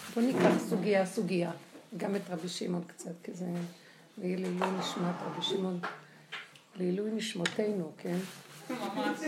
בוא ניקח סוגיה, גם את רבי שמעון קצת, כי זה לעילוי נשמת רבי שמעון, לעילוי נשמותינו, כן? ממש.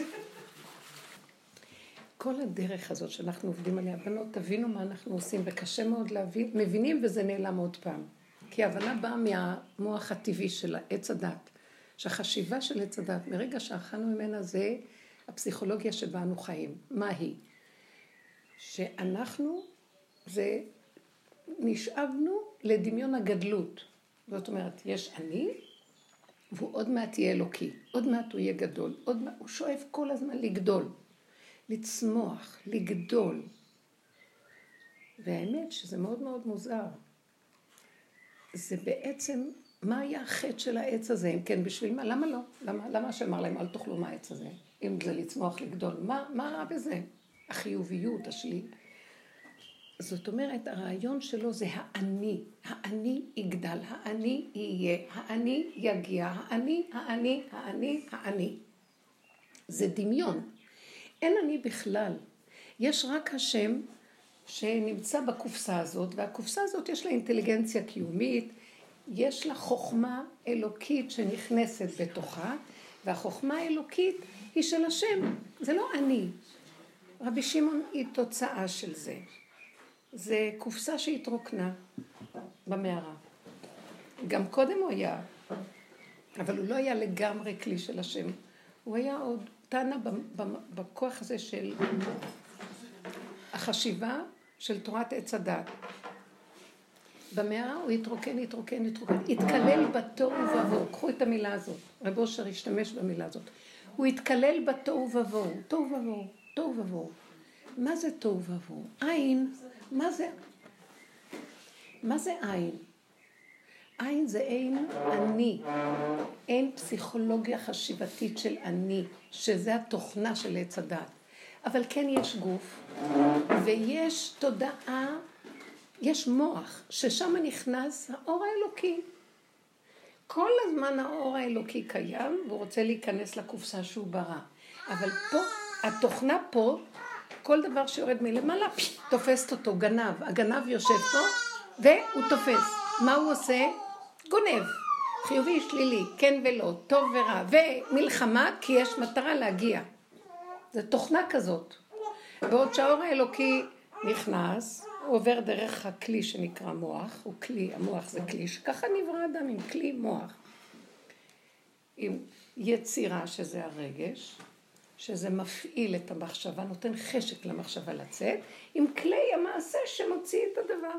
כל הדרך הזאת שאנחנו עובדים עליה, בנות, תבינו מה אנחנו עושים, וקשה מאוד להבין, מבינים וזה נעלם עוד פעם. כי ההבנה באה מהמוח הטבעי של עץ הדת, שהחשיבה של עץ הדת, מרגע שאכלנו ממנה זה הפסיכולוגיה שבה אנו חיים. מה היא? שאנחנו, זה נשאבנו לדמיון הגדלות. זאת אומרת, יש אני, והוא עוד מעט יהיה אלוקי, עוד מעט הוא יהיה גדול, הוא שואף כל הזמן לגדול. לצמוח, לגדול. והאמת שזה מאוד מאוד מוזר. זה בעצם, מה היה החטא של העץ הזה? אם כן, בשביל מה? למה לא? למה שאמר להם, אל תאכלו מהעץ הזה? אם זה לצמוח, לגדול. מה רע בזה? החיוביות, השליל. זאת אומרת, הרעיון שלו זה האני. האני יגדל, האני יהיה, האני יגיע, האני. זה דמיון. אין אני בכלל. יש רק השם שנמצא בקופסה הזאת, והקופסה הזאת יש לה אינטליגנציה קיומית, יש לה חוכמה אלוקית שנכנסת בתוכה, והחוכמה האלוקית היא של השם, זה לא אני. רבי שמעון היא תוצאה של זה. זה קופסה שהתרוקנה במערה. גם קודם הוא היה, אבל הוא לא היה לגמרי כלי של השם. הוא היה עוד טענה בכוח הזה של החשיבה של תורת עץ הדת. במערה הוא התרוקן, התקלל בתוהו ובוהו. קחו את המילה הזאת, רב אושר השתמש במילה הזאת. הוא התקלל בתוהו ובוהו. מה זה תוהו ובוהו? עין, מה זה עין? עין זה אין אני, אין פסיכולוגיה חשיבתית של אני, שזה התוכנה של עץ הדת. אבל כן יש גוף, ויש תודעה, יש מוח, ששם נכנס האור האלוקי. כל הזמן האור האלוקי קיים, והוא רוצה להיכנס לקופסה שהוא ברא. אבל פה, התוכנה פה, כל דבר שיורד מלמעלה, תופסת אותו, גנב. הגנב יושב פה, והוא תופס. מה הוא עושה? גונב. חיובי, שלילי, כן ולא, טוב ורע, ומלחמה, כי יש מטרה להגיע. זו תוכנה כזאת. בעוד שהאור האלוקי נכנס, הוא עובר דרך הכלי שנקרא מוח, הוא כלי, המוח זה כלי, שככה נברא אדם עם כלי מוח. עם יצירה שזה הרגש, שזה מפעיל את המחשבה, נותן חשק למחשבה לצאת, עם כלי המעשה שמוציא את הדבר.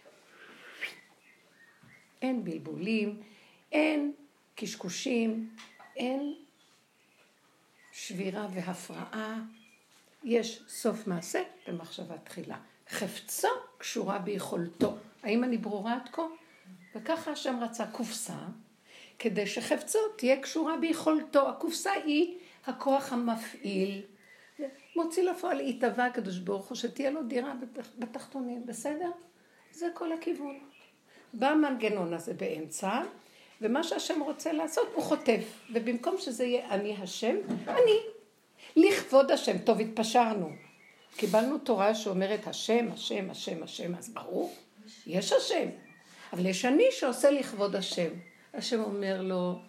אין בלבולים, אין קשקושים, אין שבירה והפרעה, יש סוף מעשה במחשבה תחילה. חפצו קשורה ביכולתו. האם אני ברורה עד כה? וככה השם רצה קופסה, כדי שחפצו תהיה קשורה ביכולתו. הקופסה היא הכוח המפעיל. מוציא לפועל יתבע הקדוש ברוך הוא שתהיה לו דירה בתחתונים, בסדר? זה כל הכיוון. בא המנגנון הזה באמצע, ומה שהשם רוצה לעשות הוא חוטף. ובמקום שזה יהיה אני השם, אני. לכבוד השם, טוב, התפשרנו. קיבלנו תורה שאומרת השם, אז ברור, יש השם. אבל יש אני שעושה לכבוד השם. השם אומר לו,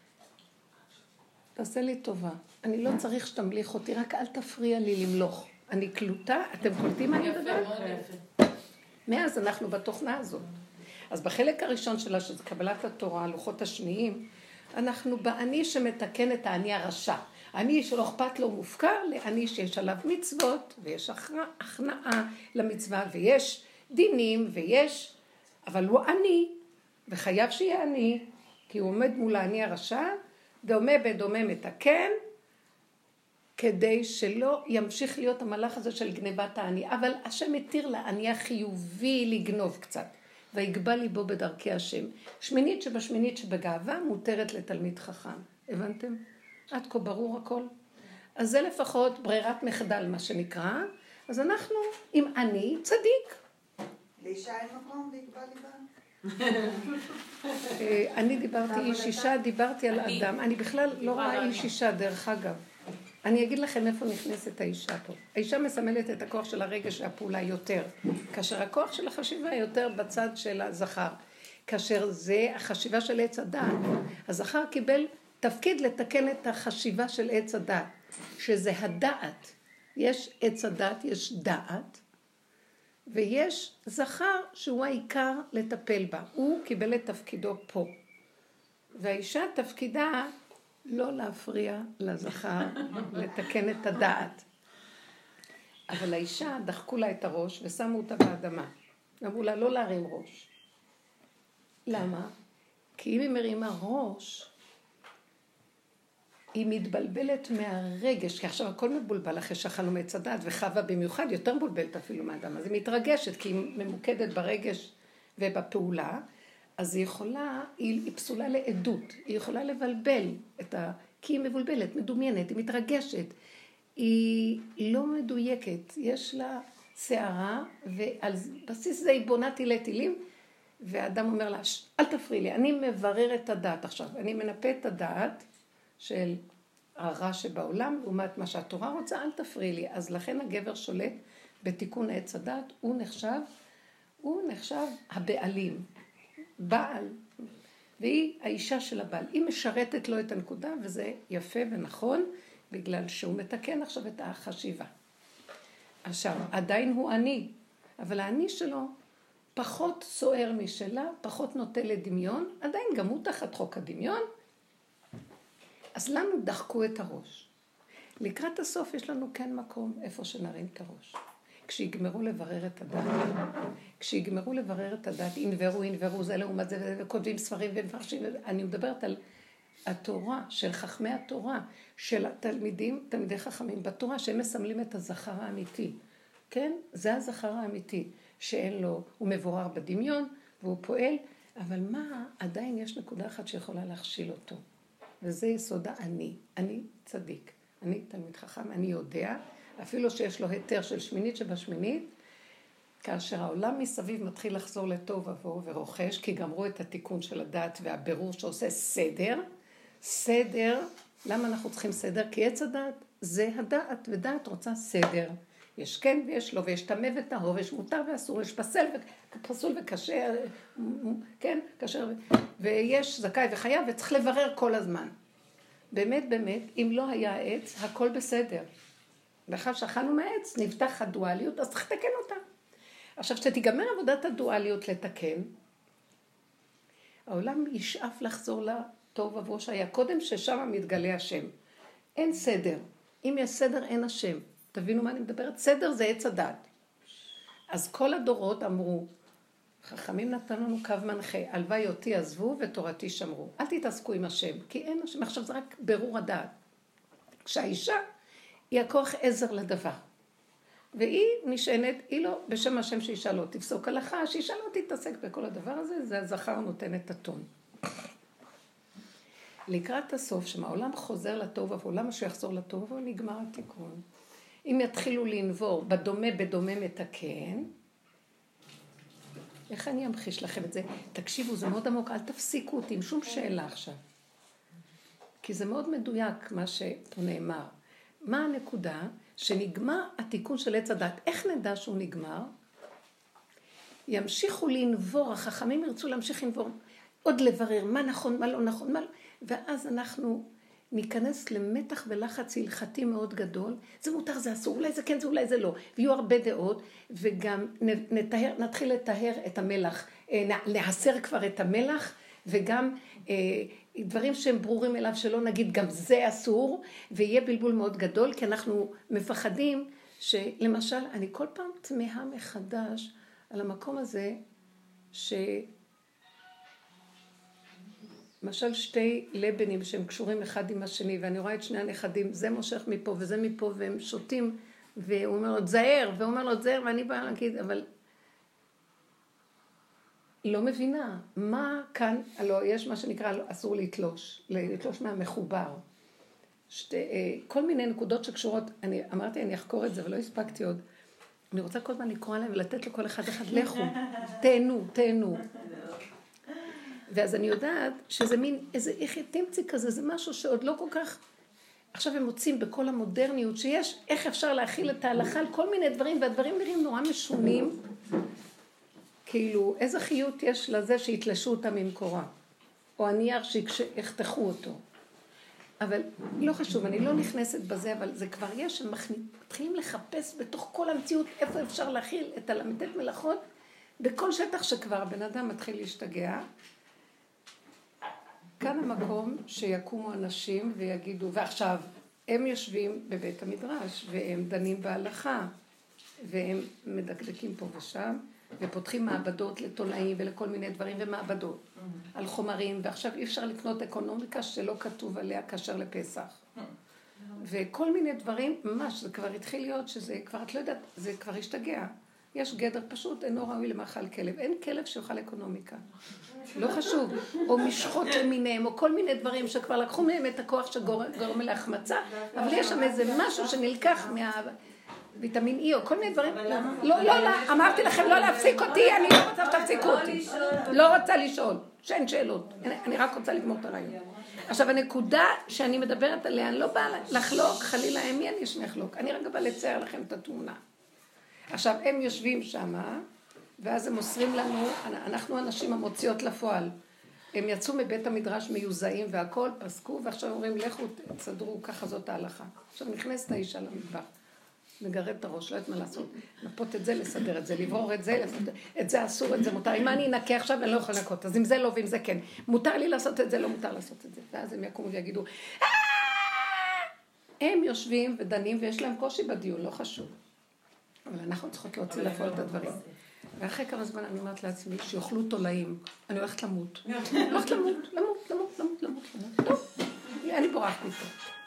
תעשה לי טובה, אני לא צריך שתמליך אותי, רק אל תפריע לי למלוך. אני קלוטה, אתם קולטים מה אני מדברת? מאז אנחנו בתוכנה הזאת. אז בחלק הראשון שלה, שזה קבלת התורה, הלוחות השניים, אנחנו באני שמתקן את האני הרשע. אני שלא אכפת לו מופקר, לאני שיש עליו מצוות, ויש הכנעה למצווה, ויש דינים, ויש, אבל הוא אני, וחייב שיהיה אני, כי הוא עומד מול האני הרשע, דומה בדומה מתקן, כדי שלא ימשיך להיות המלאך הזה של גנבת האני. אבל השם מתיר לאני החיובי לגנוב קצת, ויגבה ליבו בדרכי השם. שמינית שבשמינית שבגאווה מותרת לתלמיד חכם. הבנתם? עד כה ברור הכל. אז זה לפחות ברירת מחדל מה שנקרא. אז אנחנו עם אני צדיק. לאישה אין מקום ויגבה ליבה? אני דיברתי איש אישה, דיברתי על אדם. אני בכלל לא רואה איש אישה דרך אגב. אני אגיד לכם איפה נכנסת האישה פה. האישה מסמלת את הכוח של הרגש והפעולה יותר, כאשר הכוח של החשיבה יותר בצד של הזכר. כאשר זה החשיבה של עץ הדעת. הזכר קיבל תפקיד לתקן את החשיבה של עץ הדעת, שזה הדעת. יש עץ הדעת, יש דעת, ויש זכר שהוא העיקר לטפל בה. הוא קיבל את תפקידו פה. והאישה תפקידה לא להפריע לזכר, לתקן את הדעת. אבל האישה דחקו לה את הראש ושמו אותה באדמה. אמרו לה לא להרים ראש. למה? כי אם היא מרימה ראש, היא מתבלבלת מהרגש, כי עכשיו הכל מבולבל אחרי שאכלנו מעץ הדעת, וחווה במיוחד יותר מבולבלת אפילו מהאדם. אז היא מתרגשת, כי היא ממוקדת ברגש ובפעולה, אז היא יכולה, היא פסולה לעדות, היא יכולה לבלבל כי היא מבולבלת, מדומיינת, היא מתרגשת, היא לא מדויקת, יש לה שערה, ועל בסיס זה היא בונה תילי תילים, והאדם אומר לה, אל תפריעי לי, אני מברר את הדעת עכשיו, אני מנפה את הדעת של הרע שבעולם, לעומת מה שהתורה רוצה, אל תפריעי לי. אז לכן הגבר שולט בתיקון עץ הדעת, הוא נחשב הבעלים, בעל, והיא האישה של הבעל. היא משרתת לו את הנקודה, וזה יפה ונכון, בגלל שהוא מתקן עכשיו את החשיבה. עכשיו, עדיין הוא עני, אבל העני שלו פחות סוער משלה, פחות נוטה לדמיון, עדיין גם הוא תחת חוק הדמיון, אז לנו דחקו את הראש. לקראת הסוף יש לנו כן מקום איפה שנרים את הראש. כשיגמרו לברר את הדת, ינברו זה לעומת זה, וכותבים ספרים ומפרשים, אני מדברת על התורה, של חכמי התורה, של התלמידים, תלמידי חכמים בתורה, שהם מסמלים את הזכר האמיתי. כן? זה הזכר האמיתי, שאין לו, הוא מבורר בדמיון, והוא פועל, אבל מה, עדיין יש נקודה אחת שיכולה להכשיל אותו. וזה יסוד אני צדיק, אני תלמיד חכם, אני יודע, אפילו שיש לו היתר של שמינית שבשמינית, כאשר העולם מסביב מתחיל לחזור לטוב ובוהו ורוכש, כי גמרו את התיקון של הדעת והבירור שעושה סדר, למה אנחנו צריכים סדר? כי עץ הדעת זה הדעת, ודעת רוצה סדר. יש כן ויש לא, ויש טמא וטהור, ויש מותר ואסור, יש פסול וקשה, כן, קשר, ויש זכאי וחייב, וצריך לברר כל הזמן. באמת, אם לא היה העץ, הכל בסדר. ואחר שאכלנו מהעץ, נפתח הדואליות, אז צריך לתקן אותה. עכשיו, שתיגמר עבודת הדואליות לתקן, העולם ישאף לחזור לטוב עבור שהיה קודם, ששם מתגלה השם. אין סדר. אם יש סדר, אין השם. תבינו מה אני מדברת? סדר זה עץ הדת. אז כל הדורות אמרו, חכמים נתנו לנו קו מנחה, הלוואי אותי עזבו ותורתי שמרו. אל תתעסקו עם השם, כי אין השם. עכשיו זה רק ברור הדעת. כשהאישה היא הכוח עזר לדבר. והיא נשענת, היא לא, בשם השם שאישה לא תפסוק הלכה, שאישה לא תתעסק בכל הדבר הזה, זה הזכר נותן את הטון. לקראת הסוף, שמהעולם חוזר לטוב ובוהו, למה שהוא יחזור לטוב ובוהו, נגמר התיקון. אם יתחילו לנבור בדומה מתקן, איך אני אמחיש לכם את זה? תקשיבו, זה מאוד עמוק, אל תפסיקו אותי עם שום שאלה עכשיו. כי זה מאוד מדויק מה שפה נאמר. מה הנקודה? שנגמר התיקון של עץ הדת. איך נדע שהוא נגמר? ימשיכו לנבור, החכמים ירצו להמשיך לנבור, עוד לברר מה נכון, מה לא נכון, ואז אנחנו ניכנס למתח ולחץ הלכתי מאוד גדול, זה מותר, זה אסור, אולי זה כן, זה אולי זה לא, ויהיו הרבה דעות, וגם נתחיל לטהר את המלח, נעשר כבר את המלח, וגם דברים שהם ברורים אליו שלא נגיד גם זה אסור, ויהיה בלבול מאוד גדול, כי אנחנו מפחדים שלמשל, אני כל פעם תמהה מחדש על המקום הזה, למשל שתי לבנים שהם קשורים אחד עם השני, ואני רואה את שני הנכדים, זה מושך מפה וזה מפה, והם שותים, והוא אומר לו, תזהר, והוא אומר לו, תזהר, ואני באה להגיד, אבל לא מבינה, מה כאן, לא, יש מה שנקרא, אסור לתלוש מהמחובר. כל מיני נקודות שקשורות, אני אמרתי, אני אחקור את זה, ולא הספקתי עוד. אני רוצה כל הזמן לקרוא עליהם, ולתת לכל אחד לכו, תהנו. ואז אני יודעת שזה מין איזה איך תמצי כזה, זה משהו שעוד לא כל כך, עכשיו הם מוצאים בכל המודרניות שיש, איך אפשר להכיל את ההלכה על כל מיני דברים, והדברים נראים נורא משונים, כאילו איזה חיות יש לזה שהתלשו אותה ממקורה, או הנייר שיחתכו אותו. אבל לא חשוב, אני לא נכנסת בזה, אבל זה כבר יש, הם מתחילים לחפש בתוך כל המציאות איפה אפשר להכיל את הל"ט מלאכות, בכל שטח שכבר הבן אדם מתחיל להשתגע. כאן המקום שיקומו אנשים ויגידו, ועכשיו הם יושבים בבית המדרש, והם דנים בהלכה, והם מדקדקים פה ושם, ופותחים מעבדות לתולעים ולכל מיני דברים ומעבדות על חומרים, ועכשיו אי אפשר לקנות אקונומיקה שלא כתוב עליה כשר לפסח. וכל מיני דברים, ממש, זה כבר התחיל להיות שזה כבר, את לא יודעת, זה כבר השתגע. יש גדר פשוט, אינו ראוי למאכל כלב. אין כלב שיוכל אקונומיקה. לא חשוב. או משחות למיניהם, או כל מיני דברים שכבר לקחו מהם את הכוח שגורם להחמצה, אבל יש שם איזה משהו שנלקח ויטמין E או כל מיני דברים. לא, אמרתי לכם לא להפסיק אותי, אני לא רוצה שתפסיקו אותי. לא רוצה לשאול, שאין שאלות. אני רק רוצה לגמור את הרעיון. עכשיו, הנקודה שאני מדברת עליה, אני לא באה לחלוק, חלילה, מי אני שמחלוק. אני רק באה לצייר לכם את התמונה. עכשיו, הם יושבים שם, ואז הם מוסרים לנו, אנחנו אנשים המוציאות לפועל. הם יצאו מבית המדרש מיוזעים והכל, פסקו, ועכשיו אומרים, לכו, תסדרו, ככה זאת ההלכה. עכשיו נכנסת האישה למטבח. מגרד את הראש, לא יודעת מה לעשות, נפות את זה, לסדר את זה, לברור את זה, את זה אסור, את זה מותר, אם אני אנקה עכשיו אני לא יכול לנקות, אז אם זה לא ואם זה כן, מותר לי לעשות את זה, לא מותר לעשות את זה, ואז הם יקומו ויגידו, הם יושבים ודנים ויש להם קושי בדיון, לא חשוב, אבל אנחנו צריכות להוציא לפועל את הדברים, ואחרי כמה זמן אני אומרת לעצמי, שיאכלו תולעים, אני הולכת למות, טוב, אני בורחת מפה.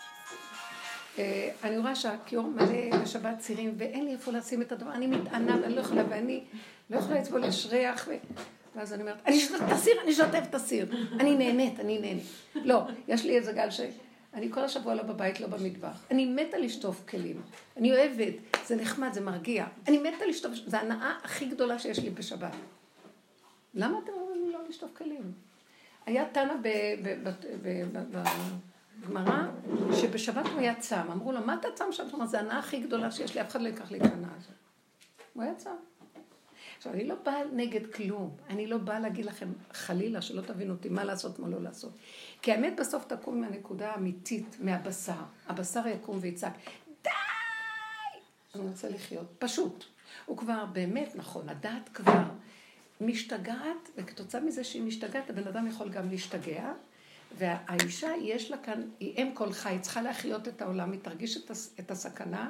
אני רואה שהכיור מלא בשבת צירים, ואין לי איפה לשים את הדבר, אני מתענה ואני לא יכולה, ואני לא יכולה לצבול לשריח, ואז אני אומרת, אני שוטף את הסיר, אני נהנית. לא, יש לי איזה גל שאני כל השבוע לא בבית, לא במטבח, אני מתה לשטוף כלים, אני אוהבת, זה נחמד, זה מרגיע, אני מתה לשטוף, זה ההנאה הכי גדולה שיש לי בשבת. למה אתם אומרים לי לא לשטוף כלים? היה תנא גמרא, שבשבת הוא היה צם, אמרו לו, מה אתה צם שם? זאת אומרת, זה ההנאה הכי גדולה שיש לי, אף אחד לא ייקח לי את ההנאה הזאת. הוא היה צם. עכשיו, אני לא באה נגד כלום, אני לא באה להגיד לכם חלילה, שלא תבינו אותי מה לעשות, מה לא לעשות. כי האמת בסוף תקום מהנקודה האמיתית, מהבשר. הבשר יקום ויצעק, די! אני רוצה לחיות, פשוט. הוא כבר באמת נכון, הדעת כבר משתגעת, וכתוצאה מזה שהיא משתגעת, הבן אדם יכול גם להשתגע, והאישה יש לה כאן, היא אם כל חי, צריכה להחיות את העולם, היא תרגיש את הסכנה.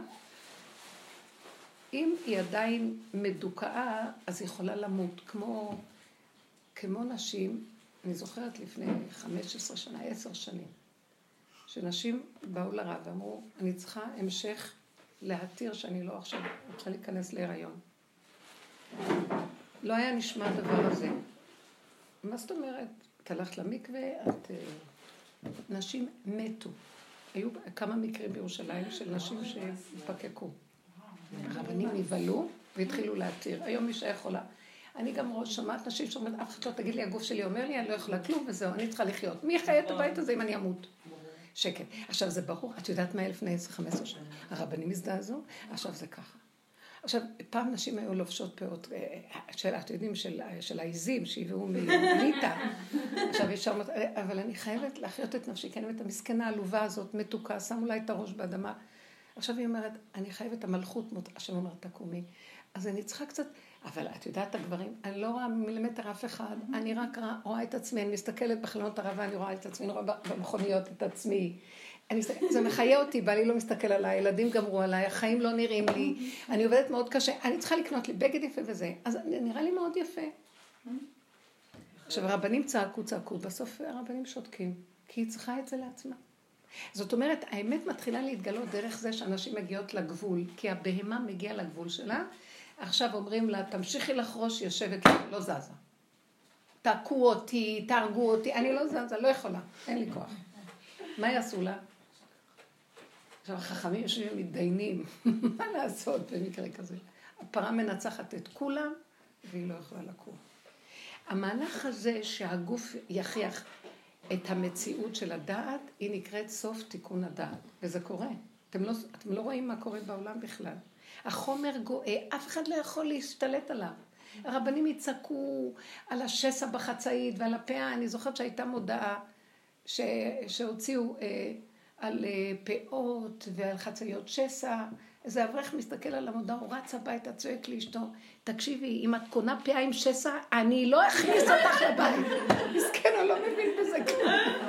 אם היא עדיין מדוכאה, אז היא יכולה למות, כמו נשים, אני זוכרת לפני 15 שנה, 10 שנים, שנשים באו לרב ואמרו, אני צריכה המשך להתיר שאני לא עכשיו רוצה להיכנס להיריון. לא היה נשמע דבר הזה. מה זאת אומרת? את הלכת למקווה, נשים מתו. היו כמה מקרים בירושלים של נשים שפקקו. הרבנים נבהלו והתחילו להתיר. היום אישה יכולה. אני גם שמעת נשים שאומרת, אף אחד לא תגיד לי, הגוף שלי אומר לי, אני לא יכולה כלום וזהו, אני צריכה לחיות. מי חי את הבית הזה אם אני אמות? שקט. עכשיו זה ברור, את יודעת מה לפני 10-15 שנה? הרבנים הזדעזעו, עכשיו זה ככה. עכשיו, פעם נשים היו לובשות פאות, אתם יודעים, של העיזים שהביאו מליטה. עכשיו, יש שם, אבל אני חייבת להחיות את נפשי, כי אני אומרת, המסכנה העלובה הזאת, מתוקה, שמו לה את הראש באדמה. עכשיו היא אומרת, אני חייבת המלכות, השם אומרת, תקומי. אז אני צריכה קצת, אבל את יודעת הגברים, אני לא רואה מילימטר אף אחד, אני רק רואה את עצמי, אני מסתכלת בחלונות הרבה, אני רואה את עצמי, אני רואה במכוניות את עצמי. זה מחיה אותי, בעלי לא מסתכל עליי, ילדים גמרו עליי, החיים לא נראים לי, אני עובדת מאוד קשה, אני צריכה לקנות לי בגד יפה וזה, אז נראה לי מאוד יפה. עכשיו, הרבנים צעקו, בסוף הרבנים שותקים, כי היא צריכה את זה לעצמה. זאת אומרת, האמת מתחילה להתגלות דרך זה שאנשים מגיעות לגבול, כי הבהמה מגיעה לגבול שלה, עכשיו אומרים לה, תמשיכי לחרוש, יושבת, לא זזה. תעקו אותי, תהרגו אותי, אני לא זזה, לא יכולה, אין לי כוח. מה יעשו לה? עכשיו, החכמים יושבים ומתדיינים, מה לעשות במקרה כזה? הפרה מנצחת את כולם, והיא לא יכולה לקום. המהלך הזה שהגוף יכריח, את המציאות של הדעת, היא נקראת סוף תיקון הדעת, וזה קורה. אתם לא רואים מה קורה בעולם בכלל. החומר גואה, אף אחד לא יכול להשתלט עליו. הרבנים יצעקו על השסע בחצאית ועל הפאה. אני זוכרת שהייתה מודעה שהוציאו על פאות ועל חצאיות שסע. איזה אברך מסתכל על המודעה, הוא רץ הביתה, צועק לאשתו, תקשיבי, אם את קונה פאה עם שסע, אני לא אכניס אותך לבית. מסכן, הוא לא מבין בזה כלום.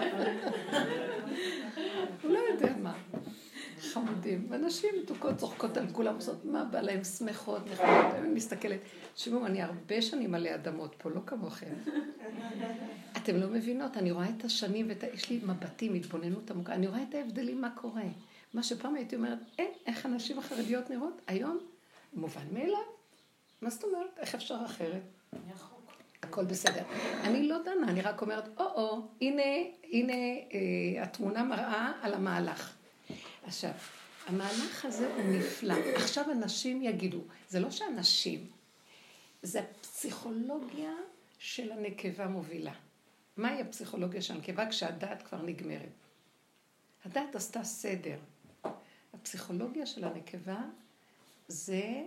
הוא לא יודע מה. חמודים. אנשים מתוקות צוחקות על כולם, עושות מה בא להם שמחות, נחמות. אני מסתכלת, תשמעו, אני הרבה שנים עלי אדמות פה, לא כמוכם. אתם לא מבינות, אני רואה את השנים, יש לי מבטים, התבוננות עמוקה, אני רואה את ההבדלים, מה קורה. מה שפעם הייתי אומרת, איך הנשים החרדיות נראות? היום, מובן מאליו. מה זאת אומרת? איך אפשר אחרת? הכל בסדר. אני לא דנה, אני רק אומרת, הנה התמונה מראה על המהלך. עכשיו, המהלך הזה הוא נפלא. עכשיו אנשים יגידו, זה לא שאנשים, זה הפסיכולוגיה של הנקבה מובילה. מהי הפסיכולוגיה של הנקבה כשהדעת כבר נגמרת? הדעת עשתה סדר. הפסיכולוגיה של הנקבה זה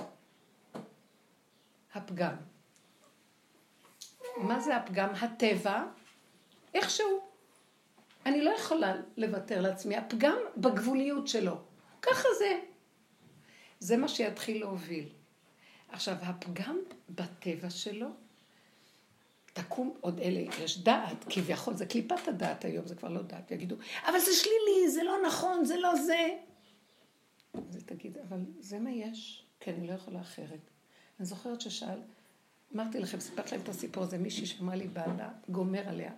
הפגם. מה זה הפגם? הטבע, איכשהו. אני לא יכולה לוותר לעצמי. הפגם בגבוליות שלו. ככה זה. זה מה שיתחיל להוביל. עכשיו, הפגם בטבע שלו, תקום עוד אלה, יש דעת, כביכול, זה קליפת הדעת היום, זה כבר לא דעת, יגידו, אבל זה שלילי, זה לא נכון, זה לא זה. אז תגיד, אבל זה מה יש? כי אני לא יכולה אחרת. אני זוכרת אמרתי לכם, סיפרת להם את הסיפור הזה, מישהי שמע לי בעלה, גומר עליה,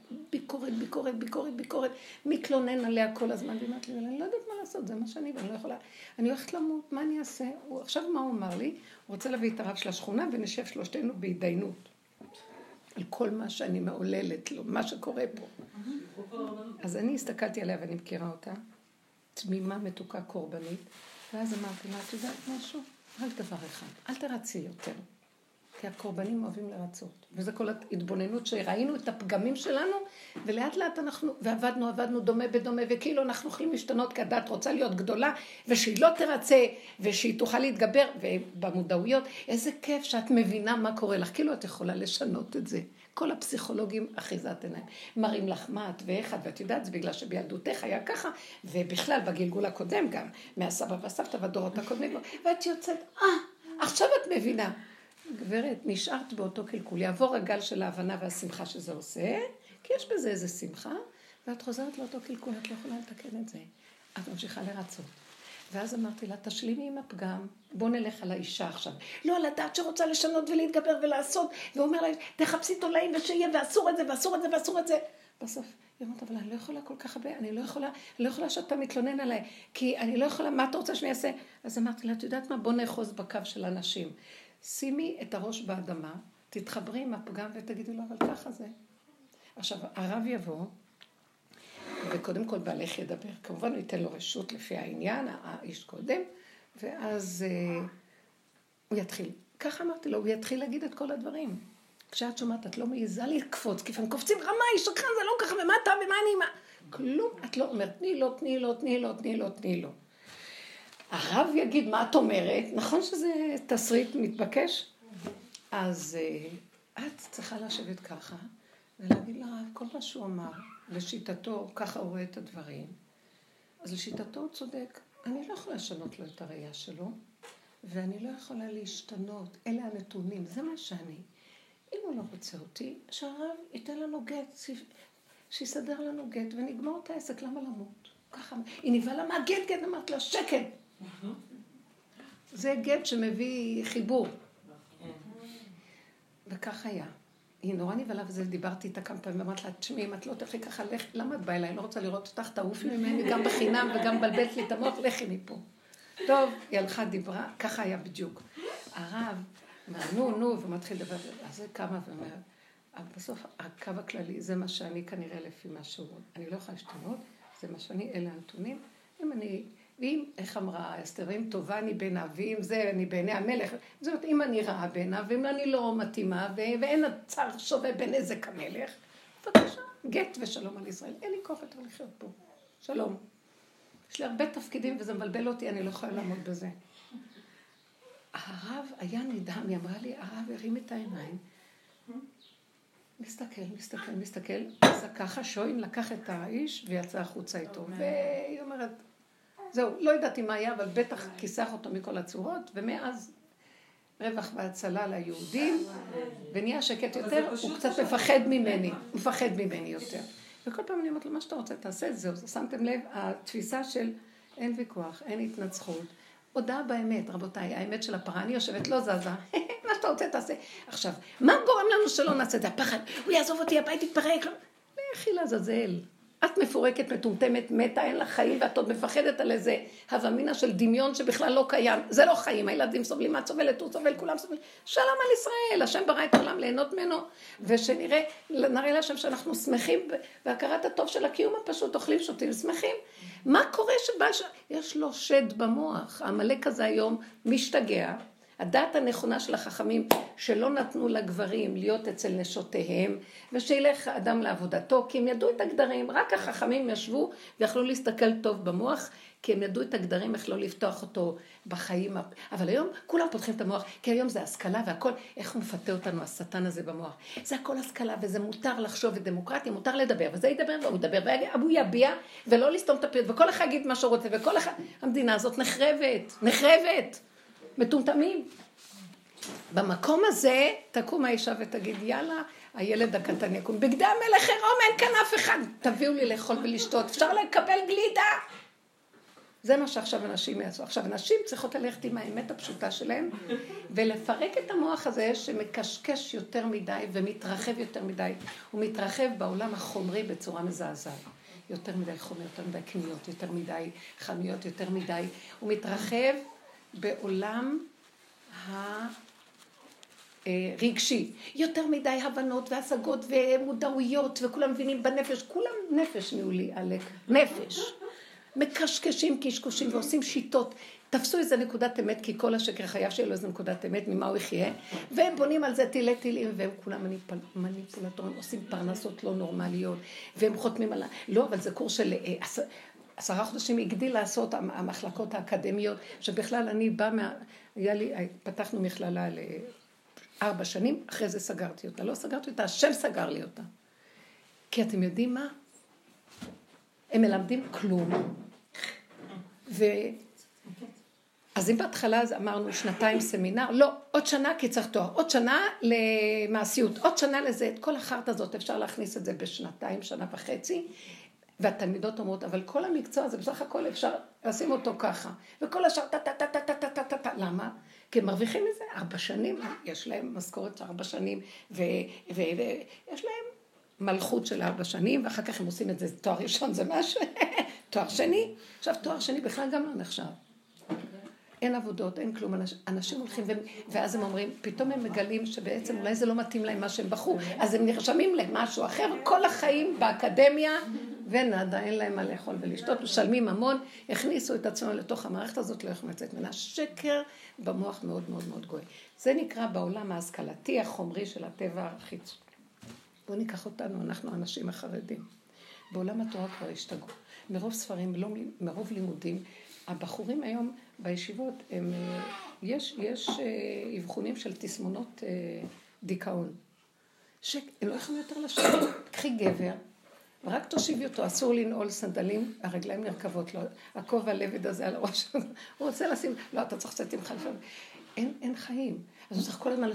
ביקורת, מתלונן עליה כל הזמן, ואמרתי לי, אני לא יודעת מה לעשות, זה מה שאני, ואני לא יכולה, אני הולכת למות, מה אני אעשה? עכשיו מה הוא אמר לי? הוא רוצה להביא את הרב של השכונה, ונשב שלושתנו בהתדיינות, על כל מה שאני מעוללת לו, מה שקורה פה. אז אני הסתכלתי עליה, ואני מכירה אותה, תמימה, מתוקה, קורבנית, ואז אמרתי לה, את יודעת משהו? רק דבר אחד, אל תרצי יותר. כי הקורבנים אוהבים לרצות. וזה כל ההתבוננות שראינו את הפגמים שלנו, ולאט לאט אנחנו, ועבדנו דומה בדומה, וכאילו אנחנו יכולים להשתנות, כי הדת רוצה להיות גדולה, ושהיא לא תרצה, ושהיא תוכל להתגבר, ובמודעויות, איזה כיף שאת מבינה מה קורה לך, כאילו את יכולה לשנות את זה. כל הפסיכולוגים אחיזת עיניים, מראים לך מה את ואיך את, ואת יודעת, זה בגלל שבילדותך היה ככה, ובכלל בגלגול הקודם גם, מהסבא והסבתא והדורות הקודמים, ואת יוצאת, עכשיו את מבינה. גברת, נשארת באותו קלקול, יעבור הגל של ההבנה והשמחה שזה עושה, כי יש בזה איזה שמחה, ואת חוזרת לאותו קלקול, את לא יכולה לתקן את זה. את ממשיכה לרצות. ואז אמרתי לה, תשלימי עם הפגם, בוא נלך על האישה עכשיו. לא על הדעת שרוצה לשנות ולהתגבר ולעשות, ואומר לה, תחפשי תולעים ושיהיה, ואסור את זה, ואסור את זה, ואסור את זה. בסוף, היא אומרת, אבל אני לא יכולה כל כך הרבה, אני לא יכולה שאתה מתלונן עליי, כי אני לא יכולה, מה אתה רוצה שאני אעשה? אז אמרתי לה, את יודעת מה? בוא נאחוז בקו של אנשים. שימי את הראש באדמה, תתחברי עם הפגם ותגידי לו, אבל ככה זה. עכשיו, הרב יבוא, וקודם כל בעלך ידבר. כמובן הוא ייתן לו רשות לפי העניין, האיש קודם, ואז הוא יתחיל. ככה אמרתי לו, הוא יתחיל להגיד את כל הדברים. כשאת שומעת, את לא מעיזה לקפוץ, כי הם קופצים רמאי, שקרן, זה לא ככה, ומה אתה, ומה אני, מה? כלום, את לא אומרת, תני לו. הרב יגיד, מה את אומרת? נכון שזה תסריט מתבקש? אז את צריכה לשבת ככה, ולהגיד לרב, כל מה שהוא אמר, לשיטתו, ככה הוא רואה את הדברים. אז לשיטתו הוא צודק. אני לא יכולה לשנות לו את הראייה שלו, ואני לא יכולה להשתנות. אלה הנתונים, זה מה שאני. אם הוא לא רוצה אותי, שהרב ייתן לנו גט, שיסדר לנו גט, ונגמור את העסק, למה למות? ככה, היא נבהלה מה גט, אמרת לה, שקט. זה גט שמביא חיבור. וכך היה. היא נורא נבהלה וזה, דיברתי איתה כמה פעמים, אמרת לה, תשמעי, אם את לא תלכי ככה, למה את באה אליי? אני לא רוצה לראות אותך, תעופי ממני גם בחינם וגם בלבלת לי את המוח, לכי מפה. טוב, היא הלכה, דיברה, ככה היה בדיוק. הרב, נו, ומתחיל לדבר, אז זה כמה ואומר, אבל בסוף הקו הכללי, זה מה שאני כנראה לפי מה שהוא, אני לא יכולה להשתנות, זה מה שאני, אלה הנתונים, ואם, איך אמרה אסתר, אם טובה אני בעיניו, ואם זה אני בעיני המלך, זאת אומרת, אם אני רעה בעיניו, ואם אני לא מתאימה, ואין הצער שווה בין נזק המלך, בבקשה, גט ושלום על ישראל. אין לי כוח יותר לחיות פה. שלום. יש לי הרבה תפקידים וזה מבלבל אותי, אני לא יכולה לעמוד בזה. הרב היה נדהם, היא אמרה לי, הרב הרים את העיניים, מסתכל, עשה ככה, שוין לקח את האיש ויצא החוצה איתו. והיא אומרת, זהו, לא ידעתי מה היה, אבל בטח כיסח אותו מכל הצורות, ומאז רווח והצלה ליהודים, ונהיה שקט יותר, הוא קצת מפחד ממני יותר. וכל פעם אני אומרת לו, מה שאתה רוצה, תעשה את זה. שמתם לב, התפיסה של אין ויכוח, אין התנצחות, הודעה באמת, רבותיי, האמת של הפרה, אני יושבת, לא זזה, מה שאתה רוצה, תעשה. עכשיו, מה גורם לנו שלא נעשה את זה? הפחד, הוא יעזוב אותי, הבית יתפרק. לכי לעזאזל. את מפורקת, מטומטמת, מתה, אין לך חיים, ואת עוד מפחדת על איזה הווה של דמיון שבכלל לא קיים. זה לא חיים, הילדים סובלים, את סובלת, הוא סובל, כולם סובלים. שלום על ישראל, השם ברא את העולם ליהנות ממנו, ושנראה, נראה להשם שאנחנו שמחים, והכרת הטוב של הקיום הפשוט, אוכלים, שותים, שמחים. מה קורה יש לו שד במוח, העמלק הזה היום משתגע, הדעת הנכונה של החכמים שלא נתנו לגברים להיות אצל נשותיהם, ושילך אדם לעבודתו, כי הם ידעו את הגדרים, רק החכמים ישבו ויכלו להסתכל טוב במוח, כי הם ידעו את הגדרים איך לא לפתוח אותו בחיים. אבל היום כולם פותחים את המוח, כי היום זה השכלה והכל, איך הוא מפתה אותנו השטן הזה במוח. זה הכל השכלה וזה מותר לחשוב ודמוקרטיה, מותר לדבר, וזה ידבר והוא ידבר, והוא יביע, ולא לסתום את הפיות, וכל אחד יגיד מה שהוא רוצה, וכל אחד, המדינה הזאת נחרבת. מטומטמים. במקום הזה תקום האישה ותגיד, יאללה, הילד הקטן יקום. בגדי המלך עירום, אין כאן אף אחד. תביאו לי לאכול ולשתות, אפשר לקבל גלידה. זה מה שעכשיו אנשים יעשו. עכשיו, אנשים צריכות ללכת עם האמת הפשוטה שלהם, ולפרק את המוח הזה שמקשקש יותר מדי ומתרחב יותר מדי. הוא מתרחב בעולם החומרי בצורה מזעזעת. יותר מדי חומר, יותר מדי קניות, יותר מדי חנויות, יותר מדי. הוא מתרחב בעולם הרגשי, יותר מדי הבנות והשגות ומודעויות, וכולם מבינים בנפש, כולם נפש ניהולי, עלק, נפש. מקשקשים, קשקושים ועושים שיטות. תפסו איזה נקודת אמת, כי כל השקר חייב שיהיה לו איזה נקודת אמת, ממה הוא יחיה, והם בונים על זה תילי תילים, והם כולם מניפולטורים, עושים פרנסות לא נורמליות, והם חותמים על... לא, אבל זה קורס של 10 חודשים הגדיל לעשות המחלקות האקדמיות, שבכלל אני באה פתחנו מכללה ל4 שנים, אחרי זה סגרתי אותה. לא סגרתי אותה, השם סגר לי אותה. כי אתם יודעים מה? הם מלמדים כלום. אז אם בהתחלה אמרנו 2 סמינר, לא, עוד שנה כי צריך תואר, עוד שנה למעשיות, עוד שנה לזה, את כל החרת הזאת אפשר להכניס את זה ב2 שנה וחצי, והתלמידות אומרות, אבל כל המקצוע הזה בסך הכל אפשר לשים אותו ככה, וכל השאר למה? כי הם מרוויחים מזה 4 שנים, יש להם משכורת 4 שנים, ויש להם מלכות של 4 שנים, ואחר כך הם עושים את זה, תואר ראשון זה משהו, תואר שני, עכשיו תואר שני בכלל גם לא נחשב. אין עבודות, אין כלום, אנשים הולכים, ואז הם אומרים, פתאום הם מגלים שבעצם אולי זה לא מתאים להם מה שהם בחרו, אז הם נרשמים למשהו אחר, כל החיים באקדמיה, ונדה, אין להם מה לאכול ולשתות, משלמים המון, הכניסו את עצמם לתוך המערכת הזאת, לא יכולים לצאת ממנה, שקר במוח מאוד מאוד מאוד גוי. זה נקרא בעולם ההשכלתי החומרי של הטבע החיצוני. בואו ניקח אותנו, אנחנו האנשים החרדים. בעולם התורה כבר השתגעו. מרוב ספרים, מרוב לימודים, הבחורים היום בישיבות, יש אבחונים של תסמונות דיכאון. שהם לא יכולים יותר לשבת. קחי גבר, ורק תושיבי אותו, אסור לנעול סנדלים, הרגליים נרכבות לו, הכובע לבד הזה על הראש, הוא רוצה לשים, לא, אתה צריך לצאת עם חלפה. אין חיים. אז הוא צריך כל הזמן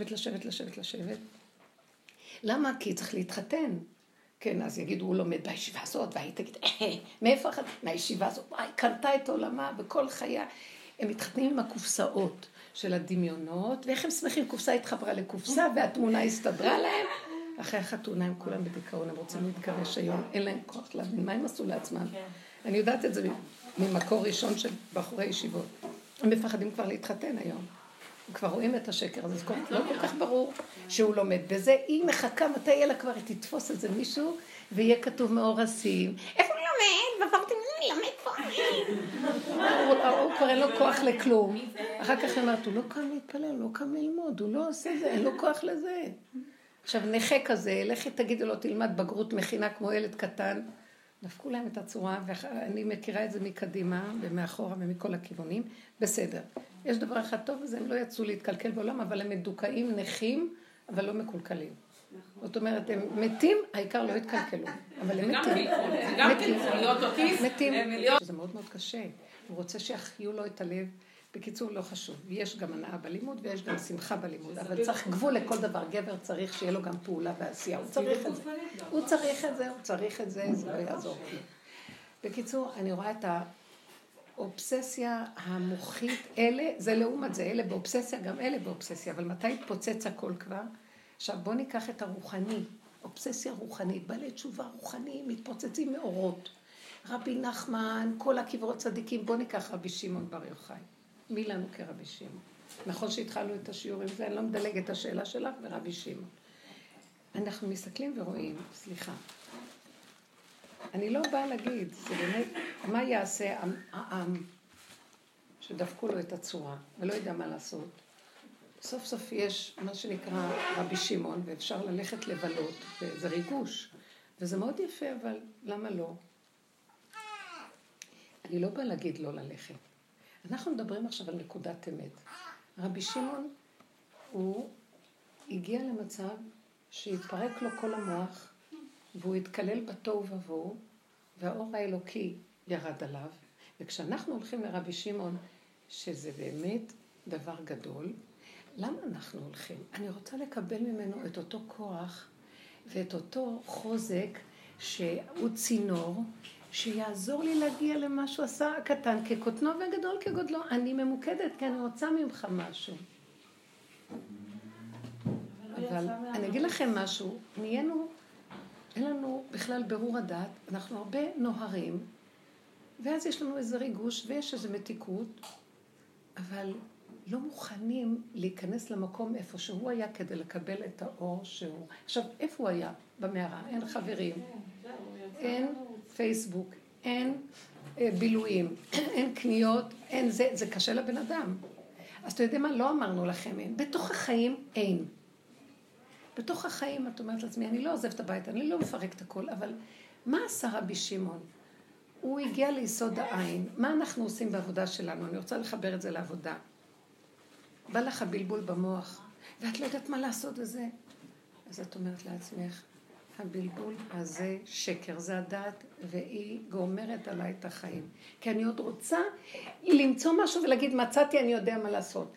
לשבת. למה? כי צריך להתחתן. כן, אז יגידו, הוא לומד בישיבה הזאת, והיא תגיד, מאיפה אחת? מהישיבה הזאת, היא קנתה את עולמה בכל חיה. הם מתחתנים עם הקופסאות של הדמיונות, ואיך הם שמחים, קופסה התחברה לקופסה, והתמונה הסתדרה להם. אחרי החתונה הם כולם בדיכאון, הם רוצים להתגרש היום, אין להם כוח להבין, מה הם עשו לעצמם? אני יודעת את זה ממקור ראשון של בחורי ישיבות. הם מפחדים כבר להתחתן היום. כבר רואים את השקר הזה, לא כל כך ברור שהוא לומד בזה, היא מחכה מתי יהיה לה כבר, תתפוס את זה מישהו, ויהיה כתוב מאורסים, איפה הוא לומד? בברתי אני לומד פה. הוא כבר אין לו כוח לכלום. אחר כך אמרת, הוא לא קם להתפלל, הוא לא קם ללמוד, הוא לא עושה זה, אין לו כוח לזה. עכשיו, נכה כזה, לכי תגידי לו, תלמד בגרות מכינה כמו ילד קטן, דפקו להם את הצורה, ואני מכירה את זה מקדימה, ומאחורה ומכל הכיוונים, בסדר. יש דבר אחד טוב, אז הם לא יצאו להתקלקל בעולם, אבל הם מדוכאים, נחים, אבל לא מקולקלים. זאת אומרת, הם מתים, העיקר לא התקלקלו, אבל הם מתים. גם להיות אוטיסט. מתים. זה מאוד מאוד קשה. הוא רוצה שיחיו לו את הלב. בקיצור, לא חשוב. יש גם הנאה בלימוד ויש גם שמחה בלימוד, אבל צריך גבול לכל דבר. גבר צריך שיהיה לו גם פעולה ועשייה. הוא צריך את זה. הוא צריך את זה, זה לא יעזור. בקיצור, אני רואה את האובססיה המוחית, אלה, זה לעומת זה, אלה באובססיה, גם אלה באובססיה, אבל מתי התפוצץ הכל כבר? עכשיו בוא ניקח את הרוחני, אובססיה רוחנית, בעלי תשובה רוחני, מתפוצצים מאורות. רבי נחמן, כל הקברות צדיקים, בוא ניקח רבי שמעון בר יוחאי. מי לנו כרבי שמעון? נכון שהתחלנו את השיעור עם זה, אני לא מדלג את השאלה שלך ורבי שמעון. אנחנו מסתכלים ורואים, סליחה, אני לא באה להגיד, זה באמת, מה יעשה העם שדפקו לו את הצורה ולא יודע מה לעשות? סוף סוף יש מה שנקרא רבי שמעון, ואפשר ללכת לבלות, וזה ריגוש, וזה מאוד יפה, אבל למה לא? אני לא באה להגיד לא ללכת. אנחנו מדברים עכשיו על נקודת אמת. רבי שמעון, הוא הגיע למצב שהתפרק לו כל המוח, והוא התקלל בתוהו ובוהו, והאור האלוקי ירד עליו, וכשאנחנו הולכים לרבי שמעון, שזה באמת דבר גדול, למה אנחנו הולכים? אני רוצה לקבל ממנו את אותו כוח ואת אותו חוזק שהוא צינור, שיעזור לי להגיע למשהו עשה הקטן כקוטנו וגדול כגודלו. אני ממוקדת כי אני רוצה ממך משהו. אבל אני אגיד לכם משהו, נהיינו, אין לנו בכלל ברור הדעת, אנחנו הרבה נוהרים, ואז יש לנו איזה ריגוש ויש איזה מתיקות, אבל לא מוכנים להיכנס למקום איפה שהוא היה כדי לקבל את האור שהוא. עכשיו, איפה הוא היה? במערה, אין חברים, אין פייסבוק, אין בילויים, אין קניות, אין זה, זה קשה לבן אדם. אז אתה יודע מה? לא אמרנו לכם אין. בתוך החיים אין. בתוך החיים את אומרת לעצמי, אני לא עוזב את הבית, אני לא מפרק את הכל, אבל מה עשה רבי שמעון? הוא הגיע ליסוד העין. מה אנחנו עושים בעבודה שלנו? אני רוצה לחבר את זה לעבודה. בא לך בלבול במוח, ואת לא יודעת מה לעשות בזה. אז את אומרת לעצמך, הבלבול הזה שקר, זה הדעת, והיא גומרת עליי את החיים. כי אני עוד רוצה למצוא משהו ולהגיד, מצאתי, אני יודע מה לעשות.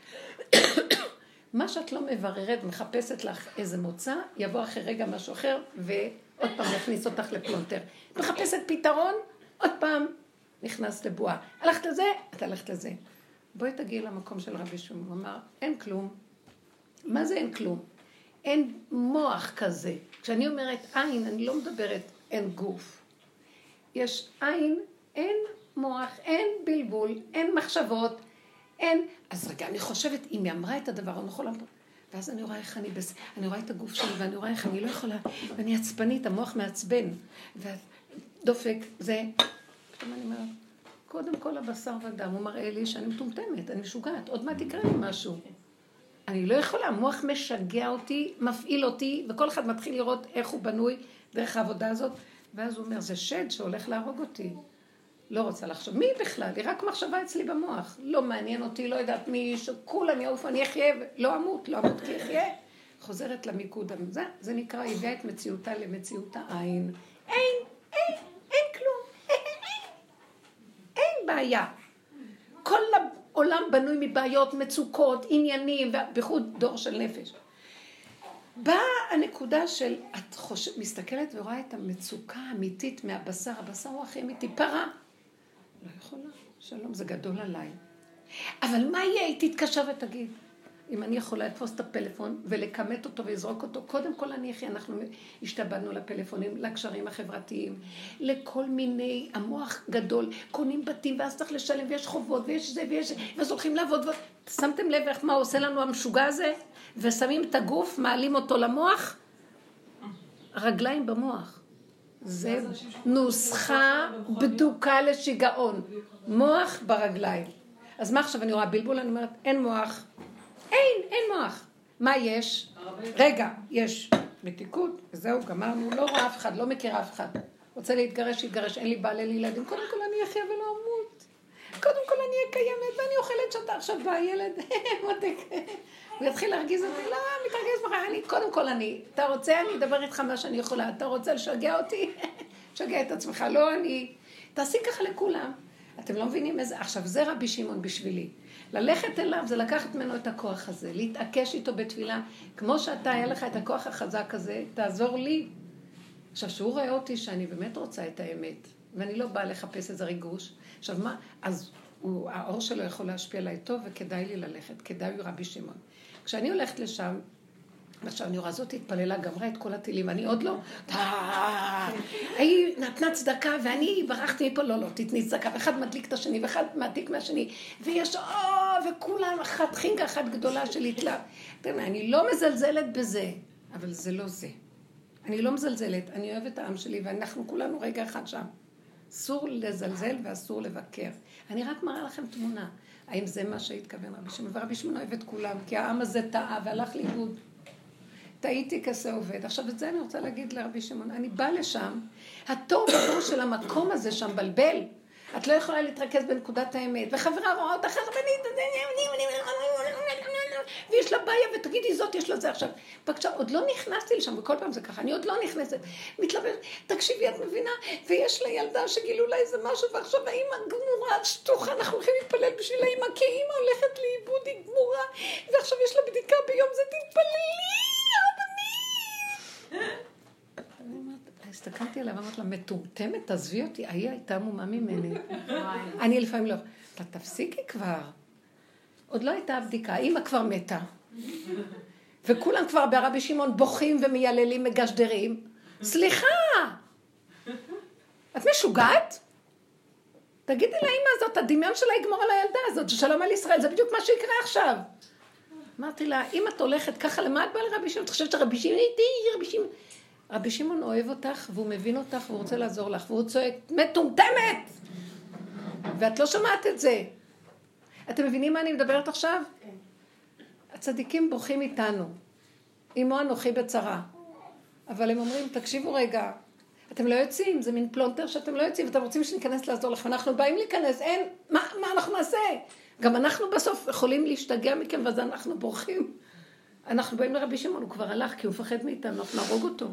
מה שאת לא מבררת, מחפשת לך איזה מוצא, יבוא אחרי רגע משהו אחר, ועוד פעם יכניס אותך לפלונטר. מחפשת פתרון, עוד פעם נכנס לבועה. הלכת לזה, את הלכת לזה. בואי תגיעי למקום של רבי שמעון, הוא אמר, אין כלום. מה זה אין כלום? אין מוח כזה. כשאני אומרת עין, אני לא מדברת אין גוף. יש עין, אין מוח, אין בלבול, אין מחשבות, אין... אז רגע, אני חושבת, אם היא אמרה את הדבר הנכון, ואז אני רואה איך אני רואה את הגוף שלי, ואני רואה איך אני לא יכולה, ואני עצבנית, המוח מעצבן, ודופק, זה... פתאום אני אומרת, קודם כל הבשר ודם, הוא מראה לי שאני מטומטמת, אני משוגעת, עוד מעט יקרה לי משהו. אני לא יכולה, המוח משגע אותי, מפעיל אותי, וכל אחד מתחיל לראות איך הוא בנוי דרך העבודה הזאת, ואז הוא אומר, זה שד שהולך להרוג אותי. לא רוצה לחשוב, מי בכלל? היא רק מחשבה אצלי במוח. לא מעניין אותי, לא יודעת מי, שכולם יעוף, אני אחיה, לא אמות כי אחיה. חוזרת למיקוד המזה, זה נקרא, הביאה את מציאותה למציאות העין. אין כלום, אין בעיה. כל העולם בנוי מבעיות, מצוקות, עניינים, ובייחוד דור של נפש. באה הנקודה של, את מסתכלת ורואה את המצוקה האמיתית מהבשר, הבשר הוא הכי אמיתי, פרה. לא יכולה, שלום, זה גדול עליי. אבל מה יהיה? היא תתקשר ותגיד. אם אני יכולה לתפוס את הפלאפון ולקמת אותו ולזרוק אותו, קודם כל אני אחי, אנחנו השתבדנו לפלאפונים, לקשרים החברתיים, לכל מיני, המוח גדול, קונים בתים ואז צריך לשלם ויש חובות ויש זה ויש, ואז הולכים לעבוד. שמתם לב איך מה עושה לנו המשוגע הזה? ושמים את הגוף, מעלים אותו למוח, רגליים במוח. זה נוסחה בדוקה לשיגעון. מוח ברגליים. אז מה עכשיו אני רואה בלבול? אני אומרת, אין מוח. אין מוח. מה יש? רגע, יש מתיקות, וזהו, גמרנו, לא רואה אף אחד, לא מכיר אף אחד. רוצה להתגרש, יתגרש, אין לי בעל, אין לי ילדים, קודם כל אני אחיה ולא אמות. קודם כל אני אהיה קיימת, ואני אוכלת שאתה עכשיו בא ילד, מותק. הוא יתחיל להרגיז אותי, לא, מתרגז מחר, קודם כל אתה רוצה, אני אדבר איתך מה שאני יכולה, אתה רוצה לשגע אותי? שגע את עצמך, לא אני. תעשי ככה לכולם. אתם לא מבינים איזה, עכשיו זה רבי שמעון בשבילי. ללכת אליו זה לקחת ממנו את הכוח הזה, להתעקש איתו בתפילה, כמו שאתה, היה לך את הכוח החזק הזה, תעזור לי. עכשיו, שהוא רואה אותי שאני באמת רוצה את האמת, ואני לא באה לחפש איזה ריגוש, עכשיו מה, אז האור שלו יכול להשפיע עליי טוב, וכדאי לי ללכת, כדאי לי רבי שמעון. כשאני הולכת לשם, עכשיו אני רואה זאת התפללה, גמרה את כל הטילים, אני עוד לא, היא נתנה צדקה, ואני ברחתי מפה, לא, תתני צדקה, ואחד מדליק את השני, ואחד מעתיק מהשני, ויש, וכולם אחת חינגה אחת גדולה של התלה. אני לא מזלזלת בזה, אבל זה לא זה. אני לא מזלזלת, אני אוהבת את העם שלי, ואנחנו כולנו רגע אחד שם. אסור לזלזל ואסור לבקר. אני רק מראה לכם תמונה. האם זה מה שהתכוון רבי שמעון? ורבי שמעון אוהב את כולם, כי העם הזה טעה והלך לאיבוד. טעיתי כזה עובד. עכשיו את זה אני רוצה להגיד לרבי שמעון. אני באה לשם, התור בבור של המקום הזה שם בלבל. את לא יכולה להתרכז בנקודת האמת. וחברה רואה אותך רבנית, ויש לה בעיה, ותגידי זאת, יש לה זה עכשיו. בבקשה, עוד לא נכנסתי לשם, וכל פעם זה ככה, אני עוד לא נכנסת. מתלבט, תקשיבי, את מבינה, ויש לה ילדה שגילו לה איזה משהו, ועכשיו האמא גמורה, שטוחה, אנחנו הולכים להתפלל בשביל האמא, כי האמא הולכת לאיבוד, היא גמורה, ועכשיו יש לה בדיקה ביום, זה תתפללי, רבנית. אני אומרת, הסתכלתי עליו, אמרת לה, מטומטמת, תעזבי אותי, היא הייתה מומה ממני. אני לפעמים לא, תפסיקי כבר. עוד לא הייתה הבדיקה, אמא כבר מתה. וכולם כבר ברבי שמעון בוכים ומייללים, מגשדרים. סליחה! את משוגעת? תגידי לאמא הזאת, הדמיון שלה יגמור על הילדה הזאת, ששלום על ישראל, זה בדיוק מה שיקרה עכשיו. אמרתי לה, אם את הולכת ככה, למה את באה לרבי שמעון? את חושבת שרבי שמעון איתי, רבי שמעון... רבי שמעון אוהב אותך, והוא מבין אותך, והוא רוצה לעזור לך, והוא צועק, מטומטמת! ואת לא שמעת את זה. אתם מבינים מה אני מדברת עכשיו? כן. הצדיקים בוכים איתנו. אמו אנוכי בצרה. אבל הם אומרים, תקשיבו רגע, אתם לא יוצאים, זה מין פלונטר שאתם לא יוצאים, ואתם רוצים שניכנס לעזור לכם, אנחנו באים להיכנס, אין, מה אנחנו נעשה? גם אנחנו בסוף יכולים להשתגע מכם, ואז אנחנו בורחים. אנחנו באים לרבי שמעון, הוא כבר הלך, כי הוא מפחד מאיתנו, אנחנו נהרוג אותו.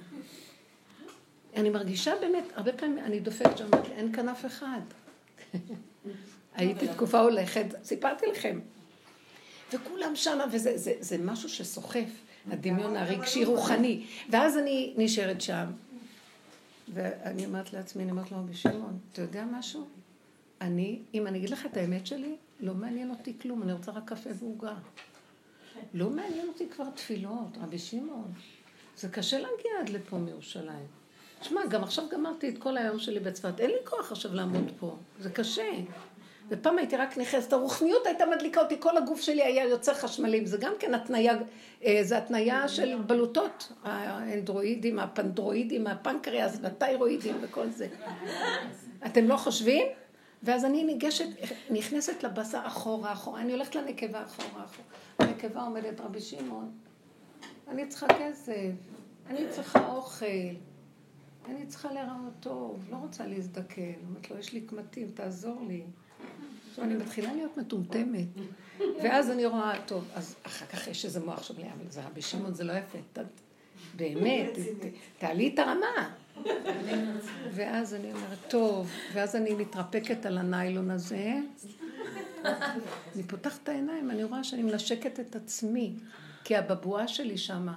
אני מרגישה באמת, הרבה פעמים אני דופקת שם, אין כאן אף אחד. הייתי תקופה הולכת, סיפרתי לכם. וכולם שמה, וזה משהו שסוחף, הדמיון הרגשי רוחני. ואז אני נשארת שם, ואני אומרת לעצמי, אני אומרת לו, רבי שמעון, אתה יודע משהו? אם אני אגיד לך את האמת שלי, לא מעניין אותי כלום, אני רוצה רק קפה ועוגה. לא מעניין אותי כבר תפילות, רבי שמעון. זה קשה להגיע עד לפה מירושלים. תשמע, גם עכשיו גמרתי את כל היום שלי בצפת, אין לי כוח עכשיו לעמוד פה, זה קשה. ופעם הייתי רק נכנסת, הרוחניות הייתה מדליקה אותי, כל הגוף שלי היה יוצר חשמלים, זה גם כן התניה, זה התניה של בלוטות, האנדרואידים, הפנדרואידים, הפנקריאס והטיירואידים וכל זה. אתם לא חושבים? ואז אני נכנסת לבשר אחורה, אני הולכת לנקבה אחורה. הנקבה עומדת, רבי שמעון, אני צריכה כסף, אני צריכה אוכל, אני צריכה להיראות טוב, לא רוצה להזדקן. אומרת לו, יש לי קמטים, תעזור לי. עכשיו אני מתחילה להיות מטומטמת. ואז אני רואה, טוב, אז אחר כך יש איזה מוח שם לי, אבל זה רבי שמעון, זה לא יפה. באמת, תעלי את הרמה. ואז אני אומרת, טוב, ואז אני מתרפקת על הניילון הזה. אני פותחת את העיניים, אני רואה שאני מנשקת את עצמי, כי הבבואה שלי שמה.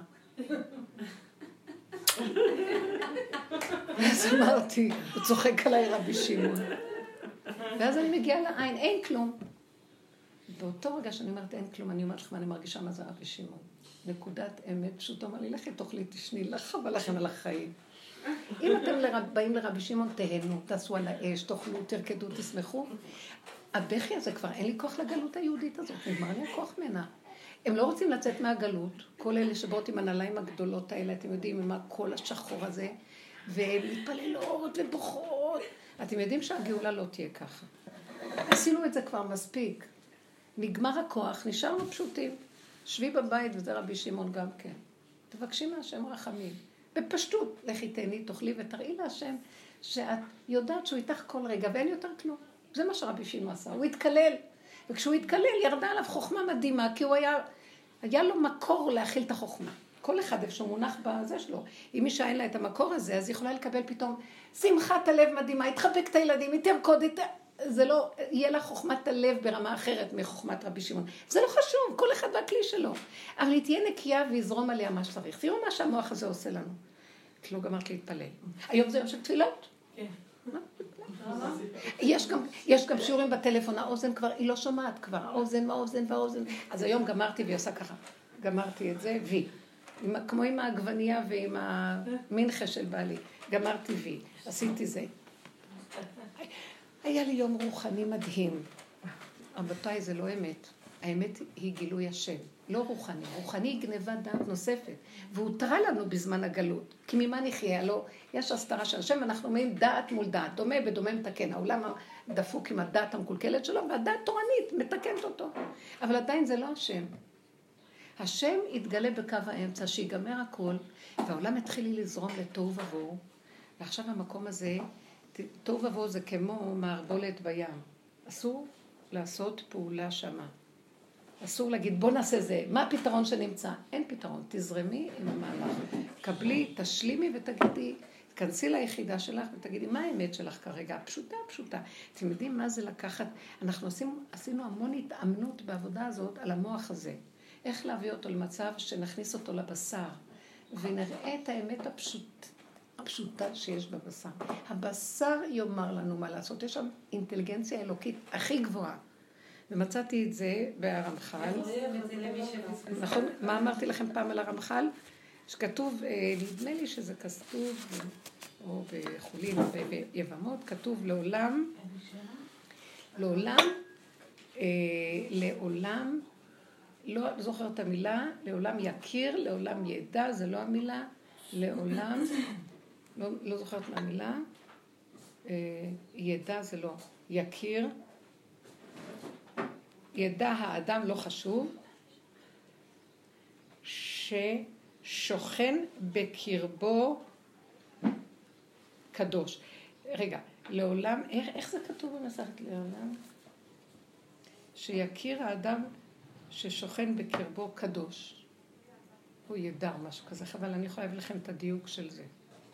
ואז אמרתי, הוא צוחק עליי רבי שמעון. ואז אני מגיעה לעין, אין כלום. באותו רגע שאני אומרת אין כלום, אני אומרת לכם, אני מרגישה מה זה רבי שמעון. נקודת אמת פשוט אומר לי, לכי תאכלי, תשני, לחבל לכם על החיים. אם אתם באים לרבי שמעון, תהנו, תעשו על האש, תאכלו, תרקדו, תשמחו. הבכי הזה כבר אין לי כוח לגלות היהודית הזאת, נגמר לי הכוח ממנה. הם לא רוצים לצאת מהגלות, כל אלה שבאות עם הנעליים הגדולות האלה, אתם יודעים, עם הקול השחור הזה, והן מתפללות ובוכות. אתם יודעים שהגאולה לא תהיה ככה. עשינו את זה כבר מספיק. נגמר הכוח, נשארנו פשוטים. שבי בבית, וזה רבי שמעון גם כן. תבקשי מהשם רחמים. בפשטות, לכי תהני, תאכלי ותראי להשם שאת יודעת שהוא איתך כל רגע ואין יותר כלום. זה מה שרבי שינו עשה, הוא התקלל. וכשהוא התקלל ירדה עליו חוכמה מדהימה, כי הוא היה לו מקור להכיל את החוכמה. כל אחד איפה שהוא מונח בזה שלו. אם מישה אין לה את המקור הזה, אז היא יכולה לקבל פתאום שמחת הלב מדהימה, יתחבק את הילדים, היא תרקוד, זה לא, יהיה לה חוכמת הלב ברמה אחרת מחוכמת רבי שמעון. זה לא חשוב, כל אחד והכלי שלו. אבל היא תהיה נקייה ויזרום עליה מה שצריך. תראו מה שהמוח הזה עושה לנו. את לא גמרת להתפלל. היום זה יום של תפילות. כן. יש גם שיעורים בטלפון, האוזן כבר, היא לא שומעת כבר, האוזן. אז היום גמרתי והיא עושה ככה. גמרתי את זה, וי. כמו עם העגבנייה ועם המנחה של בעלי. גמרתי וי. עשיתי זה. היה לי יום רוחני מדהים. רבותיי, זה לא אמת. האמת היא גילוי השם. לא רוחני. רוחני היא גניבת דעת נוספת. והוא תראה לנו בזמן הגלות. כי ממה נחיה? לא, יש הסתרה של השם, אנחנו אומרים דעת מול דעת. דומה בדומה מתקן. העולם דפוק עם הדעת המקולקלת שלו, והדעת תורנית מתקנת אותו. אבל עדיין זה לא השם. השם יתגלה בקו האמצע, שיגמר הכל, והעולם התחיל לזרום לתוהו ובוהו. ועכשיו המקום הזה, תוהו ובוהו זה כמו מערבולת בים. אסור לעשות פעולה שמה. אסור להגיד, בוא נעשה זה. מה הפתרון שנמצא? אין פתרון. תזרמי עם המהלך. קבלי, תשלימי ותגידי, תכנסי ליחידה שלך ותגידי, מה האמת שלך כרגע? פשוטה. אתם יודעים מה זה לקחת? אנחנו עשינו המון התאמנות בעבודה הזאת על המוח הזה. איך להביא אותו למצב שנכניס אותו לבשר, ונראה את האמת הפשוטה שיש בבשר. הבשר יאמר לנו מה לעשות. יש שם אינטליגנציה אלוקית הכי גבוהה. ומצאתי את זה ברמח"ל. נכון? מה אמרתי לכם פעם על הרמח"ל? שכתוב, נדמה לי שזה כתוב, או בחולין, או ביבמות, כתוב לעולם, לא זוכר את המילה, לעולם יכיר, לעולם ידע, זה לא המילה, לעולם, לא זוכרת מה המילה, ידע זה לא, יכיר, ידע האדם לא חשוב, ששוכן בקרבו קדוש. רגע, לעולם, איך זה כתוב במסכת לעולם? שיכיר האדם ששוכן בקרבו קדוש. הוא ידע משהו כזה, אבל אני יכולה להביא לכם את הדיוק של זה.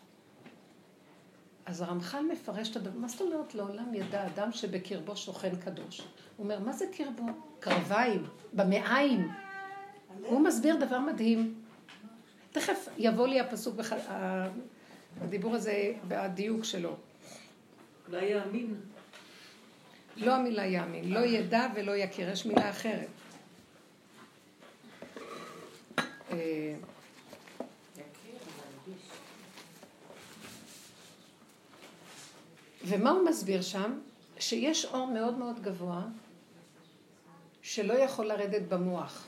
אז הרמח"ל מפרש את הדבר, מה זאת אומרת לעולם ידע אדם שבקרבו שוכן קדוש? הוא אומר, מה זה קרבו? קרביים, במעיים. הוא מסביר דבר מדהים. תכף יבוא לי הפסוק, הדיבור הזה בדיוק שלו. אולי יאמין. לא המילה יאמין, לא ידע ולא יכיר, יש מילה אחרת. ומה הוא מסביר שם? שיש אור מאוד מאוד גבוה שלא יכול לרדת במוח.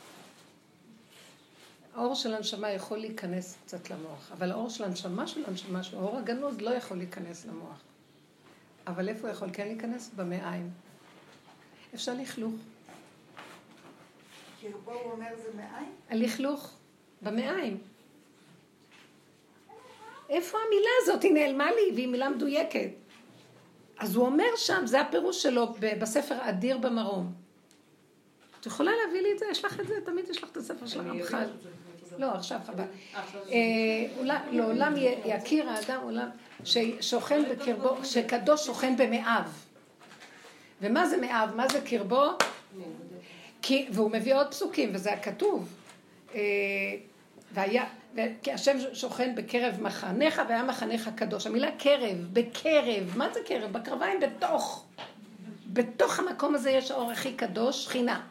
האור של הנשמה יכול להיכנס קצת למוח, אבל האור של הנשמה האור הגנוז לא יכול להיכנס למוח. אבל איפה הוא יכול כן להיכנס? במעיים. אפשר לכלוך. קרבו הוא אומר זה מעיים? הלכלוך במעיים. איפה המילה הזאת? היא נעלמה לי והיא מילה מדויקת. אז הוא אומר שם, זה הפירוש שלו בספר אדיר במרום. את יכולה להביא לי את זה? יש לך את זה? תמיד יש לך את הספר של הרמח"ל. לא, עכשיו חבל. לעולם יכיר האדם עולם ששוכן בקרבו, שקדוש שוכן במאב. ומה זה מאב? מה זה קרבו? והוא מביא עוד פסוקים, וזה הכתוב. כי השם שוכן בקרב מחנך, והיה מחנך קדוש. המילה קרב, בקרב, מה זה קרב? בקרביים, בתוך המקום הזה יש האור הכי קדוש, שכינה.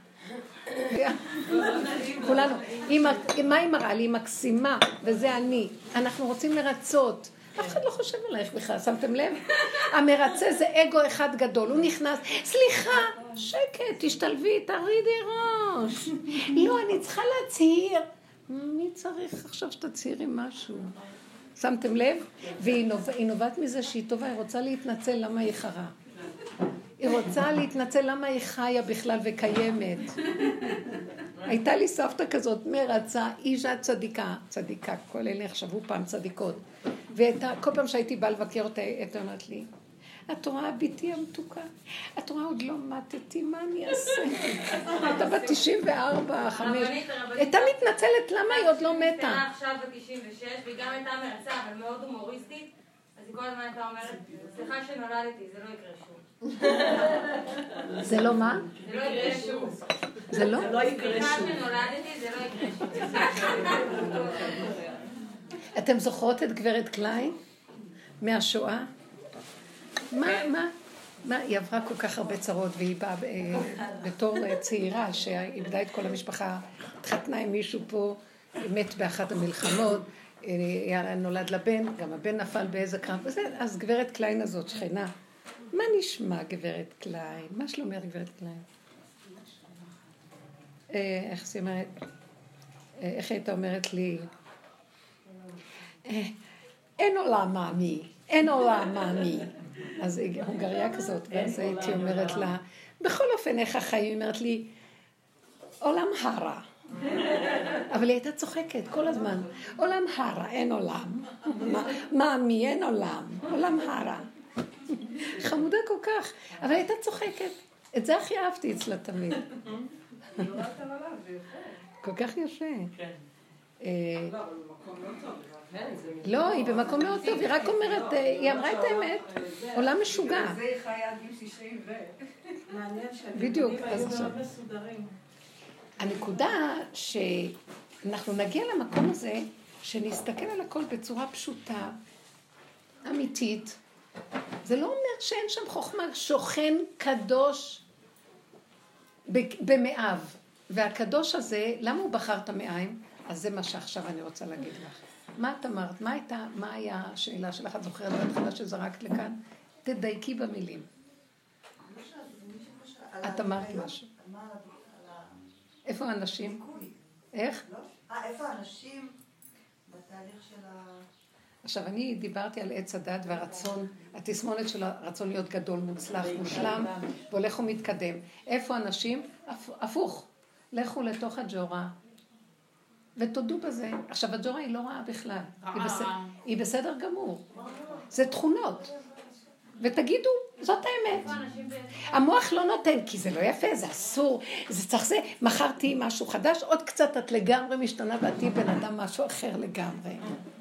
כולנו. מה היא מראה לי? היא מקסימה, וזה אני. אנחנו רוצים לרצות. אף אחד לא חושב עלייך בכלל, שמתם לב? המרצה זה אגו אחד גדול, הוא נכנס, סליחה, שקט, תשתלבי, תרידי ראש. לא, אני צריכה להצהיר. מי צריך עכשיו שתצהירי משהו? שמתם לב? והיא נובעת מזה שהיא טובה, היא רוצה להתנצל למה היא חרה. היא רוצה להתנצל למה היא חיה בכלל וקיימת. הייתה לי סבתא כזאת מרצה, אישה צדיקה, צדיקה, כל אלה נחשבו פעם צדיקות. וכל פעם שהייתי באה לבקר אותה, הייתה אומרת לי, את רואה ביתי המתוקה, את רואה עוד לא מתתי, מה אני אעשה? הייתה בת 94, 5, הייתה מתנצלת, למה היא עוד לא מתה? היא עכשיו ב-96, והיא גם הייתה מרצה, אבל מאוד הומוריסטית, אז היא כל הזמן הייתה אומרת, סליחה שנולדתי, זה לא יקרה שוב. זה לא מה? זה לא יקרה שוב. זה לא? לא יקרה סליחה שוב. שנולדתי, זה לא יקרה שוב. אתם זוכרות את גברת קליין מהשואה? מה? היא עברה כל כך הרבה צרות, והיא באה בתור צעירה שאיבדה את כל המשפחה, התחתנה עם מישהו פה, מת באחת המלחמות, נולד לבן, גם הבן נפל באיזה קרב, אז גברת קליין הזאת, שכנה. מה נשמע גברת קליין? מה שלומך גברת קליין? איך זה אומרת? איך הייתה אומרת לי? אין עולם מאמי, אין עולם מאמי. אז היא הונגריה כזאת, ואז הייתי אומרת לה, בכל אופן איך החיים, היא אומרת לי, עולם הרע. אבל היא הייתה צוחקת כל הזמן, עולם הרע, אין עולם. מאמי, אין עולם, עולם הרע. חמודה כל כך, אבל הייתה צוחקת. את זה הכי אהבתי אצלה תמיד. כל כך יפה. לא, היא במקום מאוד טוב, היא רק אומרת, היא אמרה את האמת, עולם משוגע. זה היא חיה עד גיל 60 בדיוק, אז עכשיו. הנקודה שאנחנו נגיע למקום הזה, שנסתכל על הכל בצורה פשוטה, אמיתית, זה לא אומר שאין שם חוכמה, שוכן קדוש במאיו, והקדוש הזה, למה הוא בחר את המאיים? אז זה מה שעכשיו אני רוצה להגיד לך. מה את אמרת? מה היה השאלה שלך? את זוכרת בהתחלה שזרקת לכאן? תדייקי במילים. את אמרת משהו. איפה האנשים? איך? איפה האנשים בתהליך של ה... עכשיו, אני דיברתי על עץ הדת והרצון, התסמונת של הרצון להיות גדול, מוצלח, מושלם, והולך ומתקדם. איפה אנשים? הפוך. לכו לתוך הג'ורה, ותודו בזה. עכשיו, הג'ורה היא לא רעה בכלל. היא בסדר גמור. זה תכונות. ותגידו, זאת האמת. המוח לא נותן, כי זה לא יפה, זה אסור, זה צריך זה. מכרתי משהו חדש, עוד קצת את לגמרי משתנה, ואתי בן אדם משהו אחר לגמרי.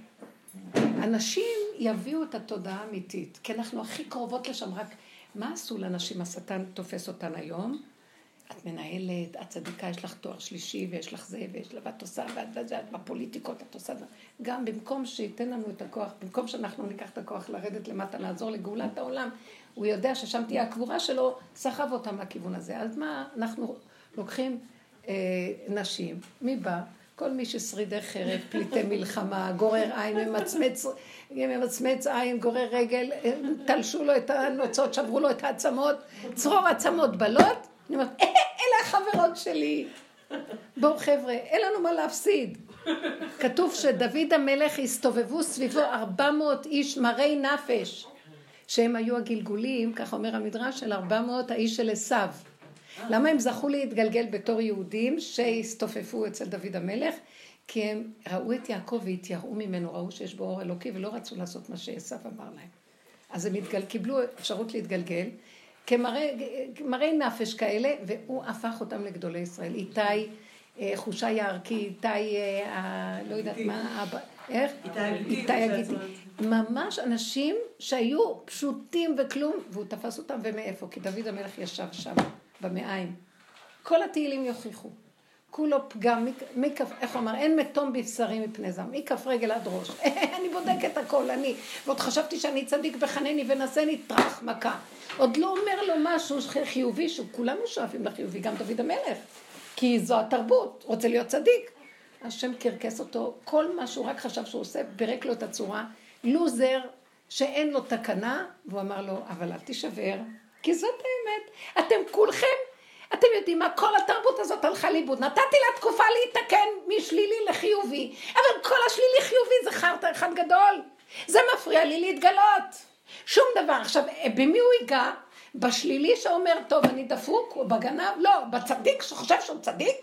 אנשים יביאו את התודעה האמיתית, כי אנחנו הכי קרובות לשם, רק מה עשו לאנשים? השטן תופס אותן היום, את מנהלת, את צדיקה, יש לך תואר שלישי, ויש לך זה, ויש לך, ואת עושה, ואת בפוליטיקות, את עושה, גם במקום שייתן לנו את הכוח, במקום שאנחנו ניקח את הכוח לרדת למטה, לעזור לגאולת העולם, הוא יודע ששם תהיה הקבורה שלו, סחב אותם לכיוון הזה. אז מה, אנחנו לוקחים נשים, מי בא? כל מי ששרידי חרב, פליטי מלחמה, גורר עין, ממצמץ עין, גורר רגל, תלשו לו את הנוצות, שברו לו את העצמות, צרור עצמות בלות, אני אומרת, אלה החברות שלי. בואו חבר'ה, אין לנו מה להפסיד. כתוב שדוד המלך הסתובבו סביבו 400 איש מרי נפש, שהם היו הגלגולים, כך אומר המדרש, של 400 האיש של עשיו. למה הם זכו להתגלגל בתור יהודים שהסתופפו אצל דוד המלך? כי הם ראו את יעקב והתייראו ממנו, ראו שיש בו אור אלוקי ולא רצו לעשות מה שעשיו אמר להם. אז הם קיבלו אפשרות להתגלגל כמראי נפש כאלה, והוא הפך אותם לגדולי ישראל. איתי, חושה יערכי, איתי, לא יודעת מה, איך? איתי הגיתי. ממש אנשים שהיו פשוטים וכלום, והוא תפס אותם ומאיפה? כי דוד המלך ישב שם. במאיים. כל התהילים יוכיחו. כולו פגם, איך אומר, אין מתום בבשרי מפני זעם, מכף רגל עד ראש. אני בודקת הכל, אני. ועוד חשבתי שאני צדיק בחנני ונעשני טרח מכה. עוד לא אומר לו משהו חיובי, שכולנו שואפים לחיובי, גם דוד המלך. כי זו התרבות, רוצה להיות צדיק. השם קרקס אותו, כל מה שהוא רק חשב שהוא עושה, ברק לו את הצורה, לוזר, שאין לו תקנה, והוא אמר לו, אבל אל תישבר. כי זאת האמת. אתם כולכם, אתם יודעים מה, כל התרבות הזאת הלכה לאיבוד. נתתי לה תקופה להתקן משלילי לחיובי. אבל כל השלילי חיובי זה חרטא אחד גדול. זה מפריע לי להתגלות. שום דבר. עכשיו, במי הוא ייגע? בשלילי שאומר, טוב, אני דפוק, או בגנב? לא, בצדיק שחושב שהוא צדיק.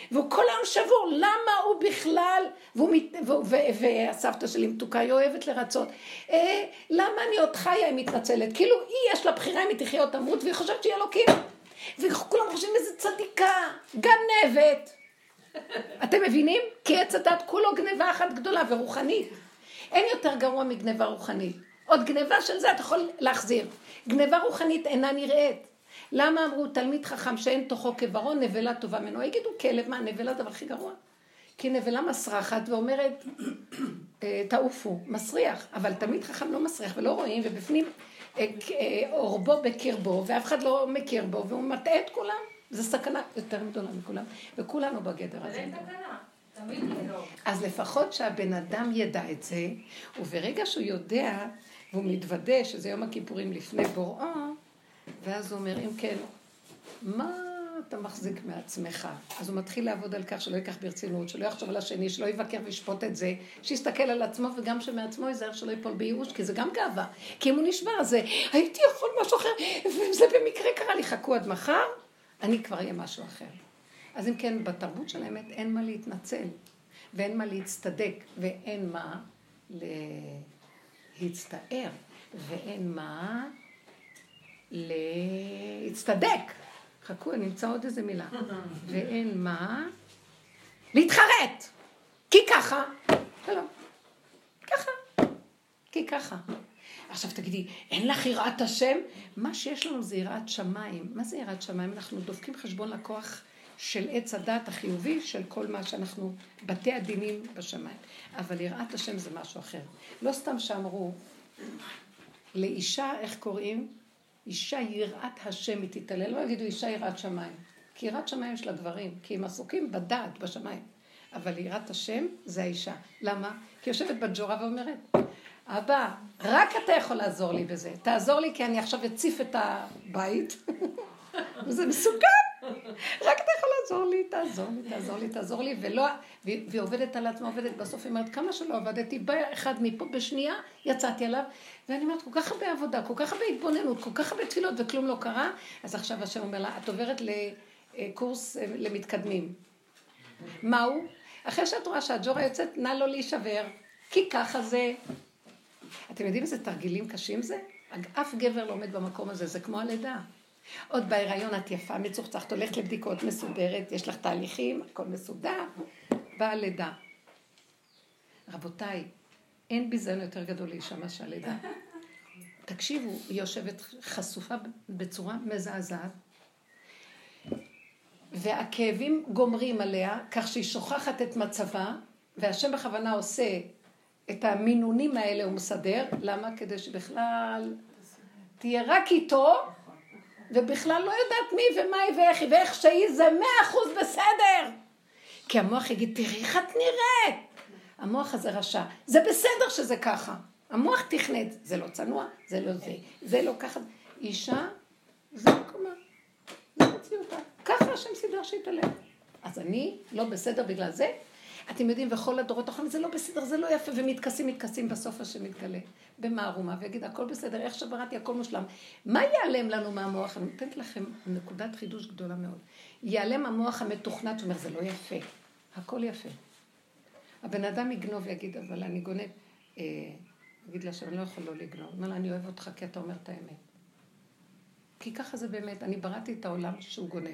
והוא כל היום שבור, למה הוא בכלל, והסבתא שלי מתוקה, היא אוהבת לרצות, למה אני עוד חיה, היא מתנצלת, כאילו היא יש לה בחירה אם היא תחיה או תמות, והיא חושבת שהיא אלוקים, וכולם חושבים איזה צדיקה, גנבת. אתם מבינים? כי עץ הדת כולו גניבה אחת גדולה ורוחנית. אין יותר גרוע מגניבה רוחנית. עוד גניבה של זה אתה יכול להחזיר. גניבה רוחנית אינה נראית. למה אמרו תלמיד חכם שאין תוכו כברון, נבלה טובה ממנו? יגידו כלב, מה נבלה דבר הכי גרוע? כי נבלה מסרחת ואומרת תעופו, מסריח, אבל תלמיד חכם לא מסריח ולא רואים, ובפנים אורבו בקרבו, ואף אחד לא מכיר בו, והוא מטעה את כולם. זו סכנה יותר גדולה מכולם, וכולנו בגדר הזה. זה סכנה, תמיד לא. אז לפחות שהבן אדם ידע את זה, וברגע שהוא יודע, והוא מתוודא שזה יום הכיפורים לפני בוראו, ואז הוא אומר, אם כן, מה אתה מחזיק מעצמך? אז הוא מתחיל לעבוד על כך שלא ייקח ברצינות, שלא יחשוב על השני, שלא יבקר וישפוט את זה, שיסתכל על עצמו וגם שמעצמו ייזהר שלא ייפול בייאוש, כי זה גם גאווה. כי אם הוא נשבר, אז הייתי יכול משהו אחר, וזה במקרה קרה לי, חכו עד מחר, אני כבר אהיה משהו אחר. אז אם כן, בתרבות של האמת אין מה להתנצל, ואין מה להצטדק, ואין מה להצטער, ואין מה להצטדק. חכו, אני אמצא עוד איזה מילה. ואין מה להתחרט. כי ככה. לא. ככה. כי ככה. עכשיו תגידי, אין לך יראת השם? מה שיש לנו זה יראת שמיים. מה זה יראת שמיים? אנחנו דופקים חשבון לכוח של עץ הדת החיובי, של כל מה שאנחנו, בתי הדינים בשמיים. אבל יראת השם זה משהו אחר. לא סתם שאמרו, לאישה, איך קוראים? אישה יראת השם היא תתעלל. לא יגידו אישה יראת שמיים. כי יראת שמיים יש לה גברים. כי הם עסוקים בדעת בשמיים. אבל יראת השם זה האישה. למה? כי יושבת בג'ורה ואומרת, אבא, רק אתה יכול לעזור לי בזה. תעזור לי כי אני עכשיו אציף את הבית. וזה מסוכן. רק אתה יכול לעזור לי, תעזור לי. והיא עובדת על עצמה, עובדת בסוף, היא אומרת, כמה שלא עבדתי, בא אחד מפה בשנייה, יצאתי עליו, ואני אומרת, כל כך הרבה עבודה, כל כך הרבה התבוננות, כל כך הרבה תפילות, וכלום לא קרה. אז עכשיו השם אומר לה, את עוברת לקורס למתקדמים. מהו? אחרי שאת רואה שהג'ורה יוצאת, נא לא להישבר, כי ככה זה. אתם יודעים איזה תרגילים קשים זה? אף גבר לא עומד במקום הזה, זה כמו הלידה. עוד בהיריון את יפה, מצוחצחת, הולכת לבדיקות מסודרת, יש לך תהליכים, הכל מסודר, באה לידה. רבותיי, אין ביזיון יותר גדול לאישה מה שהלידה. תקשיבו, היא יושבת חשופה בצורה מזעזעת, והכאבים גומרים עליה, כך שהיא שוכחת את מצבה, והשם בכוונה עושה את המינונים האלה הוא מסדר. למה? כדי שבכלל תהיה רק איתו, ובכלל לא יודעת מי ומה היא ואיך שהיא, זה 100% בסדר. כי המוח יגיד, תראי איך את נראית. המוח הזה רשע. זה בסדר שזה ככה. המוח תכנת, זה לא צנוע, זה לא זה, זה לא ככה. אישה, זה מקומה. זה מציאותה. ככה השם סידר שהתעלם. אז אני לא בסדר בגלל זה. אתם יודעים, וכל הדורות האחרונים, זה לא בסדר, זה לא יפה, ומתכסים בסוף השם מתגלה במערומה, ויגיד, הכל בסדר, איך שבראתי, הכל מושלם. מה ייעלם לנו מהמוח? אני נותנת לכם נקודת חידוש גדולה מאוד. ייעלם המוח המתוכנת, שאומר, זה לא יפה. הכל יפה. הבן אדם יגנוב ויגיד, אבל אני גונב. יגיד לה שאני לא יכול לא לגנוב. אומר לה, אני אוהב אותך כי אתה אומר את האמת. כי ככה זה באמת, אני בראתי את העולם שהוא גונב.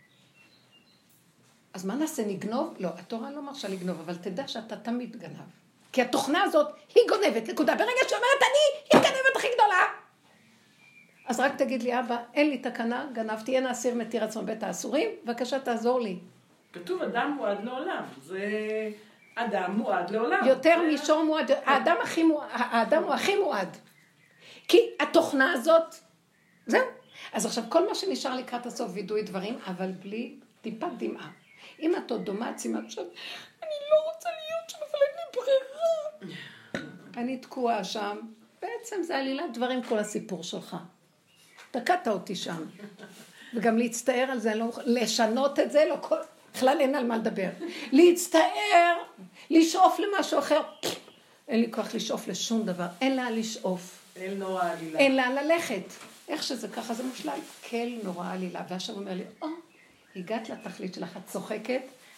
אז מה נעשה, נגנוב? לא, התורה לא מרשה לגנוב, אבל תדע שאתה תמיד גנב. כי התוכנה הזאת היא גונבת, נקודה. ברגע שאומרת היא גנבת הכי גדולה. אז רק תגיד לי, אבא, אין לי תקנה, גנבתי, אין האסיר מתיר עצמו בית האסורים, בבקשה תעזור לי. כתוב אדם מועד לעולם, זה אדם מועד לעולם. יותר מישור מועד, האדם הוא הכי מועד. כי התוכנה הזאת, זהו. אז עכשיו כל מה שנשאר לקראת הסוף וידוי דברים, אבל בלי טיפת דמעה. אם את עוד דומה סימן שם, אני לא רוצה להיות שם, אבל אין לי ברירה. אני תקועה שם. בעצם זה עלילת דברים כל הסיפור שלך. תקעת אותי שם. וגם להצטער על זה, לשנות את זה, לא כל... בכלל אין על מה לדבר. להצטער, לשאוף למשהו אחר. אין לי כוח לשאוף לשום דבר. אין לה לשאוף. אין נורא עלילה. אין לה ללכת. איך שזה ככה, זה מושלם. כל נורא עלילה. והשם אומר לי, הגעת לתכלית שלך, את צוחקת,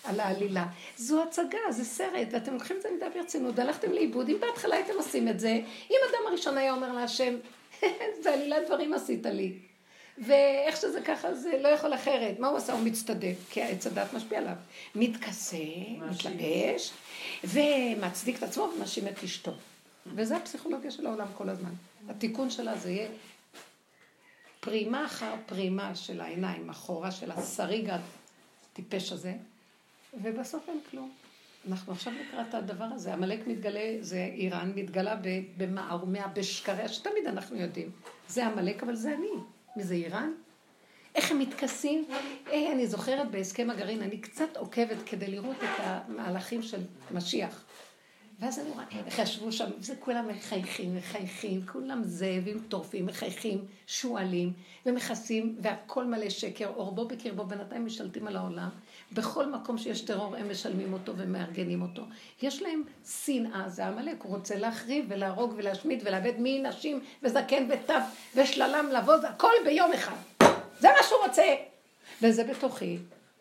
על העלילה. זו הצגה, זה סרט, ואתם לוקחים את זה מדי ברצינות, הלכתם לאיבוד, אם בהתחלה הייתם עושים את זה, אם אדם הראשון היה אומר להשם, זה עלילת דברים עשית לי. ואיך שזה ככה, זה לא יכול אחרת. מה הוא עשה? הוא מצטדק, כי העץ הדת משפיע עליו. מתכסה, מתלבש, ומצדיק את עצמו ומאשים את אשתו. וזה הפסיכולוגיה של העולם כל הזמן. התיקון שלה זה יהיה פרימה אחר פרימה של העיניים, אחורה של השריג הטיפש הזה, ובסוף אין כלום. אנחנו עכשיו לקראת הדבר הזה. המלאק מתגלה, זה איראן, מתגלה במערומיה, בשקריה, שתמיד אנחנו יודעים. זה המלאק, אבל זה אני. מי זה איראן? איך הם מתכסים? אני זוכרת בהסכם הגרעין, אני קצת עוקבת כדי לראות את המהלכים של משיח. ואז אני רואה, איך ישבו שם, וזה כולם מחייכים, כולם זאבים טורפים, מחייכים, שואלים, ומכסים, והכל מלא שקר, אורבו בקרבו, בינתיים משלטים על העולם. בכל מקום שיש טרור, הם משלמים אותו ומארגנים אותו. יש להם שנאה, זה המלאק, הוא רוצה להחריב ולהרוג ולהשמיד ולאבד מי נשים וזקן וטף ושללם לבוז, הכל ביום אחד. זה מה שהוא רוצה. וזה בתוכי.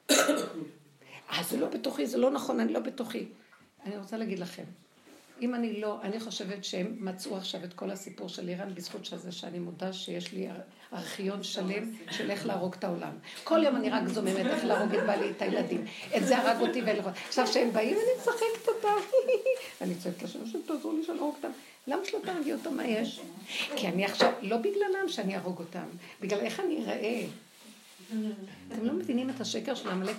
זה לא בתוכי, זה לא נכון, אני לא בתוכי. אני רוצה להגיד לכם, אם אני חושבת שהם מצאו עכשיו את כל הסיפור של איראן בזכות שזה שאני מודה שיש לי ארכיון שלם של איך להרוג את העולם. כל יום אני רק זוממת איך להרוג את בעלי, את הילדים. את זה הרג אותי ולראות. עכשיו שהם באים אני משחקת אותם. אני צועקת לשם שתעזרו לי שנהרוג אותם. למה שלא תרגיע אותם מה יש? כי אני עכשיו, לא בגללם שאני ארוג אותם, בגלל איך אני אראה. אתם לא מבינים את השקר של המלאק,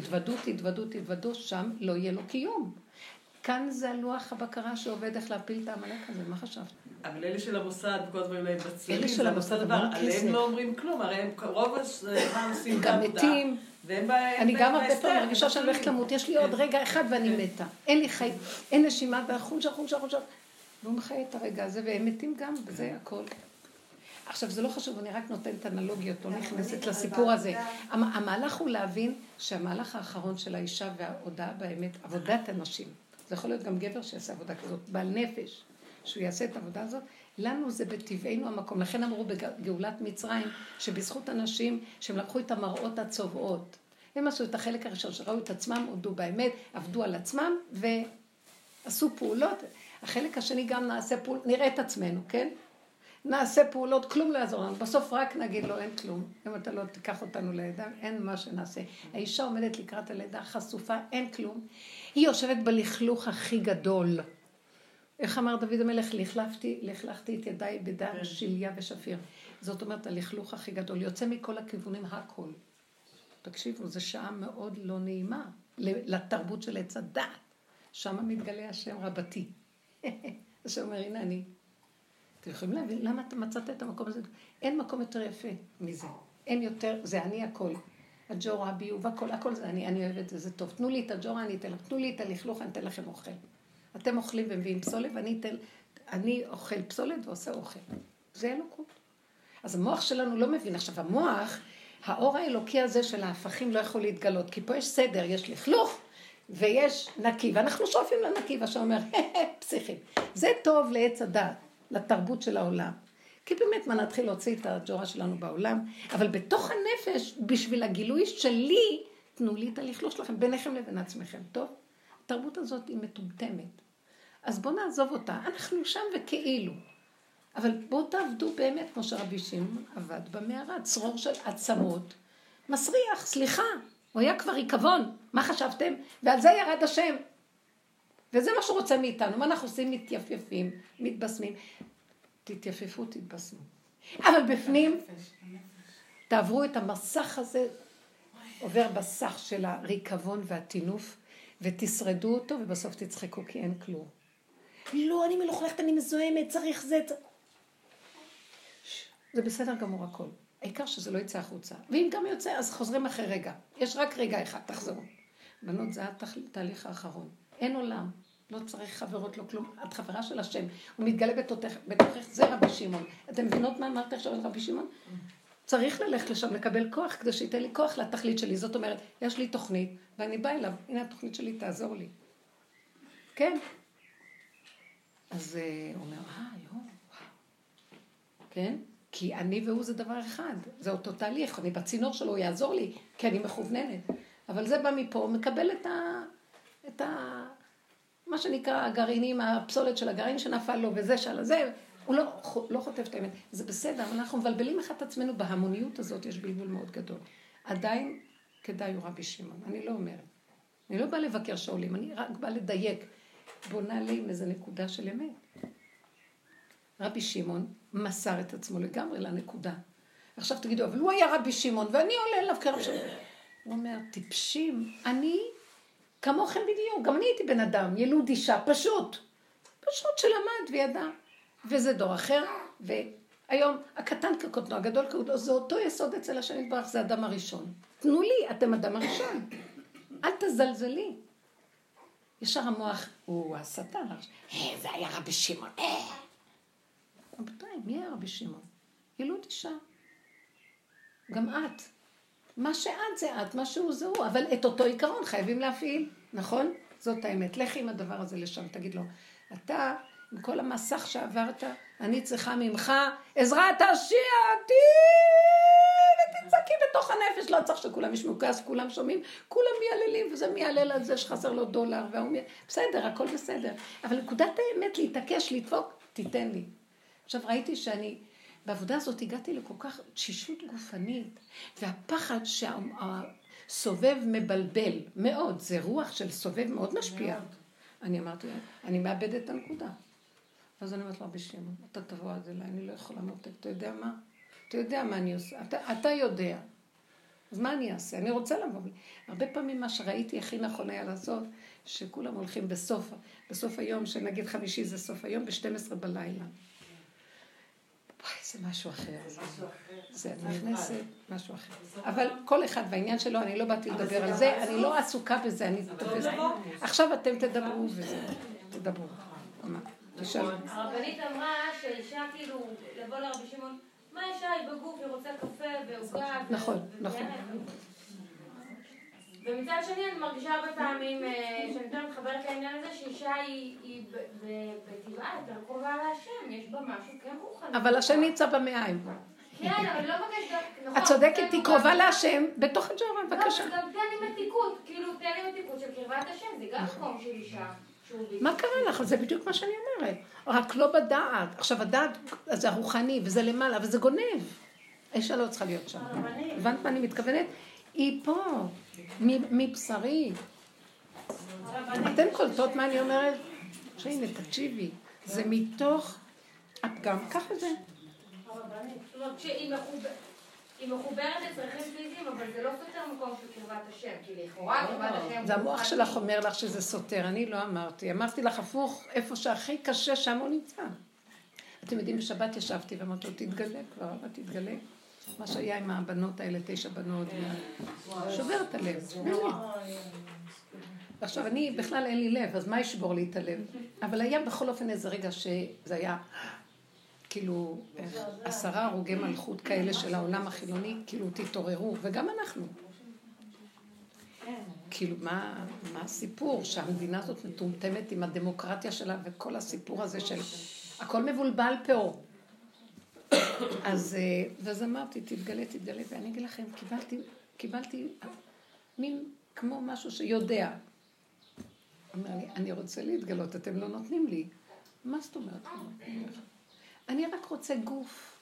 תתוודו, שם לא יהיה לו קיום. כאן זה הלוח הבקרה שעובד איך להפיל את המלאק הזה, מה חשבת? אבל אלה של המוסד, בכל הדברים האלה בצללים, אלה של המוסד, עליהם לא אומרים כלום, הרי הם רוב הזמן עושים גם מתים. אני גם הרבה פעם מרגישה שאני הולכת למות, יש לי עוד רגע אחד ואני מתה. אין לי חיים, אין נשימה, והחונשה. והוא מחיה את הרגע הזה, והם מתים גם, וזה הכל. עכשיו, זה לא חשוב, אני רק נותנת אנלוגיות, לא נכנסת לסיפור הזה. המהלך הוא להבין שהמהלך האחרון של האישה וההודעה באמת, עבודת הנשים, זה יכול להיות גם גבר שיעשה עבודה כזאת, בעל נפש, שהוא יעשה את העבודה הזאת, לנו זה בטבענו המקום. לכן אמרו בגאולת מצרים, שבזכות אנשים שהם לקחו את המראות הצובעות, הם עשו את החלק הראשון, שראו את עצמם, הודו באמת, עבדו על עצמם, ועשו פעולות. החלק השני גם נעשה פעולות, נראה את עצמנו, כן? נעשה פעולות, כלום לא יעזור לנו. בסוף רק נגיד לו, אין כלום. אם אתה לא תיקח אותנו לידה, אין מה שנעשה. האישה עומדת לקראת הלידה, חשופה, אין כלום. היא יושבת בלכלוך הכי גדול. איך אמר דוד המלך? לכלכתי את ידיי בדם, שליה ושפיר. זאת אומרת, הלכלוך הכי גדול. יוצא מכל הכיוונים הכל. תקשיבו, זו שעה מאוד לא נעימה. לתרבות של עץ הדת. שם מתגלה השם רבתי. השם אומר, הנה אני. אתם יכולים להבין למה אתה מצאת את המקום הזה? אין מקום יותר יפה מזה. אין יותר, זה אני הכל. הג'ורה, הביוב, הכל זה אני אוהב את זה, זה טוב. תנו לי את הג'ורה, אני אתן לכם. תנו לי את הלכלוך, אני אתן לכם אוכל. אתם אוכלים ומביאים פסולת, אני אוכל פסולת ועושה אוכל. זה אלוקות. אז המוח שלנו לא מבין. עכשיו, המוח, האור האלוקי הזה של ההפכים לא יכול להתגלות, כי פה יש סדר, יש לכלוך, ויש נקי, ואנחנו שואפים לנקי, והשם אומר, פסיכים. זה טוב לעץ הדעת. לתרבות של העולם. כי באמת מה נתחיל להוציא את הג'ורה שלנו בעולם, אבל בתוך הנפש, בשביל הגילוי שלי, תנו לי את הלכלוך שלכם, ביניכם לבין עצמכם, טוב? התרבות הזאת היא מטומטמת. אז בואו נעזוב אותה, אנחנו שם וכאילו. אבל בואו תעבדו באמת, כמו שרבי שמעון עבד במערה, צרור של עצמות, מסריח, סליחה, הוא היה כבר ריקבון, מה חשבתם? ועל זה ירד השם. וזה מה שהוא רוצה מאיתנו, מה אנחנו עושים? מתייפייפים, מתבשמים. תתייפפו, תתבשמו. אבל בפנים, תעברו את המסך הזה, עובר בסך של הריקבון והטינוף, ותשרדו אותו, ובסוף תצחקו, כי אין כלום. לא, אני מלוכלכת, אני מזוהמת, צריך זה. זה בסדר גמור הכל. העיקר שזה לא יצא החוצה. ואם גם יוצא, אז חוזרים אחרי רגע. יש רק רגע אחד, תחזרו. בנות, זה התהליך האחרון. אין עולם, לא צריך חברות, לא כלום. את חברה של השם, הוא מתגלה בתוכך, זה רבי שמעון. אתם מבינות מה אמרת עכשיו על רבי שמעון? צריך ללכת לשם, לקבל כוח, כדי שייתן לי כוח לתכלית שלי. זאת אומרת, יש לי תוכנית, ואני באה אליו, הנה התוכנית שלי, תעזור לי. כן? אז הוא אומר, לא, כן? כי אני והוא זה דבר אחד, זה אותו תהליך, אני בצינור שלו, הוא יעזור לי, כי אני מכווננת. אבל זה בא מפה, הוא מקבל מה שנקרא הגרעינים, הפסולת של הגרעין שנפל לו וזה שעל זה, הוא לא חוטף את האמת. זה בסדר, אבל אנחנו מבלבלים אחד את עצמנו בהמוניות הזאת, יש בלבול מאוד גדול. עדיין כדאי הוא רבי שמעון, אני לא אומרת. אני לא באה לבקר שעולים, אני רק באה לדייק. בונה לי עם איזו נקודה של אמת. רבי שמעון מסר את עצמו לגמרי לנקודה. עכשיו תגידו, אבל הוא היה רבי שמעון, ואני עולה אליו כרב שמעון. הוא אומר, טיפשים, אני כמוכם בדיוק, גם אני הייתי בן אדם, ילוד אישה, פשוט שלמד וידע. וזה דור אחר, והיום הקטן כקוטנו, הגדול כקוטנו, זה אותו יסוד אצל השם יתברך, זה אדם הראשון. תנו לי, אתם אדם הראשון. אל תזלזלי. ישר המוח הוא השטן. זה היה רבי שמעון. רבותיי, מי היה רבי שמעון? ילוד אישה. גם את. מה שאת זה את, מה שהוא זה הוא. אבל את אותו עיקרון חייבים להפעיל. נכון? זאת האמת. לכי עם הדבר הזה לשם. תגיד לו, אתה, עם כל המסך שעברת, אני צריכה ממך עזרה, תרשיע אותי ותצעקי בתוך הנפש. לא צריך שכולם ישמעו, אז כולם שומעים, כולם מייללים, וזה מיילל על זה שחסר לו דולר, בסדר, הכל בסדר. אבל נקודת האמת להתעקש, לדפוק, תיתן לי. עכשיו ראיתי שאני, בעבודה הזאת הגעתי לכל כך תשישות גופנית, והפחד שהסובב מבלבל מאוד, זה רוח של סובב מאוד משפיע. אני אמרתי, אני מאבדת את הנקודה. אז אני אומרת לו, רבי שמעון, אתה תבוא עד אליי, אני לא יכולה מותק, אתה יודע מה? אתה יודע מה אני עושה, אתה יודע. אז מה אני אעשה? אני רוצה לבוא. הרבה פעמים מה שראיתי הכי נכון היה לעשות, שכולם הולכים בסוף היום, שנגיד חמישי זה סוף היום, ב-12 בלילה. וואי, זה משהו אחר. זה נכנסת, משהו אחר. אבל כל אחד והעניין שלו, אני לא באתי לדבר על זה, אני לא עסוקה בזה, אני תופסת. עכשיו אתם תדברו וזה, תדברו. הרבנית אמרה שאישה כאילו, לבוא לרבי שמעון, מה אישה היא בגוף, היא רוצה קפה ועוגה. נכון, נכון. ומצד שני אני מרגישה הרבה פעמים שאני יותר מתחברת לעניין הזה שאישה היא בטבעה יותר קרובה להשם, יש בה משהו כן רוחני. אבל השם נמצא במעיים. כן, אבל לא מבקש, את צודקת, היא קרובה להשם בתוך הג'ורה, בבקשה. לא, גם תן לי מתיקות, כאילו תן לי מתיקות של קרבת השם, זה גם מקום של אישה. מה קרה לך? זה בדיוק מה שאני אומרת. רק לא בדעת. עכשיו הדעת זה הרוחני וזה למעלה וזה גונב. האישה לא צריכה להיות שם. הבנת מה אני מתכוונת? היא פה, מבשרי. אתן קולטות מה אני אומרת? שהנה, תקשיבי. זה מתוך הפגם. ככה זה. היא מחוברת לצרכים פיזיים, אבל זה לא סותר מקום של קרבת השם, כי לכאורה קרבת השם... זה המוח שלך אומר לך שזה סותר, אני לא אמרתי. אמרתי לך הפוך, איפה שהכי קשה, שם הוא נמצא. אתם יודעים, בשבת ישבתי ואמרתי לו, תתגלה כבר, אבל תתגלה. מה שהיה עם הבנות האלה, 9 בנות, שובר את הלב. עכשיו, אני בכלל אין לי לב, אז מה ישבור לי את הלב? אבל היה בכל אופן איזה רגע שזה היה... כאילו 10 הרוגי מלכות כאלה של העולם החילוני, כאילו תתעוררו, וגם אנחנו. כאילו מה הסיפור שהמדינה הזאת מטומטמת עם הדמוקרטיה שלה וכל הסיפור הזה של הכל מבולבל פה. אז אמרתי, תתגלה, ואני אגיד לכם, קיבלתי מין כמו משהו שיודע. אומר לי, אני רוצה להתגלות, אתם לא נותנים לי. מה זאת אומרת? אני רק רוצה גוף.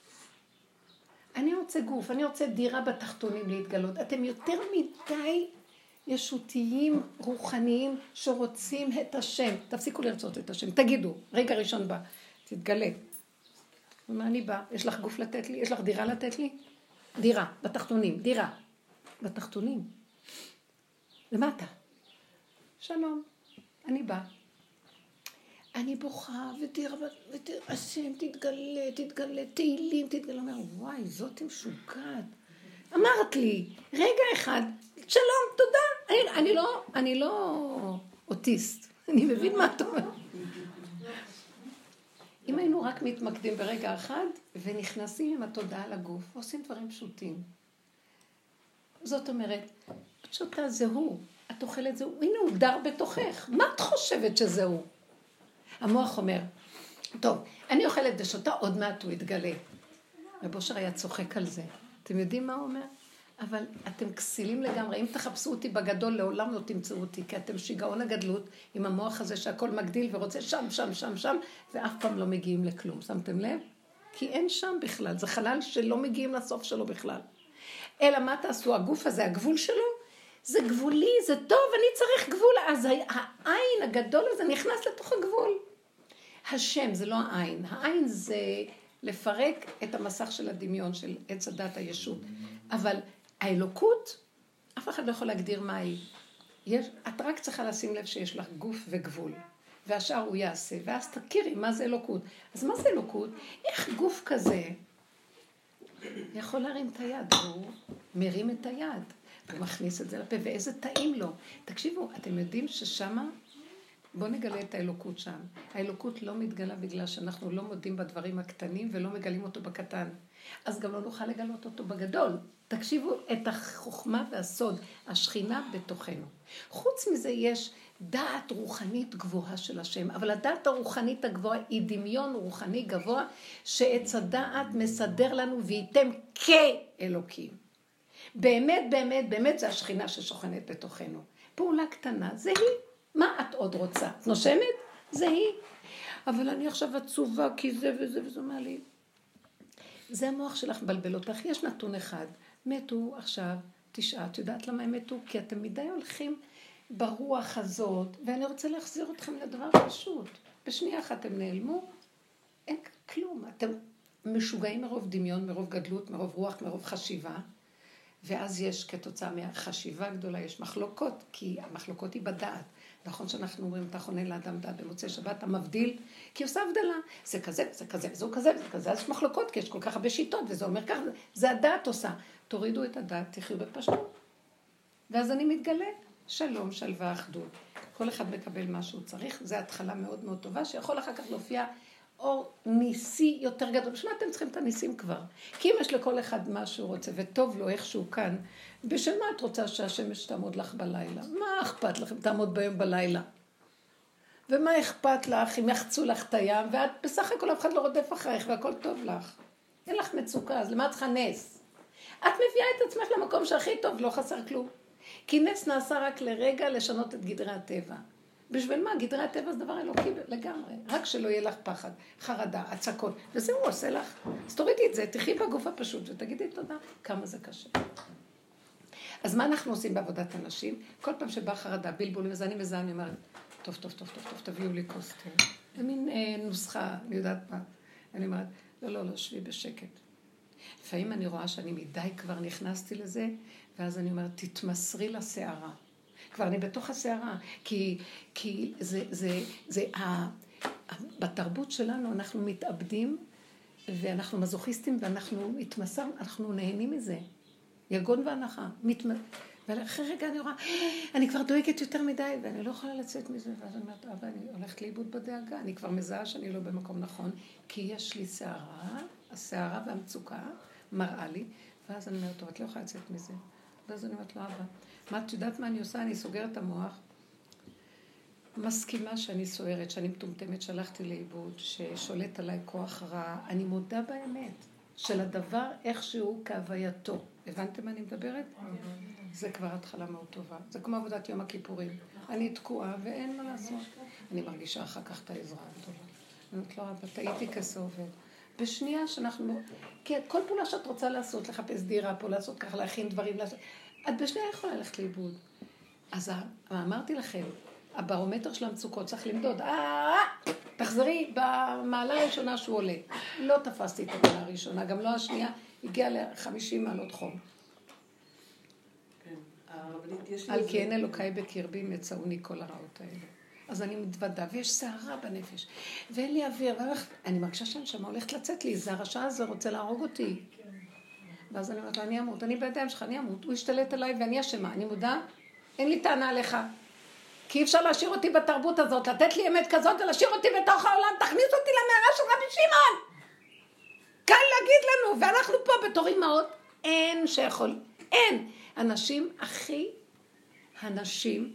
אני רוצה דירה בתחתונים להתגלות. אתם יותר מדי ישותיים, רוחניים, שרוצים את השם. תפסיקו לרצות את השם. תגידו, רגע ראשון בא, תתגלה. ומה אני בא? יש לך גוף לתת לי? יש לך דירה לתת לי? דירה, בתחתונים, דירה. בתחתונים. למטה. שלום, אני בא. אני בוכה השם תתגלה, תהילים תתגלה. אומר, וואי, זאת משוגעת. אמרת לי, רגע אחד, שלום, תודה. אני לא אוטיסט. אני מבין מה אתה אומר. אם היינו רק מתמקדים ברגע אחד, ונכנסים עם התודעה לגוף, ועושים דברים פשוטים. זאת אומרת, פשוטה זה הוא. את אוכלת זה הוא. הנה הוא דר בתוכך. מה את חושבת שזה הוא? המוח אומר, טוב, אני אוכלת ושותה, עוד מעט הוא יתגלה. רב אושר היה צוחק על זה. אתם יודעים מה הוא אומר? אבל אתם כסילים לגמרי. אם תחפשו אותי בגדול, לעולם לא תמצאו אותי, כי אתם שיגעון הגדלות עם המוח הזה שהכל מגדיל ורוצה שם, שם, שם, שם, ואף פעם לא מגיעים לכלום. שמתם לב? כי אין שם בכלל. זה חלל שלא מגיעים לסוף שלו בכלל. אלא מה תעשו? הגוף הזה, הגבול שלו, זה גבולי, זה טוב, אני צריך גבול. אז העין הגדול הזה נכנס לתוך הגבול. השם זה לא העין. העין זה לפרק את המסך של הדמיון, של עץ הדת הישות. אבל האלוקות, אף אחד לא יכול להגדיר מה היא. את רק צריכה לשים לב שיש לך גוף וגבול. והשאר הוא יעשה. ואז תכירי מה זה אלוקות. אז מה זה אלוקות? איך גוף כזה יכול להרים את היד? הוא מרים את היד. הוא מכניס את זה לפה. ואיזה טעים לו. תקשיבו, אתם יודעים ששמה, בואו נגלה את האלוקות שם. האלוקות לא מתגלה בגלל שאנחנו לא מודים בדברים הקטנים ולא מגלים אותו בקטן. אז גם לא נוכל לגלות אותו בגדול. תקשיבו את החוכמה והסוד, השכינה בתוכנו. חוץ מזה יש דעת רוחנית גבוהה של השם, אבל הדעת הרוחנית הגבוהה היא דמיון רוחני גבוה, שעץ הדעת מסדר לנו וייתם כאלוקים. באמת, באמת, באמת זה השכינה ששוכנת בתוכנו. פעולה קטנה, זה היא. מה את עוד רוצה? את נושמת? זה היא. אבל אני עכשיו עצובה כי זה וזה וזה מה לי. זה המוח שלך מבלבל אותך. יש נתון אחד. מתו עכשיו 9. את יודעת למה הם מתו? כי אתם מדי הולכים ברוח הזאת, ואני רוצה להחזיר אתכם לדבר פשוט. בשנייה אחת הם נעלמו, אין כלום. אתם משוגעים מרוב דמיון, מרוב גדלות, מרוב רוח, מרוב חשיבה. ואז יש כתוצאה מהחשיבה גדולה, יש מחלוקות, כי המחלוקות היא בדעת. נכון שאנחנו אומרים, אתה חונה לאדם דעת במוצאי שבת, המבדיל, כי עושה הבדלה. זה כזה, זה כזה, וזהו כזה, וזה כזה, אז יש מחלוקות, כי יש כל כך הרבה שיטות, וזה אומר ככה, זה הדעת עושה. תורידו את הדעת, תחיו בפשטות. ואז אני מתגלה, שלום, שלווה, אחדות. כל אחד מקבל מה שהוא צריך, זו התחלה מאוד מאוד טובה, שיכול אחר כך להופיע אור ניסי יותר גדול. בשביל מה אתם צריכים את הניסים כבר? כי אם יש לכל אחד מה שהוא רוצה, וטוב לו איך שהוא כאן, בשביל מה את רוצה שהשמש תעמוד לך בלילה? מה אכפת לכם? תעמוד ביום בלילה. ומה אכפת לך אם יחצו לך את הים, ואת בסך הכל אף אחד לא רודף אחריך, והכל טוב לך. אין לך מצוקה, אז למה את צריכה נס? את מביאה את עצמך למקום שהכי טוב, לא חסר כלום. כי נס נעשה רק לרגע לשנות את גדרי הטבע. בשביל מה? גדרי הטבע זה דבר אלוקי לגמרי. רק שלא יהיה לך פחד, חרדה, הצקות. וזה הוא עושה לך. אז תורידי את זה, תחי בגוף הפשוט ותגידי תודה כמה זה קשה. אז מה אנחנו עושים בעבודת אנשים? כל פעם שבא חרדה, בלבול, וזה אני מזהה, אני אומרת, טוב, טוב, טוב, טוב, טוב, תביאו לי כוס תה. זה מין נוסחה, אני יודעת מה. אני אומרת, לא, לא, לא, שבי בשקט. לפעמים אני רואה שאני מדי כבר נכנסתי לזה, ואז אני אומרת, תתמסרי לסערה. כבר אני בתוך הסערה, כי בתרבות שלנו אנחנו מתאבדים, ואנחנו מזוכיסטים, ואנחנו מתמסרים, אנחנו נהנים מזה. יגון והנחה. ואחרי רגע אני רואה, אני כבר דואגת יותר מדי, ואני לא יכולה לצאת מזה. ואז אני אומרת, אבא, אני הולכת לאיבוד בדאגה. אני כבר מזהה שאני לא במקום נכון, כי יש לי סערה, הסערה והמצוקה מראה לי, ואז אני אומרת, טוב, את לא יכולה לצאת מזה. ואז אני אומרת לו, אבא, מה את יודעת מה אני עושה? אני סוגרת את המוח, מסכימה שאני סוערת, שאני מטומטמת, שלחתי לאיבוד, ששולט עליי כוח רע. אני מודה באמת של הדבר איכשהו כהווייתו. הבנתם מה אני מדברת? זה כבר התחלה מאוד טובה. זה כמו עבודת יום הכיפורים. אני תקועה ואין מה לעשות. אני מרגישה אחר כך את העזרה הגדולה. אני אומרת לו, אבא, טעיתי כסובד. בשנייה שאנחנו, כי כל פעולה שאת רוצה לעשות, לחפש דירה פה, לעשות ככה, להכין דברים, לעשות, את בשנייה יכולה ללכת לאיבוד. אז אמרתי לכם, הברומטר של המצוקות צריך למדוד, תחזרי במעלה הראשונה שהוא עולה. לא תפסתי את המעלה הראשונה, גם לא השנייה, הגיעה ל50 מעלות חום. על כי אין אלוקיי בקרבי מצאוני כל הרעות האלה. אז אני מתוודה, ויש סערה בנפש, ואין לי אוויר, אני מרגישה שהנשמה הולכת לצאת לי, זה הרשע הזה רוצה להרוג אותי. ואז אני אומרת לו, אני אמות, אני בידיים שלך, אני אמות, הוא ישתלט עליי ואני אשמה, אני מודה, אין לי טענה עליך. כי אי אפשר להשאיר אותי בתרבות הזאת, לתת לי אמת כזאת ולהשאיר אותי בתוך העולם, תכניס אותי למערה של רבי שמעון. קל להגיד לנו, ואנחנו פה בתור אמהות, אין שיכול, אין. אנשים הכי, הנשים,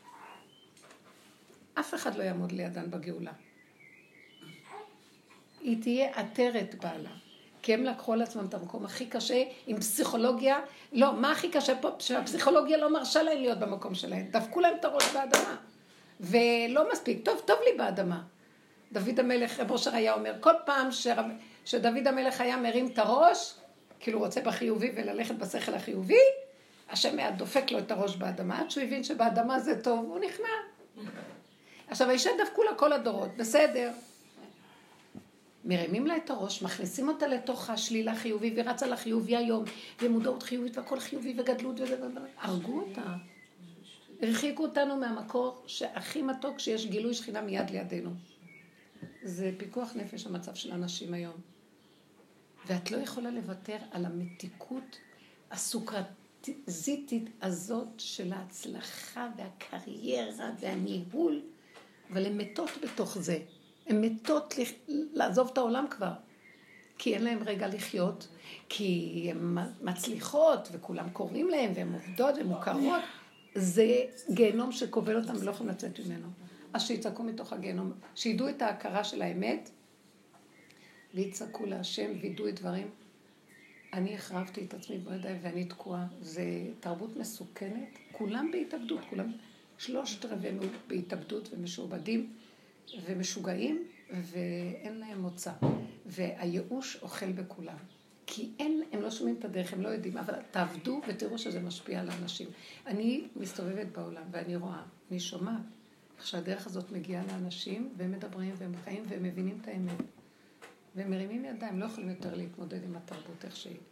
אף אחד לא יעמוד לידן בגאולה. היא תהיה עטרת בעלה. כי הם לקחו על עצמם את המקום הכי קשה עם פסיכולוגיה. לא, מה הכי קשה פה? שהפסיכולוגיה לא מרשה להם להיות במקום שלהם. דפקו להם את הראש באדמה. ולא מספיק, טוב לי באדמה. דוד המלך, רב אושר היה אומר, כל פעם שדוד המלך היה מרים את הראש, כאילו רוצה בחיובי וללכת בשכל החיובי, השם היה דופק לו את הראש באדמה, עד שהוא הבין שבאדמה זה טוב, הוא נכנע. עכשיו, האישה דפקו לה כל הדורות, בסדר. מרימים לה את הראש, מכניסים אותה לתוך השלילה חיובי, ורצה לחיובי היום, ומודעות חיובית, והכל חיובי וגדלות הרגו אותה. הרחיקו אותנו מהמקור שהכי מתוק שיש גילוי שכינה מיד לידינו. זה פיקוח נפש המצב של אנשים היום. ואת לא יכולה לוותר על המתיקות הסוכרזיתית הזאת של ההצלחה והקריירה והניהול, אבל הן מתות בתוך זה. הן מתות לעזוב את העולם כבר. כי אין להם רגע לחיות, כי הן מצליחות וכולם קוראים להם והן עובדות ומוכרות. זה גיהנום שקובל אותם ולא יכולים לצאת ממנו. אז שיצעקו מתוך הגיהנום, שידעו את ההכרה של האמת, ויצעקו להשם וידעו את דברים. אני החרבתי את עצמי בידיים ואני תקועה. זה תרבות מסוכנת, כולם בהתאבדות, כולם 3/4 בהתאבדות ומשועבדים ומשוגעים, ואין להם מוצא. והייאוש אוכל בכולם. כי הם לא שומעים את הדרך, הם לא יודעים, אבל תעבדו ותראו שזה משפיע על האנשים. אני מסתובבת בעולם ואני רואה, אני שומעת, שהדרך הזאת מגיעה לאנשים, והם מדברים והם חיים והם מבינים את האמת. והם מרימים ידיים, לא יכולים יותר להתמודד עם התרבות איך שהיא.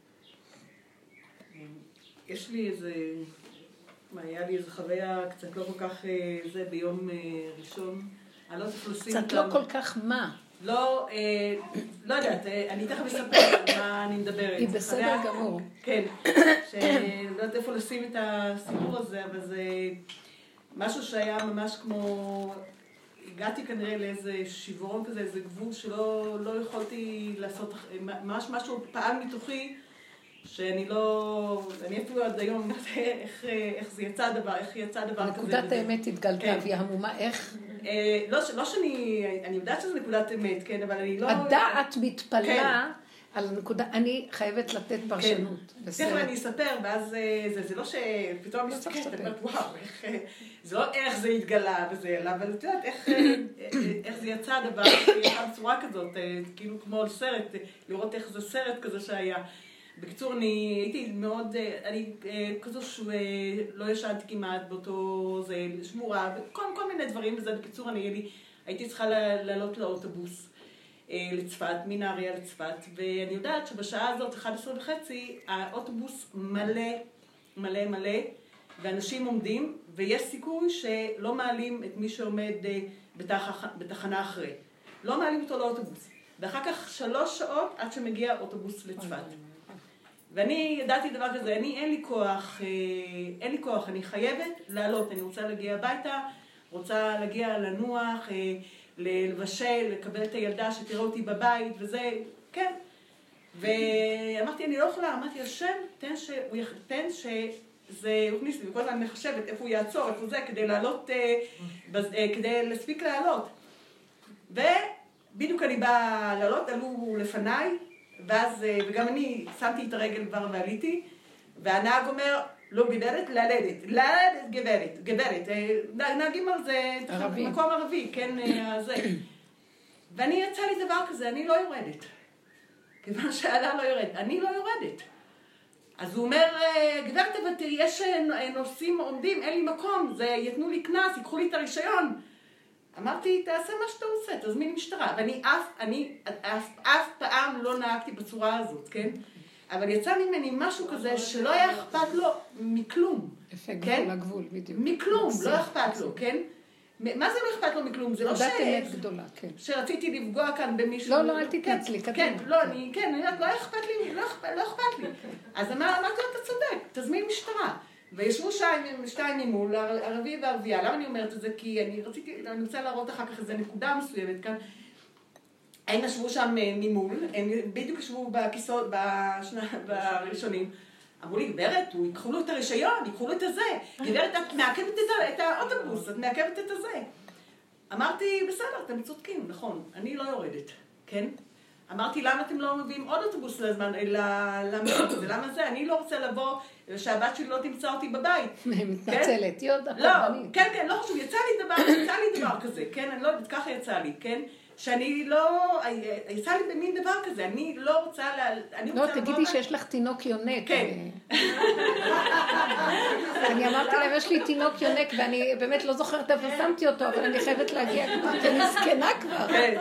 יש לי היה לי איזו חוויה קצת לא כל כך זה ביום ראשון. אני לא צריך לשים קצת לא כל כך מה? לא יודעת, אני תכף אספר מה אני מדברת. היא בסדר גמור. כן, שאני לא יודעת איפה לשים את הסיפור הזה, אבל זה משהו שהיה ממש כמו, הגעתי כנראה לאיזה שברון כזה, איזה גבול שלא יכולתי לעשות, ממש משהו פעל מתוכי, שאני אפילו עד היום, איך זה יצא דבר, איך יצא דבר כזה. נקודת האמת התגלתה, והיא המומה, איך? לא אני יודעת שזה נקודת אמת, כן, אבל אני לא... הדעת מתפלה על הנקודה, אני חייבת לתת פרשנות. תכף אני אספר, ואז זה לא שפתאום מסתכלת, אני אומרת, וואו, זה לא איך זה התגלה וזה, אבל את יודעת, איך זה יצא דבר, יצא בצורה כזאת, כאילו כמו סרט, לראות איך זה סרט כזה שהיה. בקיצור, אני הייתי מאוד, אני כזו שלא ישנתי כמעט באותו זה, שמורה, כל מיני דברים, וזה בקיצור, הייתי צריכה לעלות לאוטובוס לצפת, מנהריה לצפת, ואני יודעת שבשעה הזאת, 11:30, האוטובוס מלא, ואנשים עומדים, ויש סיכוי שלא מעלים את מי שעומד בתחנה אחרי. לא מעלים אותו לאוטובוס. ואחר כך 3 שעות עד שמגיע אוטובוס לצפת. ואני ידעתי דבר כזה, אין לי כוח, אני חייבת לעלות, אני רוצה להגיע הביתה, רוצה להגיע לנוח, לבשל, לקבל את הילדה שתראה אותי בבית, וזה, כן. ואמרתי, אני לא יכולה, אמרתי, השם, תן שזה יוכניס לי, וכל הזמן מחשבת איפה הוא יעצור, איפה זה, כדי לעלות, כדי להספיק לעלות. ובדיוק אני באה לעלות, עלו לפניי, ואז, וגם אני שמתי את הרגל כבר ועליתי, והנהג אומר, לא גברת, ללדת גברת. נהגים על זה מקום ערבי, כן, זה. ואני יצא לי דבר כזה, אני לא יורדת. כיוון שהאדם לא יורד, אני לא יורדת. אז הוא אומר, גברת, יש נוסעים עומדים, אין לי מקום, זה יתנו לי כנס, ייקחו לי את הרישיון. אמרתי, תעשה מה שאתה עושה, תזמין משטרה. ואני אף פעם לא נהגתי בצורה הזאת, כן? אבל יצא ממני משהו כזה שלא היה אכפת לו מכלום. יפה, גבול, הגבול, בדיוק. מכלום, לא אכפת לו, כן? מה זה לא אכפת לו מכלום? זה לא עודת אמת גדולה, כן. שרציתי לפגוע כאן במישהו. לא, אל תתנצלי, כן, לא אכפת לי. אז אמרתי לו, אתה צודק, תזמין משטרה. וישבו שתיים ממול, ערבי וערבייה. למה אני אומרת את זה? כי אני רוצה להראות אחר כך איזו נקודה מסוימת כאן. הם ישבו שם ממול, הם בדיוק ישבו בכיסאות, בראשונים. אמרו לי, גברת, ייקחו לו את הרישיון, ייקחו לו את הזה. גברת, את מעכבת את האוטובוס, את מעכבת את הזה. אמרתי, בסדר, אתם צודקים, נכון, אני לא יורדת, כן? אמרתי, למה אתם לא מביאים עוד אוטובוס למקום הזה? למה זה? אני לא רוצה לבוא, שהבת שלי לא תמצא אותי בבית. מתנצלת, יודה פרבנית. כן, כן, לא חשוב, יצא לי דבר כזה, כן? אני לא יודעת, ככה יצא לי, כן? שאני לא, יצא לי במין דבר כזה, אני לא רוצה, לא, תגידי שיש לך תינוק יונק. כן. אני אמרתי להם, יש לי תינוק יונק, ואני באמת לא זוכרת איפה שמתי אותו, אבל אני חייבת להגיע כבר, כי אני זקנה כבר. כן.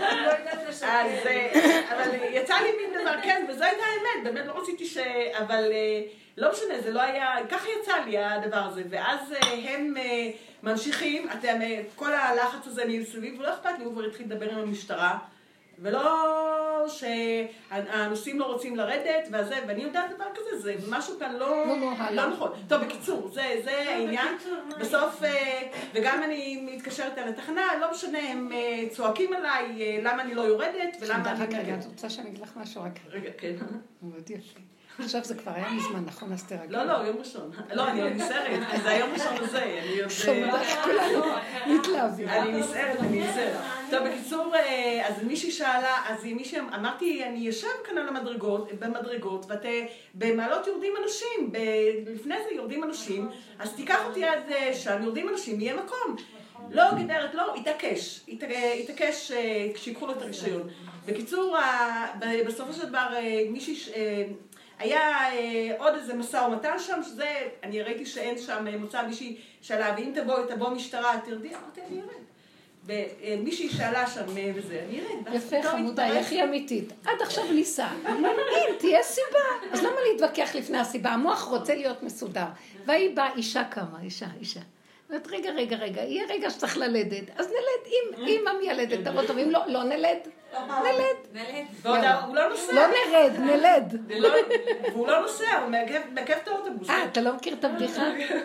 אבל יצא לי מין דבר, כן, וזו הייתה האמת, באמת לא רציתי אבל לא משנה, זה לא היה, ככה יצא לי הדבר הזה, ואז הם ממשיכים, כל הלחץ הזה מסביב, ולא אכפת לי, הוא כבר התחיל לדבר עם המשטרה, ולא שהנוסעים לא רוצים לרדת, ואני יודעת דבר כזה, זה משהו כאן לא נכון. טוב, בקיצור, זה העניין, בסוף, וגם אני מתקשרת על התחנה, לא משנה, הם צועקים עליי, למה אני לא יורדת, ולמה אני... רגע, את רוצה שאני אגיד לך משהו רק? רגע, כן. מאוד יפה. עכשיו זה כבר היה מזמן, נכון? אז תרגע. לא, יום ראשון. לא, אני נסערת, זה היום ראשון הזה. חמודה, כולנו מתלהבים. אני נסערת. טוב, בקיצור, אז מישהי שאלה, אמרתי, אני יושב כאן על במדרגות, במעלות יורדים אנשים, לפני זה יורדים אנשים, אז תיקח אותי עד שם, יורדים אנשים, יהיה מקום. לא, גברת, לא, התעקש כשיקחו לו את הרישיון. בקיצור, בסופו של דבר, מישהי... היה עוד איזה מסע ומתן שם, שזה, אני ראיתי שאין שם מוצא מישהי שאלה, ואם תבוא משטרה, תרדי, אמרתי, אני ארד. ומישהי שאלה שם וזה, אני ארד. יפה חמודה, היא הכי אמיתית. עד עכשיו ניסה. אם תהיה סיבה, אז למה להתווכח לפני הסיבה? המוח רוצה להיות מסודר. והיא באה, אישה קמה, אישה. ואת רגע, יהיה רגע שצריך ללדת, אז נלד, אם המיילדת תבוא טוב, אם לא נלד. ועוד הוא לא נוסע. לא נרד, נלד. והוא לא נוסע, הוא מעכב את האוטובוס. אתה לא מכיר את הבדיחה?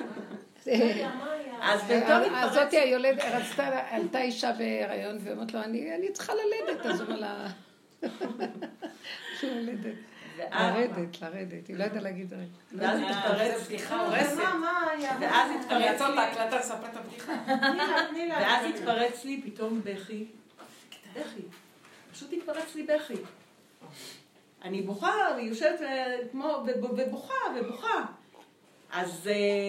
אז זאתי היולד, עלתה אישה בהיריון, ואומרת לו, אני צריכה ללדת, אז הוא אומר לה... שהוא ללדת. לרדת, היא לא יודעה להגיד רגע. ואז התפרץ, ואז התפרץ לי פתאום בכי, פשוט התפרץ לי בכי. אני בוכה, והיא יושבת ובוכה. אז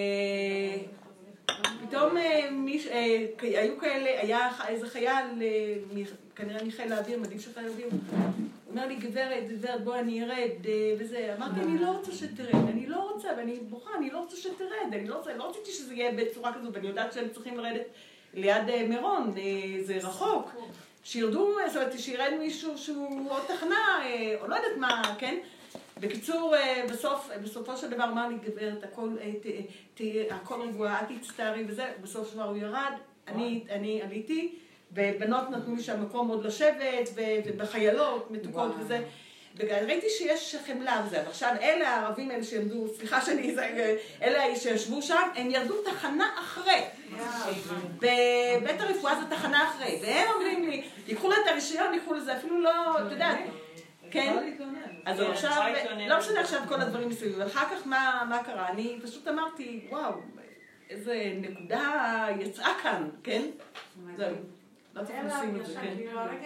פתאום היו כאלה, היה איזה חייל, כנראה מחיל האוויר, מדים של חיל האוויר, הוא אומר לי, גברת, בוא אני ארד, וזה. אמרתי, אני לא רוצה שתרד, אני לא רוצה, ואני בוכה, אני לא רוצה שתרד, אני לא רציתי שזה יהיה בצורה כזאת, ואני יודעת שהם צריכים לרדת ליד מירון, זה רחוק. שירדו, זאת אומרת, שירד מישהו שהוא עוד תחנה, או לא יודעת מה, כן? בקיצור, בסופו של דבר אמר לי, גברת, הכל רגוע, אל תצטערי וזה, בסוף של דבר הוא ירד, אני עליתי, ובנות נתנו לי שם מקום עוד לשבת, ובחיילות, מתוקות וזה, וראיתי שיש חמלה וזה, ועכשיו אלה הערבים האלה שירדו, סליחה שאני, אלה שישבו שם, הם ירדו תחנה אחרי. בבית הרפואה זה תחנה אחרי, והם אומרים לי, ייקחו לה את הרישיון, ייקחו לזה, אפילו לא, אתה יודע, כן? אז עכשיו, לא משנה עכשיו כל הדברים מסביב, ואחר כך מה קרה? אני פשוט אמרתי, וואו, איזה נקודה יצאה כאן, כן? זהו, לא צריך לשים את זה, כן?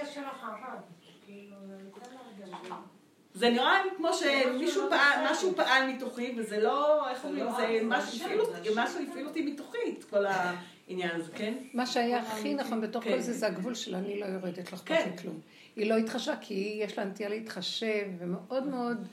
זה נראה כמו שמשהו פעל מתוכי, וזה לא, איך אומרים, זה משהו הפעיל אותי מתוכית, כל העניין הזה, כן? מה שהיה הכי נכון בתוך כל זה, זה הגבול של אני לא יורדת, לא אכפת לי כלום. היא לא התחשבה, כי יש לה נטייה להתחשב, ומאוד מאוד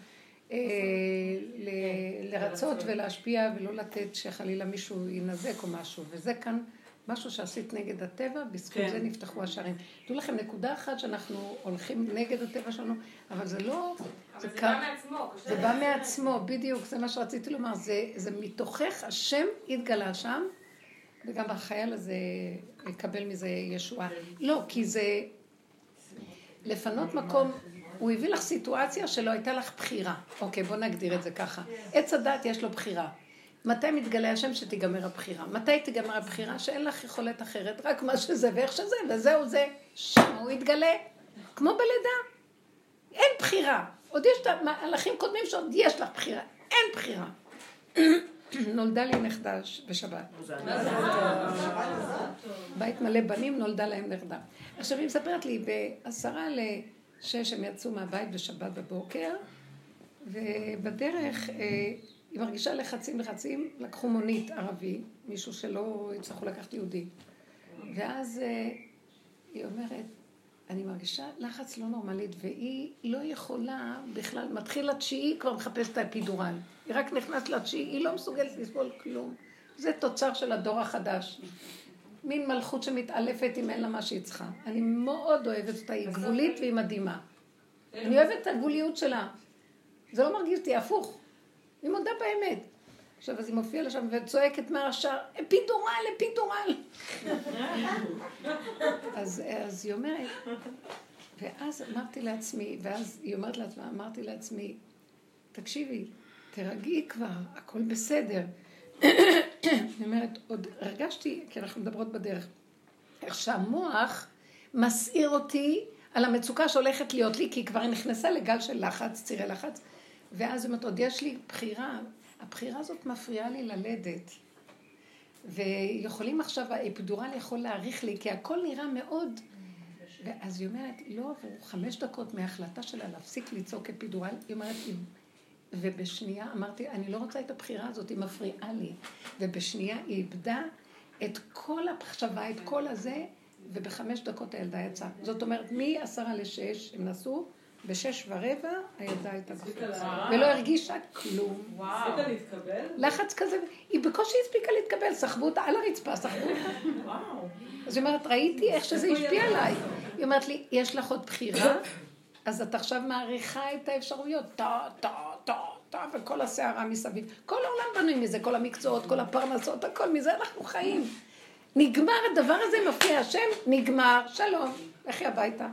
לרצות ולהשפיע, ולא לתת שחלילה מישהו ינזק או משהו. וזה כאן משהו שעשית נגד הטבע, בזכות זה נפתחו השערים. תראו לכם, נקודה אחת שאנחנו הולכים נגד הטבע שלנו, אבל זה לא... אבל זה בא מעצמו. זה בא מעצמו, בדיוק, זה מה שרציתי לומר. זה מתוכך, השם התגלה שם, וגם החייל הזה יקבל מזה ישועה. לא, כי זה... לפנות מקום, הוא הביא לך סיטואציה שלא הייתה לך בחירה. אוקיי, בוא נגדיר את זה ככה. עץ הדת יש לו בחירה. מתי מתגלה השם שתיגמר הבחירה? מתי תיגמר הבחירה? שאין לך יכולת אחרת, רק מה שזה ואיך שזה, וזהו זה. שם הוא יתגלה. כמו בלידה. אין בחירה. עוד יש מהלכים קודמים שעוד יש לך בחירה. אין בחירה. נולדה לי נכדה בשבת. בית מלא בנים, נולדה להם נכדה. עכשיו היא מספרת לי, ב10:00 6 הם יצאו מהבית בשבת בבוקר, ובדרך היא מרגישה לחצים, לקחו מונית ערבי, מישהו שלא יצטרכו לקחת יהודי. ואז היא אומרת, אני מרגישה לחץ לא נורמלית, והיא לא יכולה בכלל, מתחיל לתשיעי, כבר מחפשת את האפידורל. היא רק נכנסת לתשיעי, היא לא מסוגלת לסבול כלום. זה תוצר של הדור החדש. מין מלכות שמתעלפת אם אין לה מה שהיא צריכה. אני מאוד אוהבת אותה, היא גבולית והיא מדהימה. אני אוהבת את הגבוליות שלה. זה לא מרגיש אותי, הפוך. היא מודה באמת. עכשיו, אז היא מופיעה לשם וצועקת מהשאר, אפידורל. אז היא אומרת, ואז אמרתי לעצמי, ואז היא אומרת לעצמה, אמרתי לעצמי, תקשיבי, תרגעי כבר, הכל בסדר. אני אומרת, עוד הרגשתי, כי אנחנו מדברות בדרך, איך שהמוח מסעיר אותי על המצוקה שהולכת להיות לי, כי היא כבר נכנסה לגל של לחץ, צירי לחץ, ואז היא אומרת, עוד יש לי בחירה, הבחירה הזאת מפריעה לי ללדת, ויכולים עכשיו, האפידורל יכול להאריך לי, כי הכל נראה מאוד, ואז היא אומרת, לא עברו 5 דקות מההחלטה שלה להפסיק לצעוק אפידורל, היא אומרת, ובשנייה אמרתי, אני לא רוצה את הבחירה הזאת, היא מפריעה לי, ובשנייה היא איבדה את כל המחשבה, את כל הזה, וב5 דקות הילדה יצאה. זאת אומרת, מ10 ל6 הם נסעו, ב6:15 הילדה הייתה בחוץ. ולא הרגישה כלום. הספיקה להתקבל? לחץ כזה, היא בקושי הספיקה להתקבל, סחבו אותה על הרצפה, סחבו אותה. אז היא אומרת, ראיתי איך שזה השפיע עליי. היא אומרת לי, יש לך עוד בחירה? אז את עכשיו מעריכה את האפשרויות. וכל הסערה מסביב. כל העולם בנוי מזה, כל המקצועות, כל הפרנסות, הכל מזה אנחנו חיים. נגמר הדבר הזה, מפריע השם, נגמר, שלום, לכי הביתה.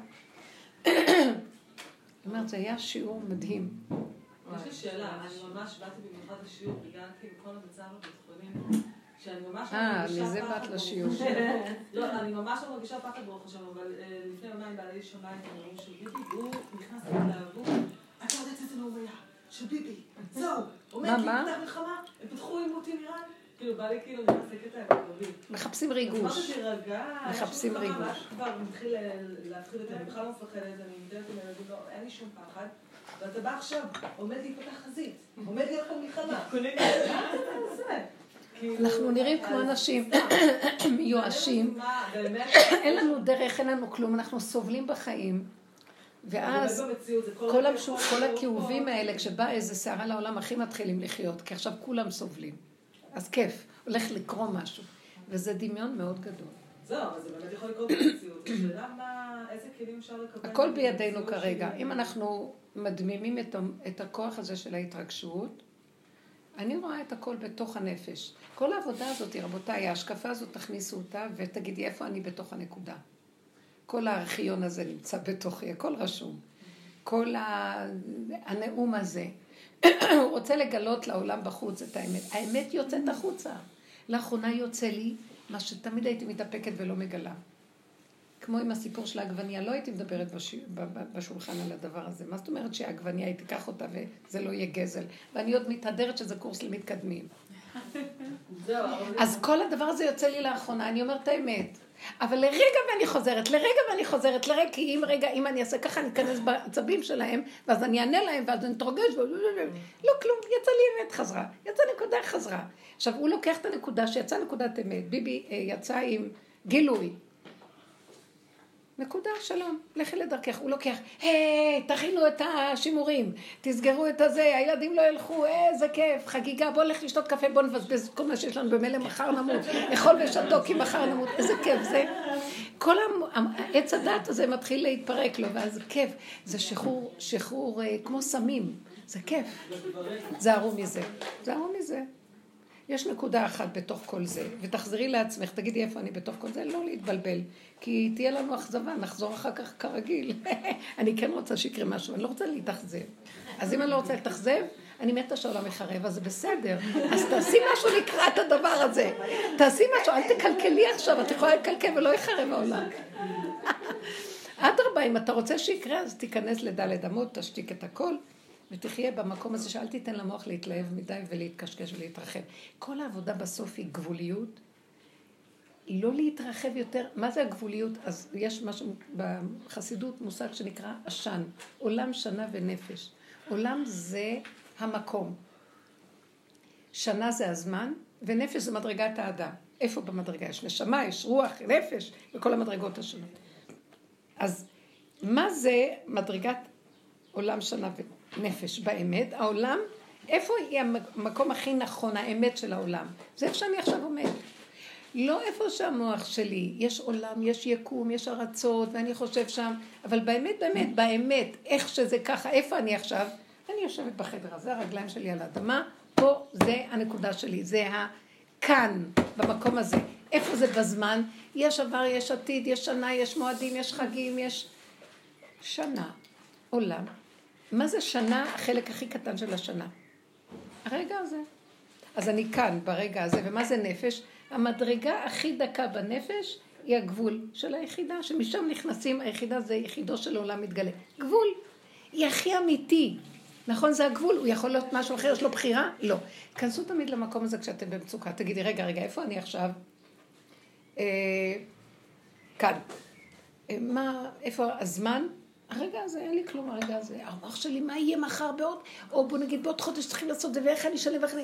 זאת אומרת, זה היה שיעור מדהים. יש לי שאלה, אני ממש באתי במיוחד לשיעור, בגלל כאילו כל המצב בבית חולים, שאני ממש לא מרגישה מזה באת לשיעור. לא, אני ממש לא מרגישה פחד ברוך השם, אבל לפני יומיים בעלי שמע את הנאום של ביבי, והוא נכנס להתלהבות, אתה יודעת איזה נאום היה, של ביבי, זהו, עומד להתפתח מלחמה, הם פתחו עימות עם איראן, כאילו בא לי כאילו נכנס לקטע הקרבי. מחפשים ריגוש. אז מה שתירגע, מחפשים ריגוש. כבר מתחיל להתחיל את זה, אני בכלל לא מפחדת, אני מתארת עם ילדים, לא, אין לי שום פחד. ואתה בא עכשיו, עומד להיפתח חזית, עומד להיות פה מלחמה. אנחנו נראים כמו אנשים מיואשים, אין לנו דרך, אין לנו כלום, אנחנו סובלים בחיים. ואז כל הכאובים האלה, כשבא איזה שערה לעולם, הכי מתחילים לחיות, כי עכשיו כולם סובלים. אז כיף, הולך לקרוא משהו. וזה דמיון מאוד גדול. זהו, אבל זה באמת יכול לקרות במציאות. השאלה מה, איזה כלים אפשר לקבל? הכל בידינו כרגע. אם אנחנו מדמימים את הכוח הזה של ההתרגשות, אני רואה את הכל בתוך הנפש. כל העבודה הזאת, רבותיי, ההשקפה הזאת, תכניסו אותה ותגידי איפה אני בתוך הנקודה. כל הארכיון הזה נמצא בתוכי, הכל רשום. כל הנאום הזה. הוא רוצה לגלות לעולם בחוץ את האמת. האמת יוצאת החוצה. לאחרונה יוצא לי מה שתמיד הייתי מתאפקת ולא מגלה. כמו עם הסיפור של העגבניה, לא הייתי מדברת בשולחן על הדבר הזה. מה זאת אומרת שהעגבניה היא תיקח אותה וזה לא יהיה גזל? ואני עוד מתהדרת שזה קורס למתקדמים. אז כל הדבר הזה יוצא לי לאחרונה, אני אומרת האמת. אבל לרגע ואני חוזרת, כי אם אני אעשה ככה, אני אכנס בעצבים שלהם, ואז אני אענה להם, ואז אני אתרגש, לא כלום, יצא לי אמת חזרה, יצא נקודה חזרה. עכשיו, הוא לוקח את הנקודה שיצא נקודת אמת, ביבי יצא עם גילוי. נקודה, שלום, לכי לדרכך, הוא לוקח, תכינו את השימורים, תסגרו את הזה, הילדים לא ילכו, איזה כיף, חגיגה, בוא לך לשתות קפה, בוא נבזבז כל מה שיש לנו במילא, מחר נמות, לאכול ושתו כי מחר נמות, איזה כיף זה. כל העץ הדת הזה מתחיל להתפרק לו, ואז זה כיף, זה שחרור כמו סמים, זה כיף, זהרו מזה. יש נקודה אחת בתוך כל זה, ותחזרי לעצמך, תגידי איפה אני בתוך כל זה, לא להתבלבל, כי תהיה לנו אכזבה, נחזור אחר כך כרגיל. אני כן רוצה שיקרה משהו, אני לא רוצה להתאכזב. אז אם אני לא רוצה להתאכזב, אני מתה שהעולם יחרב, אז זה בסדר. אז תעשי משהו לקראת הדבר הזה. תעשי משהו, אל תקלקלי עכשיו, את יכולה לקלקל ולא יחרב העולם. אדרבה, אם אתה רוצה שיקרה, אז תיכנס לדלת אמות, תשתיק את הכל. ותחיה במקום הזה שאל תיתן למוח להתלהב מדי ולהתקשקש ולהתרחב. כל העבודה בסוף היא גבוליות, לא להתרחב יותר. מה זה הגבוליות? אז יש משהו בחסידות מושג שנקרא עשן, עולם, שנה ונפש. עולם זה המקום. שנה זה הזמן, ונפש זה מדרגת האדם. איפה במדרגה? יש נשמה, יש רוח, נפש, וכל המדרגות השונות. אז מה זה מדרגת עולם, שנה ונפש באמת? העולם, איפה היא המקום הכי נכון, האמת של העולם? זה איפה שאני עכשיו עומד. לא איפה שהמוח שלי, יש עולם, יש יקום, יש ארצות, ואני חושב שם, אבל באמת, איך שזה ככה, איפה אני עכשיו? אני יושבת בחדר הזה, הרגליים שלי על האדמה, פה זה הנקודה שלי, זה כאן, במקום הזה. איפה זה בזמן? יש עבר, יש עתיד, יש שנה, יש מועדים, יש חגים, יש שנה, עולם. מה זה שנה? החלק הכי קטן של השנה. הרגע הזה. אז אני כאן, ברגע הזה, ומה זה נפש? המדרגה הכי דקה בנפש היא הגבול של היחידה, שמשם נכנסים, היחידה זה יחידו של העולם מתגלה. גבול. היא הכי אמיתי. נכון, זה הגבול, הוא יכול להיות משהו אחר, יש לו בחירה? לא. כנסו תמיד למקום הזה כשאתם במצוקה. תגידי, רגע, איפה אני עכשיו? כאן. איפה הזמן? הרגע הזה, אין לי כלום הרגע הזה. המוח שלי, מה יהיה מחר בעוד? או בוא נגיד, בעוד חודש צריכים לעשות זה, ואיך אני אשלם ואיך אני...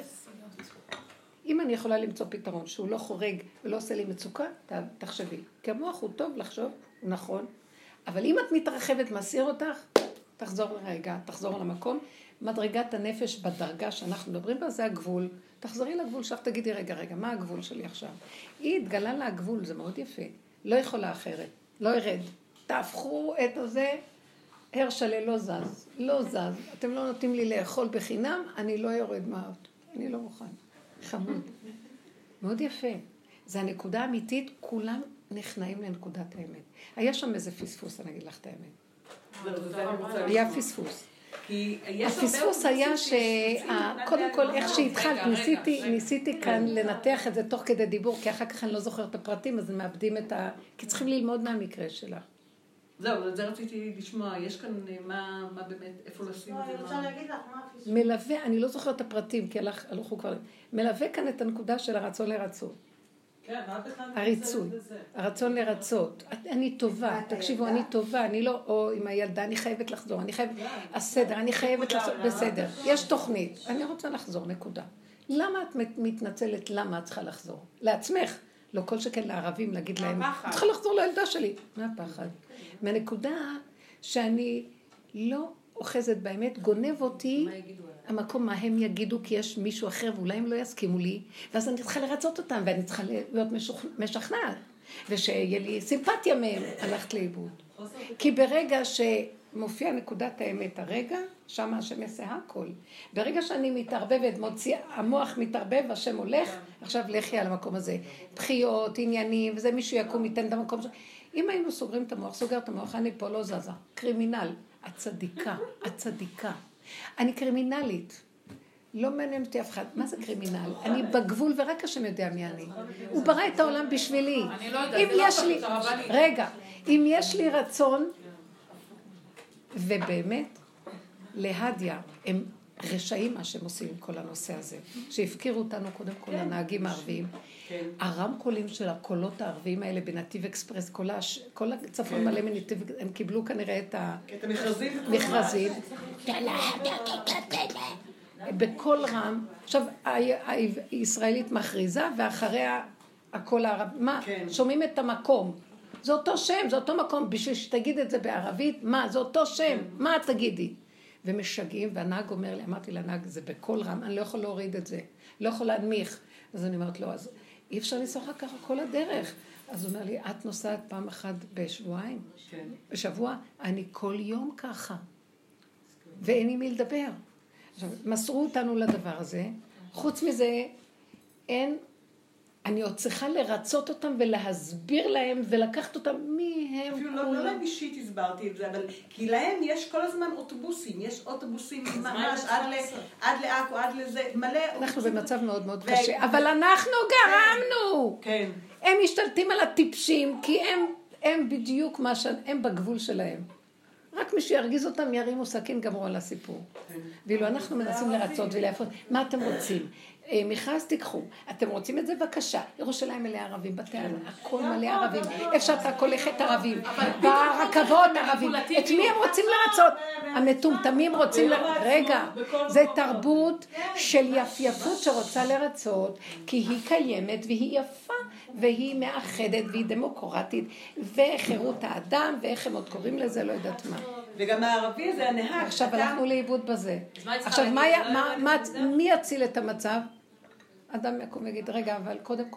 אם אני יכולה למצוא פתרון שהוא לא חורג ולא עושה לי מצוקה, תחשבי. כי המוח הוא טוב לחשוב, הוא נכון. אבל אם את מתרחבת, מסיר אותך, תחזור לרגע, תחזור למקום. מדרגת הנפש בדרגה שאנחנו מדברים בה, זה הגבול. תחזרי לגבול שלך, תגידי, רגע, מה הגבול שלי עכשיו? היא התגלה לה הגבול, זה מאוד יפה. לא יכולה אחרת, לא ירד. תהפכו את הזה, הר שלה לא זז. אתם לא נותנים לי לאכול בחינם, אני לא יורד מהאוטו. אני לא מוכן. חמוד. מאוד יפה. זה הנקודה האמיתית, כולם נכנעים לנקודת האמת. היה שם איזה פספוס, אני אגיד לך את האמת. היה פספוס. הפספוס היה שקודם כל איך שהתחלת, ניסיתי כאן לנתח את זה תוך כדי דיבור, כי אחר כך אני לא זוכרת את הפרטים, אז הם מאבדים את כי צריכים ללמוד מהמקרה שלך. זהו, זה רציתי לשמוע, יש כאן מה באמת, איפה לשים את זה? אני רוצה להגיד לך מה הפספוס. מלווה, אני לא זוכרת את הפרטים, כי הלכו כבר, מלווה כאן את הנקודה של הרצון לרצות. כן, מה בכלל? הריצוי, הרצון לרצות. אני טובה, תקשיבו, אני טובה, אני לא, או עם הילדה, אני חייבת לחזור, הסדר, אני חייבת לחזור, בסדר, יש תוכנית, אני רוצה לחזור, נקודה. למה את מתנצלת, למה את צריכה לחזור? לעצמך, לא כל שכן לערבים, להגיד להם, את צריכה לחזור לילדה שלי. מה הפחד? מהנקודה שאני לא אוחזת באמת, גונב אותי המקום מה הם יגידו, כי יש מישהו אחר ואולי הם לא יסכימו לי, ואז אני צריכה לרצות אותם ואני צריכה להיות משכנעת, ושיהיה לי סימפתיה מהם. הלכת לאיבוד. כי ברגע שמופיע נקודת האמת הרגע, שם השם יעשה הכל. ברגע שאני מתערבבת, המוח מתערבב, השם הולך, עכשיו לכי על המקום הזה. בחיות, עניינים, וזה מישהו יקום, ייתן את המקום שלו. אם היינו סוגרים את המוח, סוגר את המוח, אני פה לא זזה. קרימינל, הצדיקה. אני קרימינלית. לא מעניין אותי אף אחד. מה זה קרימינל? אני בגבול ורק השם יודע מי אני. הוא ברא את העולם בשבילי. אני לא יודעת, רגע, אם יש לי רצון, ובאמת, להדיה, הם רשעים מה שהם עושים עם כל הנושא הזה. שהפקירו אותנו קודם כל הנהגים הערביים. הרמקולים של הקולות הערביים האלה בנתיב אקספרס, כל הצפון מלא מנתיב, הם קיבלו כנראה את המכרזים. בכל רם, עכשיו הישראלית מכריזה ואחריה הקול הערבי, מה? שומעים את המקום. זה אותו שם, זה אותו מקום, בשביל שתגיד את זה בערבית, מה? זה אותו שם, מה תגידי? ומשגעים, והנהג אומר לי, אמרתי לנהג, זה בכל רם, אני לא יכול להוריד את זה, לא יכול להנמיך. אז אני אומרת לו, אז אי אפשר לנסוע ככה כל הדרך. אז הוא אומר לי, את נוסעת פעם אחת בשבועיים? כן. בשבוע? אני כל יום ככה. ואין עם מי לדבר. עכשיו, מסרו אותנו לדבר הזה. חוץ מזה, אני עוד צריכה לרצות אותם ולהסביר להם ולקחת אותם מי הם. אפילו לא להם אישית הסברתי את זה, אבל כי להם יש כל הזמן אוטובוסים, יש אוטובוסים ממש עד לעכו, עד לזה, מלא. אנחנו במצב מאוד מאוד קשה, אבל אנחנו גרמנו. כן. הם משתלטים על הטיפשים, כי הם בדיוק מה שהם בגבול שלהם. רק מי שירגיז אותם ירימו סכין, גמרו על הסיפור. ואילו אנחנו מנסים לרצות ולהפות, מה אתם רוצים? מכרז תיקחו, אתם רוצים את זה בבקשה, ירושלים מלא ערבים, בתי הכל מלא ערבים, אפשר הכל ללכת ערבים, ברכבות ערבים, את מי הם רוצים לרצות? המטומטמים רוצים רגע, זה תרבות של יפייפות שרוצה לרצות, כי היא קיימת והיא יפה, והיא מאחדת והיא דמוקרטית, וחירות האדם, ואיך הם עוד קוראים לזה, לא יודעת מה. וגם הערבי זה הנהג. עכשיו הלכנו לאיבוד בזה. עכשיו מי יציל את המצב? אדם יקום ויגיד, רגע, אבל קודם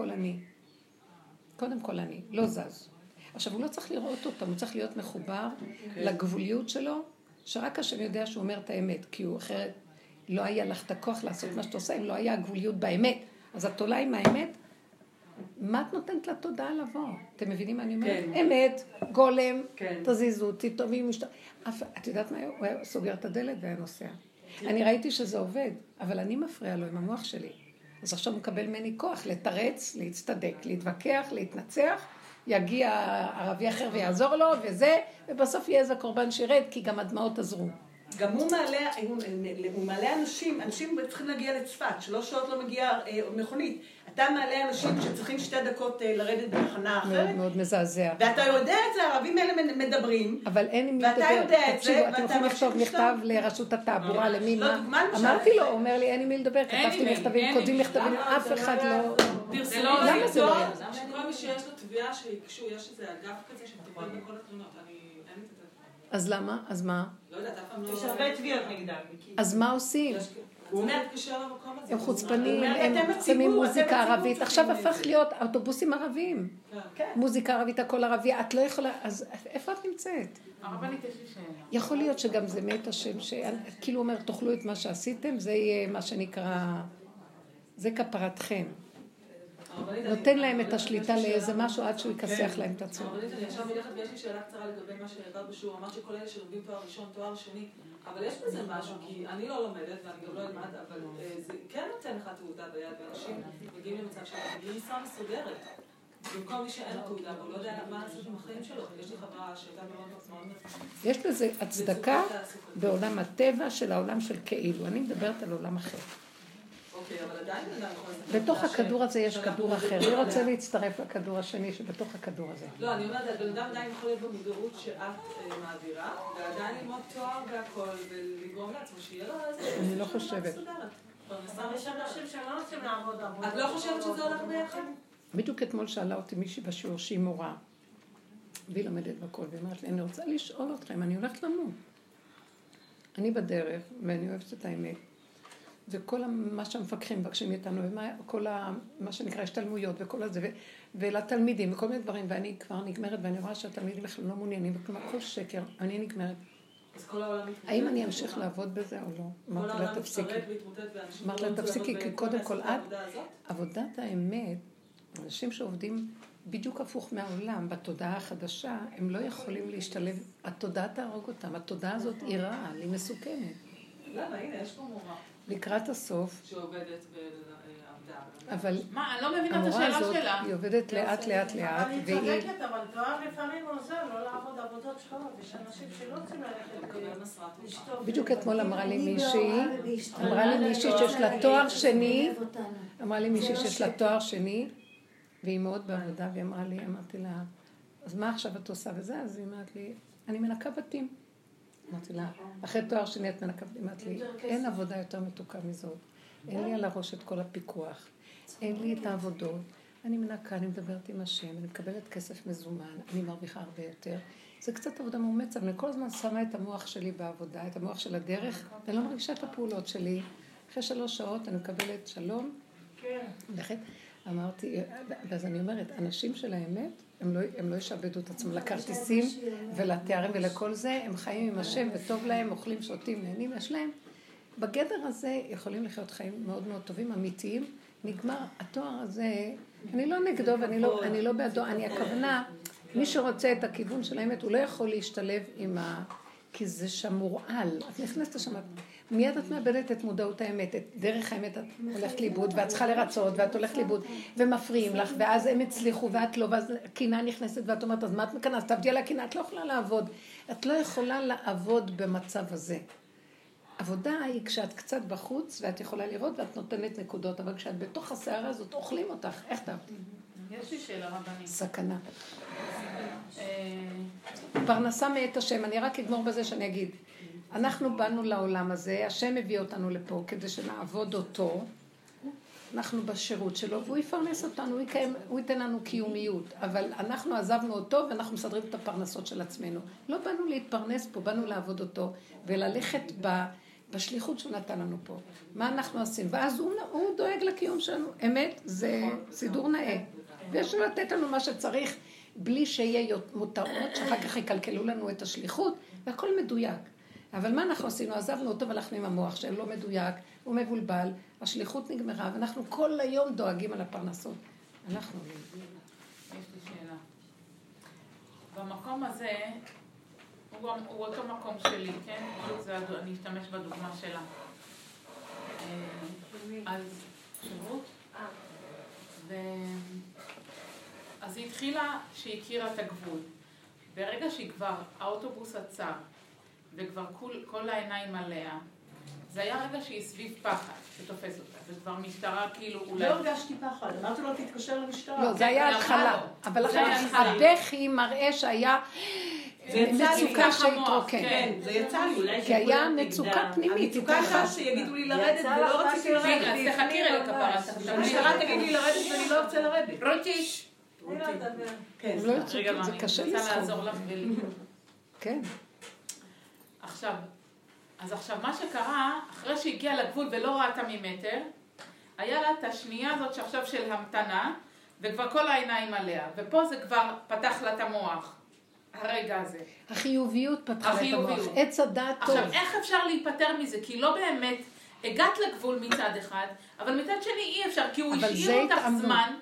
כל אני, לא זז. עכשיו הוא לא צריך לראות אותם, הוא צריך להיות מחובר לגבוליות שלו, שרק השם יודע שהוא אומר את האמת, כי הוא אחרת לא היה לך את הכוח לעשות מה שאתה עושה, אם לא היה הגבוליות באמת. אז את עולה עם האמת, מה את נותנת לתודעה לבוא? אתם מבינים מה אני אומרת? אמת, גולם, תזיזו, תטובים, את יודעת מה? הוא היה סוגר את הדלת והיה נוסע. אני ראיתי שזה עובד, אבל אני מפריע לו עם המוח שלי. אז עכשיו הוא מקבל ממני כוח לתרץ, להצטדק, להתווכח, להתנצח, יגיע ערבי אחר ויעזור לו וזה, ובסוף יהיה איזה קורבן שירד, כי גם הדמעות עזרו. גם הוא מעלה אנשים צריכים להגיע לצפת, 3 שעות לא מגיע מכונית. אתה מעלה אנשים שצריכים 2 דקות לרדת בתחנה אחרת. מאוד מאוד מזעזע. ואתה יודע את זה, הערבים האלה מדברים. אבל אין עם מי לדבר. ואתה יודע את זה, אתם יכולים לכתוב מכתב לרשות התעבורה, למי מה. אמרתי לו, הוא אומר לי, אין עם מי לדבר, כתבתי מכתבים, כותבים מכתבים, אף אחד לא... למה זה לא היה? שכל מי שיש לו תביעה שיקשו, יש איזה אגף כזה שמטפל בכל התלונות. אז למה? אז מה? לא יודעת, אף פעם לא... יש הרבה תביעות נגדם. אז מה עושים? הוא אומר, תקשר למקום הזה. הם חוצפנים, הם שמים מוזיקה ערבית. עכשיו הפך להיות אוטובוסים ערבים. מוזיקה ערבית, הכל ערבי. את לא יכולה... אז איפה את נמצאת? הרבנית יש לי שאלה. יכול להיות שגם זה מת השם, כאילו אומר, תאכלו את מה שעשיתם, זה יהיה מה שנקרא... זה כפרתכם. נותן להם את השליטה לאיזה משהו עד שהוא יכסח להם את עצמו. אני עכשיו הולכת ויש לי שאלה קצרה לגבי מה שהעברת בשיעור. אמרת שכל אלה שלומדים תואר ראשון, תואר שני, אבל יש בזה משהו, כי אני לא לומדת ואני גם לא אלמד, אבל זה כן נותן לך תעודה ביד, ואנשים מגיעים למצב של משרה מסודרת. במקום מי שאין לו תעודה, והוא לא יודע מה לעשות עם החיים שלו. יש לי חברה שהייתה מאוד מאוד... יש לזה הצדקה בעולם הטבע של העולם של כאילו. אני מדברת על עולם אחר. בתוך הכדור הזה יש כדור אחר. אני רוצה להצטרף לכדור השני שבתוך הכדור הזה. לא, אני אומרת, בן אדם עדיין יכול להיות במודעות שאת מעבירה, ועדיין ללמוד תואר והכל, ולגרום לעצמו שיהיה לו איזה... אני לא חושבת. יש אנשים שלא רוצים לעבוד עבודה. את לא חושבת שזה הולך ביחד? בדיוק אתמול שאלה אותי מישהי בשיעור שהיא מורה, והיא לומדת בכל, והיא אמרת לי, אני רוצה לשאול אתכם, אני הולכת למות. אני בדרך, ואני אוהבת את האמת. וכל מה שהמפקחים מבקשים מאיתנו, וכל מה שנקרא השתלמויות, וכל הזה, ולתלמידים, וכל מיני דברים, ואני כבר נגמרת, ואני רואה שהתלמידים בכלל לא מעוניינים, וכלומר, כל שקר, אני נגמרת. האם אני אמשיך לעבוד בזה או לא? אמרתי לה, תפסיקי. אמרתי לה, תפסיקי, כי קודם כל את, עבודת האמת, אנשים שעובדים בדיוק הפוך מהעולם, בתודעה החדשה, הם לא יכולים להשתלב, התודעה תהרוג אותם, התודעה הזאת היא רעה, היא מסוכנת. למה, הנה, יש פה מורה. לקראת הסוף, שעובדת בעבודה. אבל מה, אני לא מבינה את המורה השאלה הזאת שלה. היא עובדת לאט לאט לאט, אני צודקת, אבל תואר לפעמים עוזר לא לעבוד עבודות שחורות. יש אנשים שלא רוצים ללכת לשתות. בדיוק אתמול אמרה לי מישהי שיש לה תואר שני, שיש לה תואר שני, והיא מאוד בעבודה, והיא אמרה לי, אמרתי לה, אז מה עכשיו את עושה וזה? אז היא אמרת לי, אני מנקה בתים. אמרתי לה, אחרי תואר שני את מנקה בתים, אמרת לי, אין עבודה יותר מתוקה מזאת. אין לי על הראש את כל הפיקוח, אין לי את העבודות. אני מנקה, אני מדברת עם השם, אני מקבלת כסף מזומן, אני מרוויחה הרבה יותר. זה קצת עבודה מאומצת, אני כל הזמן שמה את המוח שלי בעבודה, את המוח של הדרך, ואני לא מרגישה את הפעולות שלי. אחרי 3 שעות אני מקבלת שלום. לכן אמרתי, ואז אני אומרת, אנשים של האמת, הם לא ישעבדו את עצמם לכרטיסים ולתארים ולכל זה, הם חיים עם השם וטוב להם, אוכלים, שותים, נהנים, יש להם. בגדר הזה יכולים לחיות חיים מאוד מאוד טובים, אמיתיים. נגמר התואר הזה, אני לא נגדו ואני לא בעדו, אני הכוונה, מי שרוצה את הכיוון של האמת, הוא לא יכול להשתלב עם כי זה שם מורעל. את נכנסת שם, מיד את מאבדת את מודעות האמת, את דרך האמת את הולכת לאיבוד, ואת צריכה לרצות, ואת הולכת לאיבוד, ומפריעים לך, ואז הם הצליחו, ואת לא, ואז קינה נכנסת, ואת אומרת, אז מה את מכנס? תעבדי על הקינה, את לא יכולה לעבוד. את לא יכולה לעבוד במצב הזה. עבודה היא כשאת קצת בחוץ, ואת יכולה לראות ואת נותנת נקודות, אבל כשאת בתוך הסערה הזאת, אוכלים אותך. איך תעבדי? יש לי שאלה רבנית. סכנה. פרנסה מאת השם, אני רק אגמור בזה שאני אגיד. אנחנו באנו לעולם הזה, השם הביא אותנו לפה כדי שנעבוד אותו, אנחנו בשירות שלו, והוא יפרנס אותנו, הוא ייתן לנו קיומיות, אבל אנחנו עזבנו אותו ואנחנו מסדרים את הפרנסות של עצמנו. לא באנו להתפרנס פה, באנו לעבוד אותו וללכת בשליחות שהוא נתן לנו פה. מה אנחנו עושים? ואז הוא דואג לקיום שלנו. אמת, זה סידור נאה. ויש לו לתת לנו מה שצריך, בלי שיהיה מותרות, שאחר כך יקלקלו לנו את השליחות, והכל מדויק. אבל מה אנחנו עשינו? עזבנו אותו והלכנו עם המוח שהוא לא מדויק, הוא מבולבל, השליחות נגמרה, ואנחנו כל היום דואגים על הפרנסות. אנחנו לא. יש לי שאלה. במקום הזה, הוא אותו מקום שלי, כן? אני אשתמש בדוגמה שלה. אז שירות. אז היא התחילה שהכירה את הגבול. ברגע שהיא כבר, האוטובוס עצר, וכבר כל העיניים עליה, זה היה רגע שהיא סביב פחד, שתופס אותה. זה כבר משטרה כאילו אולי... לא הרגשתי פחד, אמרתי לו תתקשר למשטרה. לא, זה היה התחלה. אבל הבכי מראה שהיה מצוקה שהתרוקן. כן, זה יצא לי. כי היה מצוקה פנימית. המצוקה הייתה שיגידו לי לרדת, ולא רציתי לרדת. אז תחכי רגע כפרה. המשטרה תגיד לי לרדת ואני לא רוצה לרדת. רותי. כן, רגע, זה קשה לסחוב. אני רוצה לעזור לך כן. עכשיו מה שקרה, אחרי שהגיעה לגבול ולא ראתה ממטר, היה לה את השנייה הזאת שעכשיו של המתנה, וכבר כל העיניים עליה, ופה זה כבר פתח לה את המוח, הרגע הזה. החיוביות פתחה את המוח, עץ הדעת טוב. עכשיו, איך אפשר להיפטר מזה? כי לא באמת, הגעת לגבול מצד אחד, אבל מצד שני אי אפשר, כי הוא השאיר אותך זמן,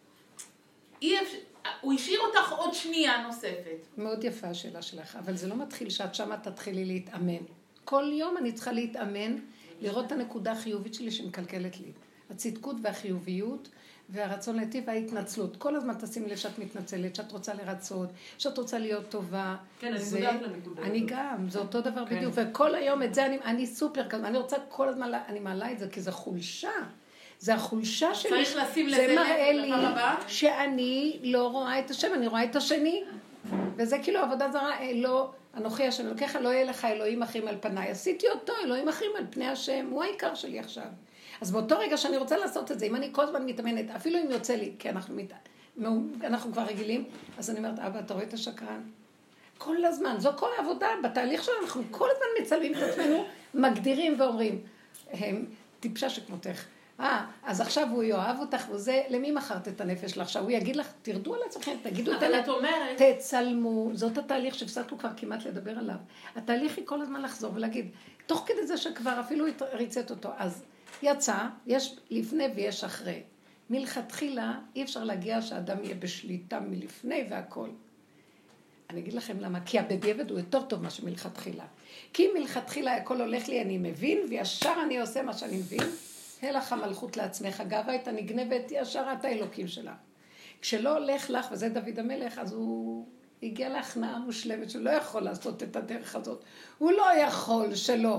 הוא השאיר אותך עוד שנייה נוספת. מאוד יפה השאלה שלך, אבל זה לא מתחיל שאת שמה תתחילי להתאמן. כל יום אני צריכה להתאמן, לראות את הנקודה החיובית שלי שמקלקלת לי. הצדקות והחיוביות והרצון להיטיב וההתנצלות. כל הזמן תשימי לב שאת מתנצלת, שאת רוצה לרצות, שאת רוצה להיות טובה. כן, אני מודעת לנקודה. אני גם, זה אותו דבר בדיוק. וכל היום את זה, אני סופר כזה, אני רוצה כל הזמן, אני מעלה את זה, כי זה חולשה. זה החולשה שלי. צריך לשים לזה זה מראה לי הבא. שאני לא רואה את השם, אני רואה את השני. וזה כאילו עבודה זרה, לא, אנוכי השם, לוקח, לא יהיה לך אלוהים אחים על פניי. עשיתי אותו, אלוהים אחים על פני השם, הוא העיקר שלי עכשיו. אז באותו רגע שאני רוצה לעשות את זה, אם אני כל הזמן מתאמנת, אפילו אם יוצא לי, כי אנחנו כבר רגילים, אז אני אומרת, אבא, אתה רואה את השקרן? כל הזמן, זו כל העבודה, בתהליך שלנו, אנחנו כל הזמן מצלמים את עצמנו, מגדירים ואומרים, הם טיפשה שכמותך. אז עכשיו הוא יאהב אותך, וזה, למי מכרת את הנפש שלך? עכשיו הוא יגיד לך, תרדו על עצמכם, תגידו את אבל את אומרת... תצלמו, זאת התהליך שהפסקנו כבר כמעט לדבר עליו. התהליך היא כל הזמן לחזור ולהגיד, תוך כדי זה שכבר אפילו ריצת אותו, אז יצא, יש לפני ויש אחרי. מלכתחילה אי אפשר להגיע שהאדם יהיה בשליטה מלפני והכל. אני אגיד לכם למה, כי הבדיעבד הוא יותר טוב מה שמלכתחילה. כי מלכתחילה הכל הולך לי, אני מבין, וישר אני עושה מה שאני מבין, הלך המלכות לעצמך, גאווה את הנגנבת, ישר את האלוקים שלה. כשלא הולך לך, וזה דוד המלך, אז הוא הגיע להכנעה מושלמת, שהוא לא יכול לעשות את הדרך הזאת. הוא לא יכול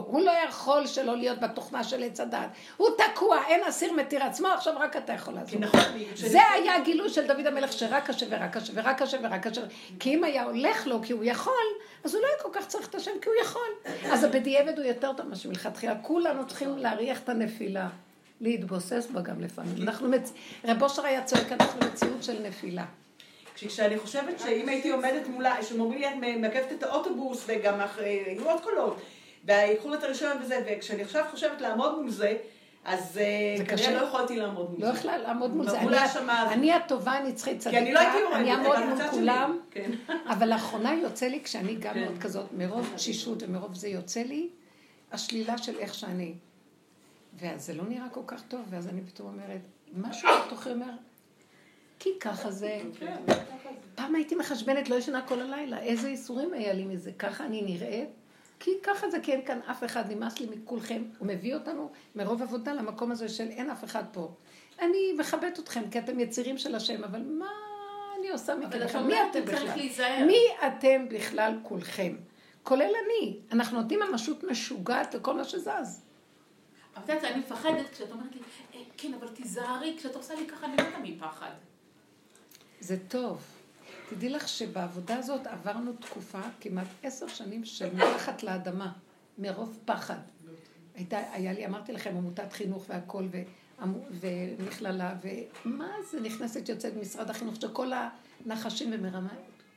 שלא להיות בתוכנה של עץ הדעת. הוא תקוע, אין אסיר מתיר עצמו, עכשיו רק אתה יכול לעשות. זה היה הגילוי של דוד המלך, שרק קשה ורק קשה ורק קשה ורק קשה. כי אם היה הולך לו כי הוא יכול, אז הוא לא היה כל כך צריך את השם כי הוא יכול. אז הבדיעבד הוא יותר טוב משהו מלכתחילה. כולנו צריכים להריח את הנפילה. להתבוסס בה גם לפעמים. רב אושר היה צועק, אנחנו מציאות של נפילה. כשאני חושבת שאם הייתי עומדת מולה, שאומרים לי את מעכבת את האוטובוס, וגם היו עוד קולות, ויקחו את הרישיון וזה, וכשאני עכשיו חושבת לעמוד מול זה, אז כנראה לא יכולתי לעמוד מול זה. לא יכלה לעמוד מול זה. אני אני הטובה, אני צריכה צדיקה, אני אעמוד מול כולם, אבל לאחרונה יוצא לי, כשאני גם מאוד כזאת, מרוב תשישות ומרוב זה יוצא לי, השלילה של איך שאני. ואז זה לא נראה כל כך טוב, ואז אני פתאום אומרת, משהו בתוכי אומר, כי ככה זה. פעם הייתי מחשבנת, לא ישנה כל הלילה, איזה איסורים היה לי מזה, ככה אני נראית, כי ככה זה, כי אין כאן אף אחד, נמאס לי מכולכם, הוא מביא אותנו מרוב עבודה למקום הזה של אין אף אחד פה. אני מכבדת אתכם, כי אתם יצירים של השם, אבל מה אני עושה מכם? מי אתם בכלל? מי אתם בכלל כולכם? כולל אני. אנחנו נותנים ממשות משוגעת לכל מה שזז. אבל אני מפחדת כשאת אומרת לי, כן, אבל תיזהרי, כשאת עושה לי ככה, אני מתה מפחד. זה טוב. תדעי לך שבעבודה הזאת עברנו תקופה, כמעט 10 שנים של מתחת לאדמה, מרוב פחד. היה לי, אמרתי לכם, עמותת חינוך והכל, ומכללה, ומה זה נכנסת יוצאת משרד החינוך, שכל הנחשים ומרמאיות.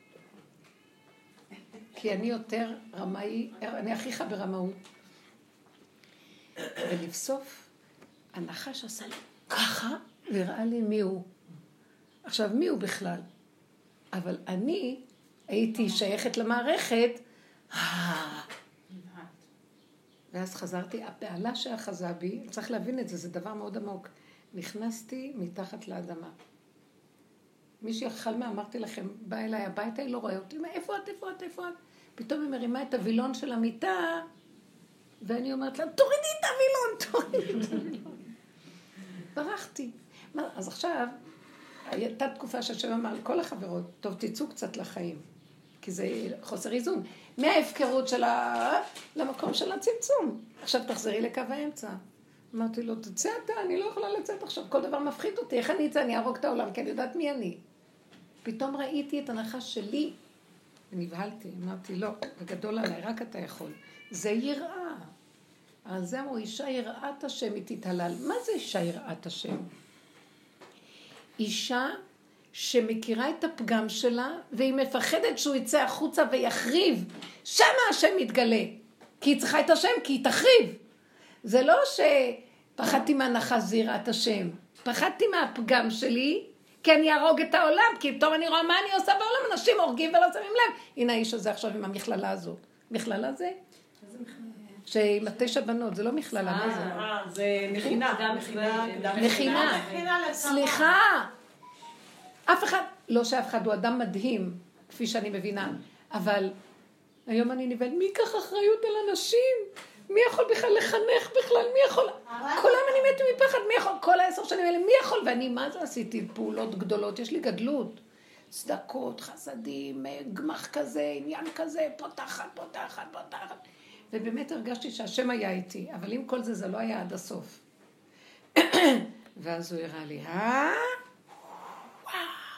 כי אני יותר רמאי, אני הכי ברמאות. ולבסוף, הנחש עשה לי ככה, והראה לי מי הוא. עכשיו, מי הוא בכלל? אבל אני הייתי שייכת למערכת, ואז חזרתי, הבעלה שאחזה בי, צריך להבין את זה, זה דבר מאוד עמוק. נכנסתי מתחת לאדמה. מישהי חלמה, אמרתי לכם, בא אליי הביתה, היא לא רואה אותי, איפה את, איפה את, איפה את? פתאום היא מרימה את הווילון של המיטה, ואני אומרת לה, תורידי את הווילון, תורידי את הווילון. ברחתי. אז עכשיו, הייתה תקופה שהשם אמר לכל החברות, טוב, תצאו קצת לחיים, כי זה חוסר איזון. מההפקרות למקום של הצמצום. עכשיו תחזרי לקו האמצע. אמרתי לו, תצא אתה, אני לא יכולה לצאת עכשיו, כל דבר מפחיד אותי, איך אני אצא, אני ארוג את העולם, כי אני יודעת מי אני. פתאום ראיתי את הנחש שלי, ונבהלתי, אמרתי, לא, בגדול עליי, רק אתה יכול. זה יראה. על זה אמרו, אישה יראת השם, היא תתהלל. מה זה אישה יראת השם? אישה שמכירה את הפגם שלה, והיא מפחדת שהוא יצא החוצה ויחריב. שמה השם מתגלה. כי היא צריכה את השם, כי היא תחריב. זה לא שפחדתי מהנחש זה יראת השם. פחדתי מהפגם שלי, כי אני ארוג את העולם, כי פתאום אני רואה מה אני עושה בעולם, אנשים הורגים ולא שמים לב. הנה האיש הזה עכשיו עם המכללה הזאת. מכללה זה? שעם 9 בנות, זה לא מכללה, מה זה? זה מכינה. מכינה. סליחה. אף אחד, לא שאף אחד, הוא אדם מדהים, כפי שאני מבינה, אבל היום אני נבהלת, מי ייקח אחריות על אנשים? מי יכול בכלל לחנך בכלל? מי יכול? כל היום אני מתה מפחד, מי יכול? כל 10 שנים האלה, מי יכול? ואני, מה זה עשיתי? פעולות גדולות, יש לי גדלות. צדקות, חסדים, גמח כזה, עניין כזה, פותחת. ובאמת הרגשתי שהשם היה איתי, אבל עם כל זה, זה לא היה עד הסוף. ואז הוא הראה לי, וואו.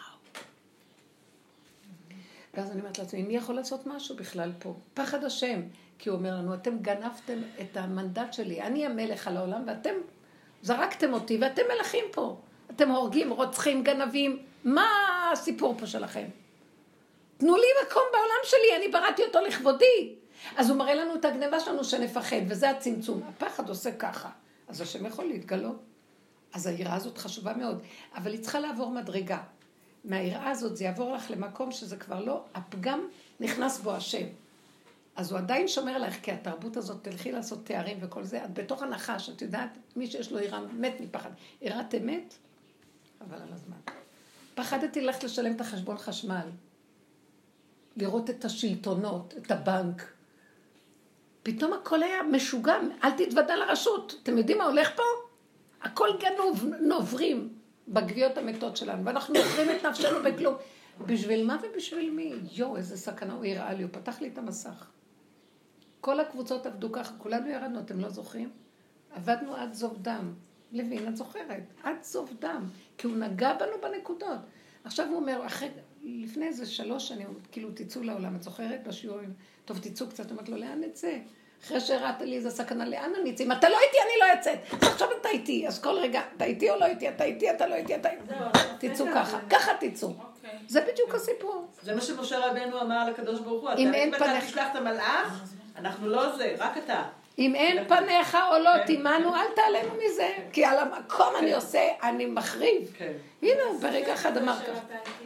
ואז אני אומרת לעצמי, מי יכול לעשות משהו בכלל פה? פחד השם. כי הוא אומר לנו, אתם גנבתם את המנדט שלי, אני המלך על העולם, ואתם זרקתם אותי, ואתם מלכים פה. אתם הורגים, רוצחים, גנבים. מה הסיפור פה שלכם? תנו לי מקום בעולם שלי, אני בראתי אותו לכבודי. אז הוא מראה לנו את הגניבה שלנו שנפחד, וזה הצמצום. הפחד עושה ככה. אז השם יכול להתגלות. אז היראה הזאת חשובה מאוד. אבל היא צריכה לעבור מדרגה. מהיראה הזאת זה יעבור לך למקום שזה כבר לא, הפגם נכנס בו השם. אז הוא עדיין שומר עליך, כי התרבות הזאת תלכי לעשות תארים וכל זה, את בתוך הנחש, את יודעת, מי שיש לו יראה מת מפחד. יראת אמת, אבל על הזמן. פחדתי ללכת לשלם את החשבון חשמל, לראות את השלטונות, את הבנק. פתאום הכל היה משוגע, אל תתוודע לרשות. אתם יודעים מה הולך פה? הכל גנוב, נוברים בגוויות המתות שלנו, ואנחנו נוכרים את נפשנו בכלום. בשביל מה ובשביל מי? איזה סכנה, הוא הראה לי, הוא פתח לי את המסך. כל הקבוצות עבדו ככה, כולנו ירדנו, אתם לא זוכרים? עבדנו עד זוב דם. לוין, את זוכרת? עד זוב דם. כי הוא נגע בנו בנקודות. עכשיו הוא אומר, לפני איזה 3 שנים, כאילו תצאו לעולם, את זוכרת בשיעורים? טוב, תצאו קצת, אמרת לו, לאן נצא? אחרי שהראת לי איזה סכנה, לאן אני אצא? אם אתה לא איתי, אני לא אצאת. אז עכשיו אתה איתי, אז כל רגע, אתה איתי או לא איתי? אתה איתי, אתה לא איתי, אתה איתי. תצאו ככה, ככה תצאו. זה בדיוק הסיפור. זה מה שמשה רבנו אמר לקדוש ברוך הוא. אם אין פניך... אתה תשלח את המלאך, אנחנו לא זה, רק אתה. אם אין פניך או לא תימנו, אל תעלנו מזה. כי על המקום אני עושה, אני מחריב. הנה, ברגע אחד אמר כך.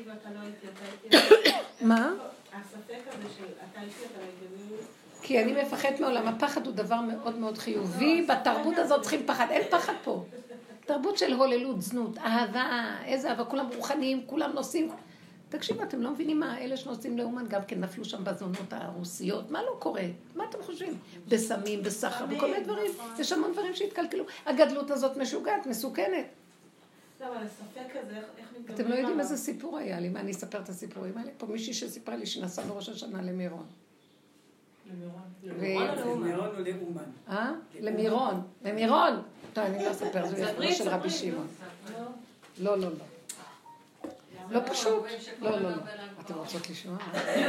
מה? הספק הזה של אתה איתי, אתה לא איתי. כי אני מפחד מעולם. הפחד הוא דבר מאוד מאוד חיובי. בתרבות הזאת צריכים פחד. אין פחד פה. תרבות של הוללות, זנות, אהבה, איזה אהבה, כולם רוחניים, כולם נוסעים. תקשיבו, אתם לא מבינים מה, אלה שנוסעים לאומן גם כן נפלו שם בזונות הרוסיות. מה לא קורה? מה אתם חושבים? בסמים, בסחר, בכל מיני דברים. יש המון דברים שהתקלקלו. הגדלות הזאת משוגעת, מסוכנת. לא, אבל הספק הזה, איך מתגברים? אתם לא יודעים איזה סיפור היה לי, מה אני אספר את הסיפורים האלה? פה מישהי שסיפרה לי שנסע לראש השנה למירון. למירון או לאומן? למירון. למירון! טוב, אני לא אספר, זה לכבודו של רבי שמעון. לא, לא, לא. לא פשוט. לא, לא, לא. אתם רוצות לשמוע?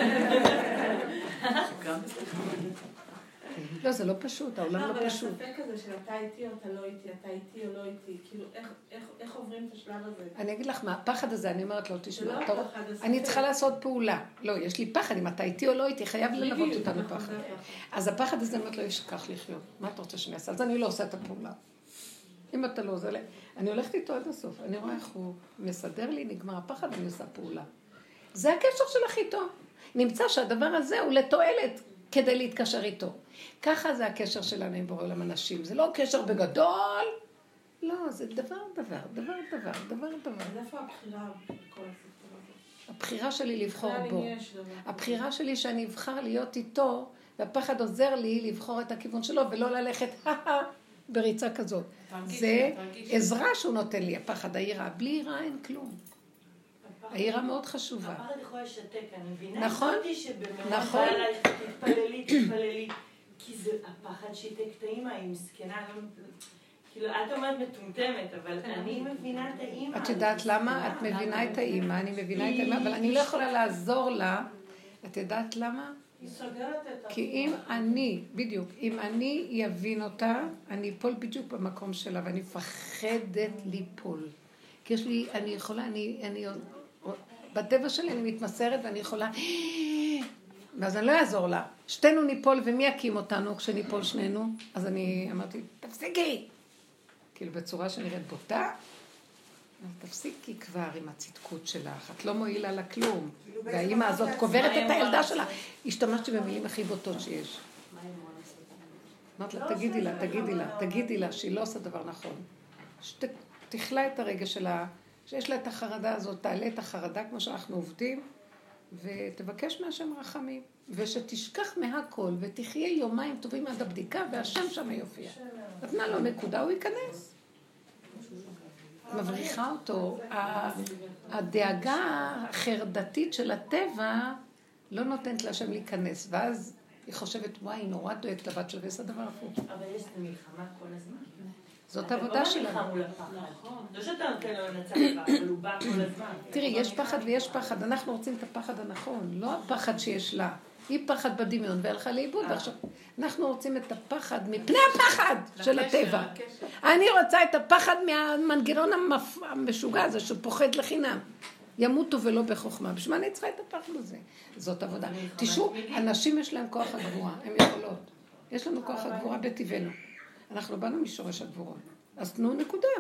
לא, זה לא פשוט, העולם לא פשוט. אבל הספק הזה של אתה איתי או אתה לא איתי, אתה איתי או לא איתי, כאילו איך עוברים את השלב הזה? אני אגיד לך מה, הפחד הזה, אני אומרת לו, תשמע, אני צריכה לעשות פעולה. לא, יש לי פחד, אם אתה איתי או לא איתי, חייב ללוות אותנו פחד. אז הפחד הזה, אני אומרת לו, יש כך לחיות. מה אתה רוצה שאני אעשה? אז אני לא עושה את הפעולה. אם אתה לא עושה, אני הולכת איתו עד הסוף. אני רואה איך הוא מסדר לי, נגמר הפחד, אני עושה פעולה. זה הקשר שלך איתו. נמצא שהדבר הזה הוא לתועלת כדי להתקשר איתו. ככה זה הקשר שלנו עם בורא עולם אנשים. זה לא קשר בגדול. לא, זה דבר. אז איפה הבחירה בכל הסיפור הזה? הבחירה שלי לבחור בו. הבחירה שלי שאני אבחר להיות איתו, והפחד עוזר לי לבחור את הכיוון שלו, ולא ללכת בריצה כזאת. זה עזרה שהוא נותן לי, הפחד, העירה. בלי עירה אין כלום. העירה מאוד חשובה. הפחד יכול לשתק, אני מבינה. נכון. שבמאוד בא אלייך, תתפללי. כי זה הפחד שיתק את האמא, היא מסכנה. כאילו, את אומרת מטומטמת, אבל אני מבינה את האמא. את יודעת למה? את מבינה את האמא, אני מבינה את האמא, אבל אני לא יכולה לעזור לה. את יודעת למה? היא סוגרת את כי אם אני, בדיוק, אם אני אבין אותה, אני אפול בדיוק במקום שלה, ואני מפחדת ליפול. כי יש לי, אני יכולה, בטבע שלי אני מתמסרת ואני יכולה, ואז אני לא אעזור לה. שתינו ניפול, ומי יקים אותנו כשניפול שנינו? אז אני אמרתי, תפסיקי! כאילו בצורה שנראית בוטה, אז תפסיקי כבר עם הצדקות שלך, את לא מועילה לה כלום. והאימא הזאת קוברת את הילדה שלה. השתמשתי במילים הכי בוטות שיש. אמרת לה, תגידי לה שהיא לא עושה דבר נכון. שתכלה את הרגע שלה, שיש לה את החרדה הזאת, תעלה את החרדה כמו שאנחנו עובדים, ותבקש מהשם רחמים, ושתשכח מהכל, ותחיה יומיים טובים עד הבדיקה, והשם שם יופיע. נתנה לו נקודה, הוא ייכנס. מבריחה אותו. הדאגה החרדתית של הטבע לא נותנת להשם להיכנס, ואז היא חושבת, וואי, נורא דואגת לבת שווה, זה דבר הפוך. אבל יש את המלחמה כל הזמן. זאת העבודה שלנו. לא שאתה נותן לו לנצח בה, אבל הוא בא כל הזמן. תראי, יש פחד ויש פחד. אנחנו רוצים את הפחד הנכון, לא הפחד שיש לה. היא פחד בדמיון והלכה לאיבוד. ועכשיו, אנחנו רוצים את הפחד מפני הפחד של הטבע. אני רוצה את הפחד מהמנגנון המשוגע הזה שפוחד לחינם. ימותו ולא בחוכמה. בשביל מה אני צריכה את הפחד הזה? זאת עבודה. תשעו, אנשים יש להם כוח הגבורה, הם יכולות. יש לנו כוח הגבורה בטבענו. אנחנו באנו משורש הגבורות. אז תנו נקודה.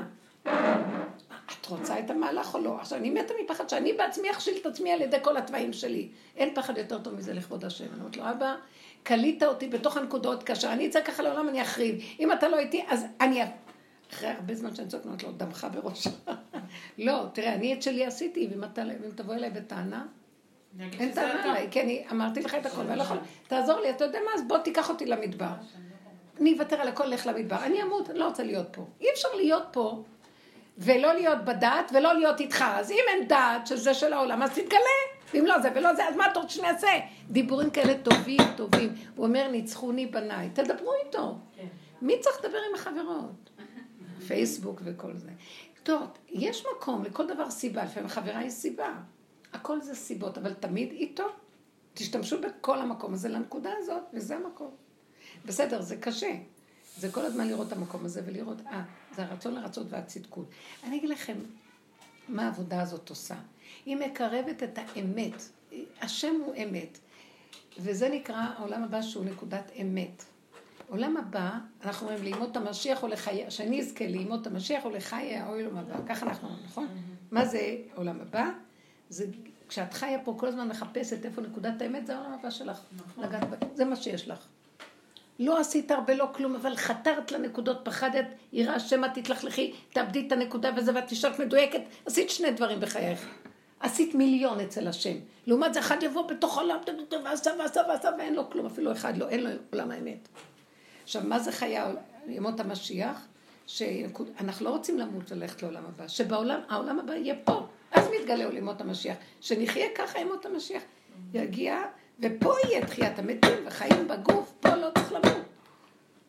את רוצה את המהלך או לא? עכשיו, אני מתה מפחד שאני בעצמי אכשיל את עצמי על ידי כל התוואים שלי. אין פחד יותר טוב מזה לכבוד השם. אני אומרת לו, אבא, קלית אותי בתוך הנקודות, כאשר אני אצא ככה לעולם, אני אחריב. אם אתה לא איתי, אז אני... אחרי הרבה זמן שאני צועק, אומרת לו, דמך בראשה. לא, תראה, אני את שלי עשיתי, ואם תבוא אליי בטענה, אין טענה עליי, כי אני אמרתי לך את הכל, ואני לא יכול, תעזור לי, אתה יודע מה, אז בוא תיקח אותי למדבר. אני אוותר על הכל, לך למדבר. אני אמות, אני לא רוצה להיות פה. אי אפשר להיות פה, ולא להיות בדעת, ולא להיות איתך. אז אם אין דעת שזה של העולם, אז תתגלה. ואם לא זה ולא זה, אז מה אתה רוצה שנעשה? דיבורים כאלה טובים, טובים. הוא אומר, ניצחוני בניי. תדברו איתו. מי צריך לדבר עם החברות? פייסבוק וכל זה. טוב, יש מקום לכל דבר סיבה. לפעמים חברה היא סיבה. הכל זה סיבות, אבל תמיד איתו. תשתמשו בכל המקום הזה לנקודה הזאת, וזה המקום. בסדר, זה קשה. זה כל הזמן לראות את המקום הזה ולראות, זה הרצון לרצות והצדקות. אני אגיד לכם, מה העבודה הזאת עושה? היא מקרבת את האמת. השם הוא אמת. וזה נקרא העולם הבא שהוא נקודת אמת. עולם הבא, אנחנו אומרים לימוד המשיח או לחיי, שאני אזכה לימוד המשיח או לחיי העולם הבא. ככה אנחנו אומרים, נכון? מה זה עולם הבא? זה כשאת חיה פה כל הזמן מחפשת איפה נקודת האמת, זה העולם הבא שלך. זה מה שיש לך. לא עשית הרבה, לא כלום, אבל חתרת לנקודות, פחדת, יראה שמה תתלכלכי, תאבדי את הנקודה וזה, ואת תשארת מדויקת. עשית שני דברים בחייך. עשית מיליון אצל השם. לעומת זה אחד יבוא בתוך עולם, ועשה, ואין לו כלום, אפילו אחד לא, אין לו עולם האמת. עכשיו, מה זה חיה ימות המשיח? שאנחנו לא רוצים למות ללכת לעולם הבא, שבעולם, העולם הבא יהיה פה. אז מתגלה ימות המשיח. שנחיה ככה ימות המשיח. יגיע, ופה יהיה תחיית המתים וחיים בגוף, פה לא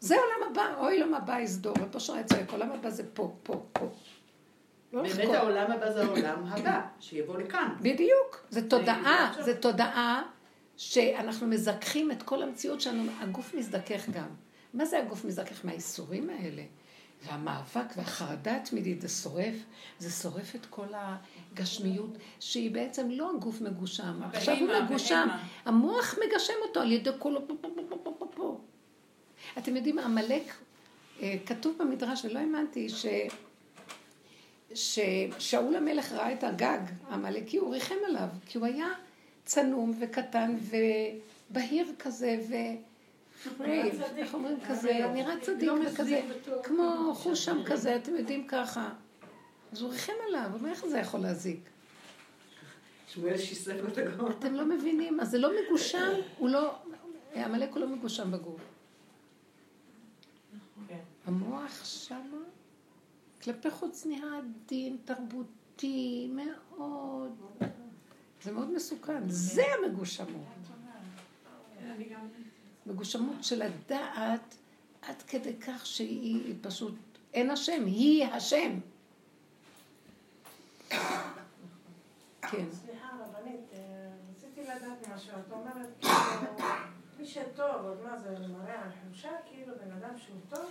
זה עולם הבא, אוי עולם הבא יסדור, ופה שורה צועק, עולם הבא זה פה, פה, פה. באמת העולם הבא זה העולם הבא, שיבוא לכאן. בדיוק, זה תודעה שאנחנו מזכחים את כל המציאות שלנו, הגוף מזדכך גם. מה זה הגוף מזדכך? מהאיסורים האלה. והמאבק והחרדה התמידית, זה שורף את כל הגשמיות, שהיא בעצם לא הגוף מגושם. עכשיו הוא מגושם, המוח מגשם אותו על ידי כולו פה. אתם יודעים, עמלק, כתוב במדרש, ולא האמנתי, ששאול המלך ראה את הגג, עמלקי, הוא ריחם עליו, כי הוא היה צנום וקטן ובהיר כזה, איך אומרים כזה, נראה צדיק וכזה, כמו חושם כזה, אתם יודעים ככה. אז הוא ריחם עליו, הוא אומר, איך זה יכול להזיק? שמואל שיסף את הגאון. אתם לא מבינים, אז זה לא מגושם, עמלק הוא לא מגושם בגוף. המוח שמה, כלפי חוץ נהיה עדין, תרבותי, מאוד. זה מאוד מסוכן, זה המגושמות. מגושמות של הדעת, עד כדי כך שהיא פשוט, אין השם, היא השם. כן. סליחה, רבנית, רציתי לדעת משהו. את אומרת, מי שטוב, עוד מה זה מראה על חולשה, כאילו בן אדם שהוא טוב?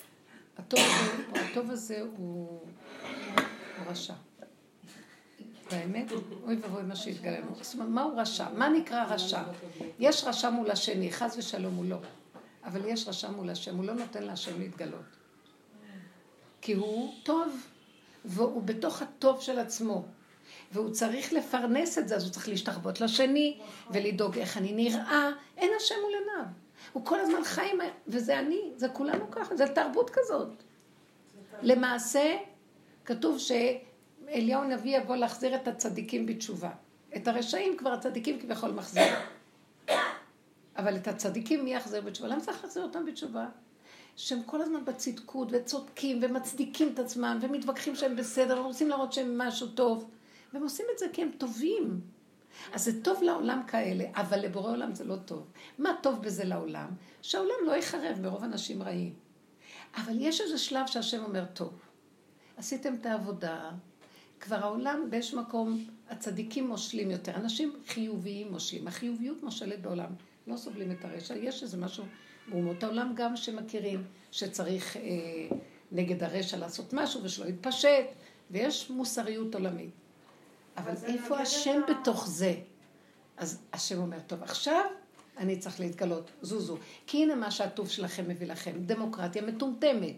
הטוב הזה הוא רשע. באמת, אוי ובוי מה שהתגלה לנו. זאת אומרת, מה הוא רשע? מה נקרא רשע? יש רשע מול השני, חס ושלום הוא לא. אבל יש רשע מול השם, הוא לא נותן להשם להתגלות. כי הוא טוב, והוא בתוך הטוב של עצמו. והוא צריך לפרנס את זה, אז הוא צריך להשתחוות לשני, ולדאוג איך אני נראה. אין השם מול עיניו. הוא כל הזמן חי, וזה אני, זה כולנו ככה, זה תרבות כזאת. למעשה, כתוב אליהו הנביא יבוא להחזיר את הצדיקים בתשובה. את הרשעים כבר הצדיקים כביכול מחזיר. אבל את הצדיקים מי יחזיר בתשובה? למה צריך להחזיר אותם בתשובה? שהם כל הזמן בצדקות וצודקים ומצדיקים את עצמם ומתווכחים שהם בסדר ורוצים להראות שהם משהו טוב. והם עושים את זה כי הם טובים. אז זה טוב לעולם כאלה, אבל לבורא עולם זה לא טוב. מה טוב בזה לעולם? שהעולם לא יחרב ברוב אנשים רעים. אבל יש איזה שלב שהשם אומר, טוב, עשיתם את העבודה, כבר העולם באיש מקום, הצדיקים מושלים יותר, אנשים חיוביים מושלים, החיוביות מושלת בעולם, לא סובלים את הרשע, יש איזה משהו באומות העולם גם שמכירים שצריך נגד הרשע לעשות משהו ושלא יתפשט, ויש מוסריות עולמית. אבל איפה השם בתוך זה? אז השם אומר, טוב, עכשיו אני צריך להתגלות, זוזו, כי הנה מה שהטוב שלכם מביא לכם, דמוקרטיה מטומטמת.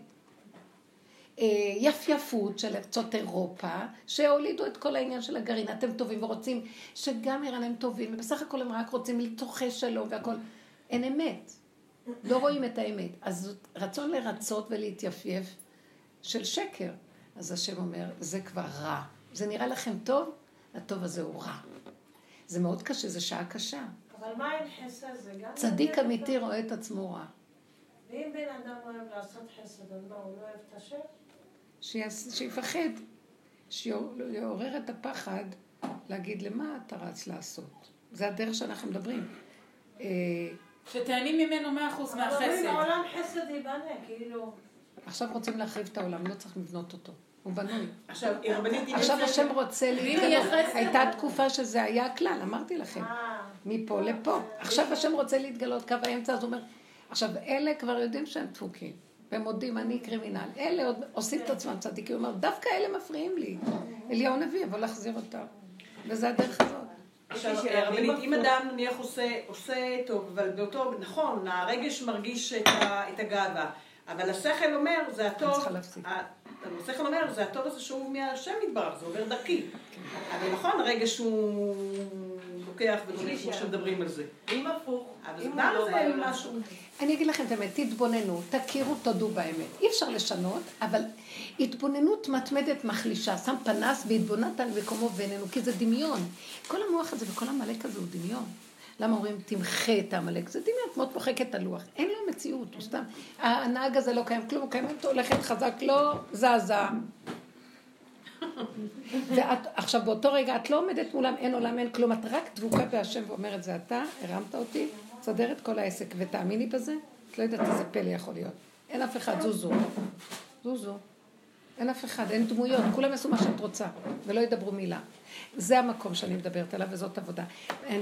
יפייפות של ארצות אירופה, שהולידו את כל העניין של הגרעין, אתם טובים ורוצים שגם איראן הם טובים, ובסך הכל הם רק רוצים לתוכי שלום והכל. אין אמת, לא רואים את האמת. אז רצון לרצות ולהתייפייף של שקר. אז השם אומר, זה כבר רע. זה נראה לכם טוב? הטוב הזה הוא רע. זה מאוד קשה, זה שעה קשה. אבל מה עם חסד? זה גם... צדיק אמיתי רואה את עצמו רע. ואם בן אדם אוהב לעשות חסד, אז מה, הוא לא אוהב את השם? שיפחד, שיעורר את הפחד להגיד למה אתה רץ לעשות. זה הדרך שאנחנו מדברים. שתהנים ממנו 100% מהחסד. אבל העולם חסד ייבנה, כאילו... עכשיו רוצים להחריב את העולם, לא צריך לבנות אותו. הוא בנוי. עכשיו, רבנית... עכשיו השם רוצה להתגלות. הייתה תקופה שזה היה הכלל, אמרתי לכם. מפה לפה. עכשיו השם רוצה להתגלות קו האמצע, אז הוא אומר, עכשיו אלה כבר יודעים שהם דפוקים. והם מודים, אני קרימינל. אלה עוד עושים את עצמם צדיקים. הוא אומר, דווקא אלה מפריעים לי. אליהו נביא, יבוא להחזיר אותם. וזה הדרך הזאת. עכשיו, רבנית, אם אדם נניח עושה טוב, אבל באותו, נכון, הרגש מרגיש את הגאווה. אבל השכל אומר, זה הטוב, השכל אומר, זה הטוב הזה שהוא מהשם מתברך, זה עובר דרכי. אבל נכון, הרגש הוא לוקח ודומה, כמו שמדברים על זה. אם הפוך, אבל גם זה משהו. אני אגיד לכם את האמת, תתבוננו, תכירו, תודו באמת. אי אפשר לשנות, אבל התבוננות מתמדת מחלישה, שם פנס והתבוננת על מקומו ואיננו, כי זה דמיון. כל המוח הזה וכל המלאק הזה הוא דמיון. למה אומרים, תמחה את המלאק? זה דמיון, כמו תמוחק את הלוח. אין לו מציאות, הוא סתם. הנהג הזה לא קיים כלום, הוא קיים, אתה הולכת חזק, לא זזה. עכשיו, באותו רגע, את לא עומדת מולם, אין עולם, אין כלום, את רק דבוקה בהשם ואומרת, זה אתה, הרמת אותי, תסדר את כל העסק, ותאמיני בזה, את לא יודעת איזה פלא יכול להיות. אין אף אחד, זוזו. זוזו. אין אף אחד, אין דמויות, כולם יעשו מה שאת רוצה, ולא ידברו מילה. זה המקום שאני מדברת עליו, וזאת עבודה.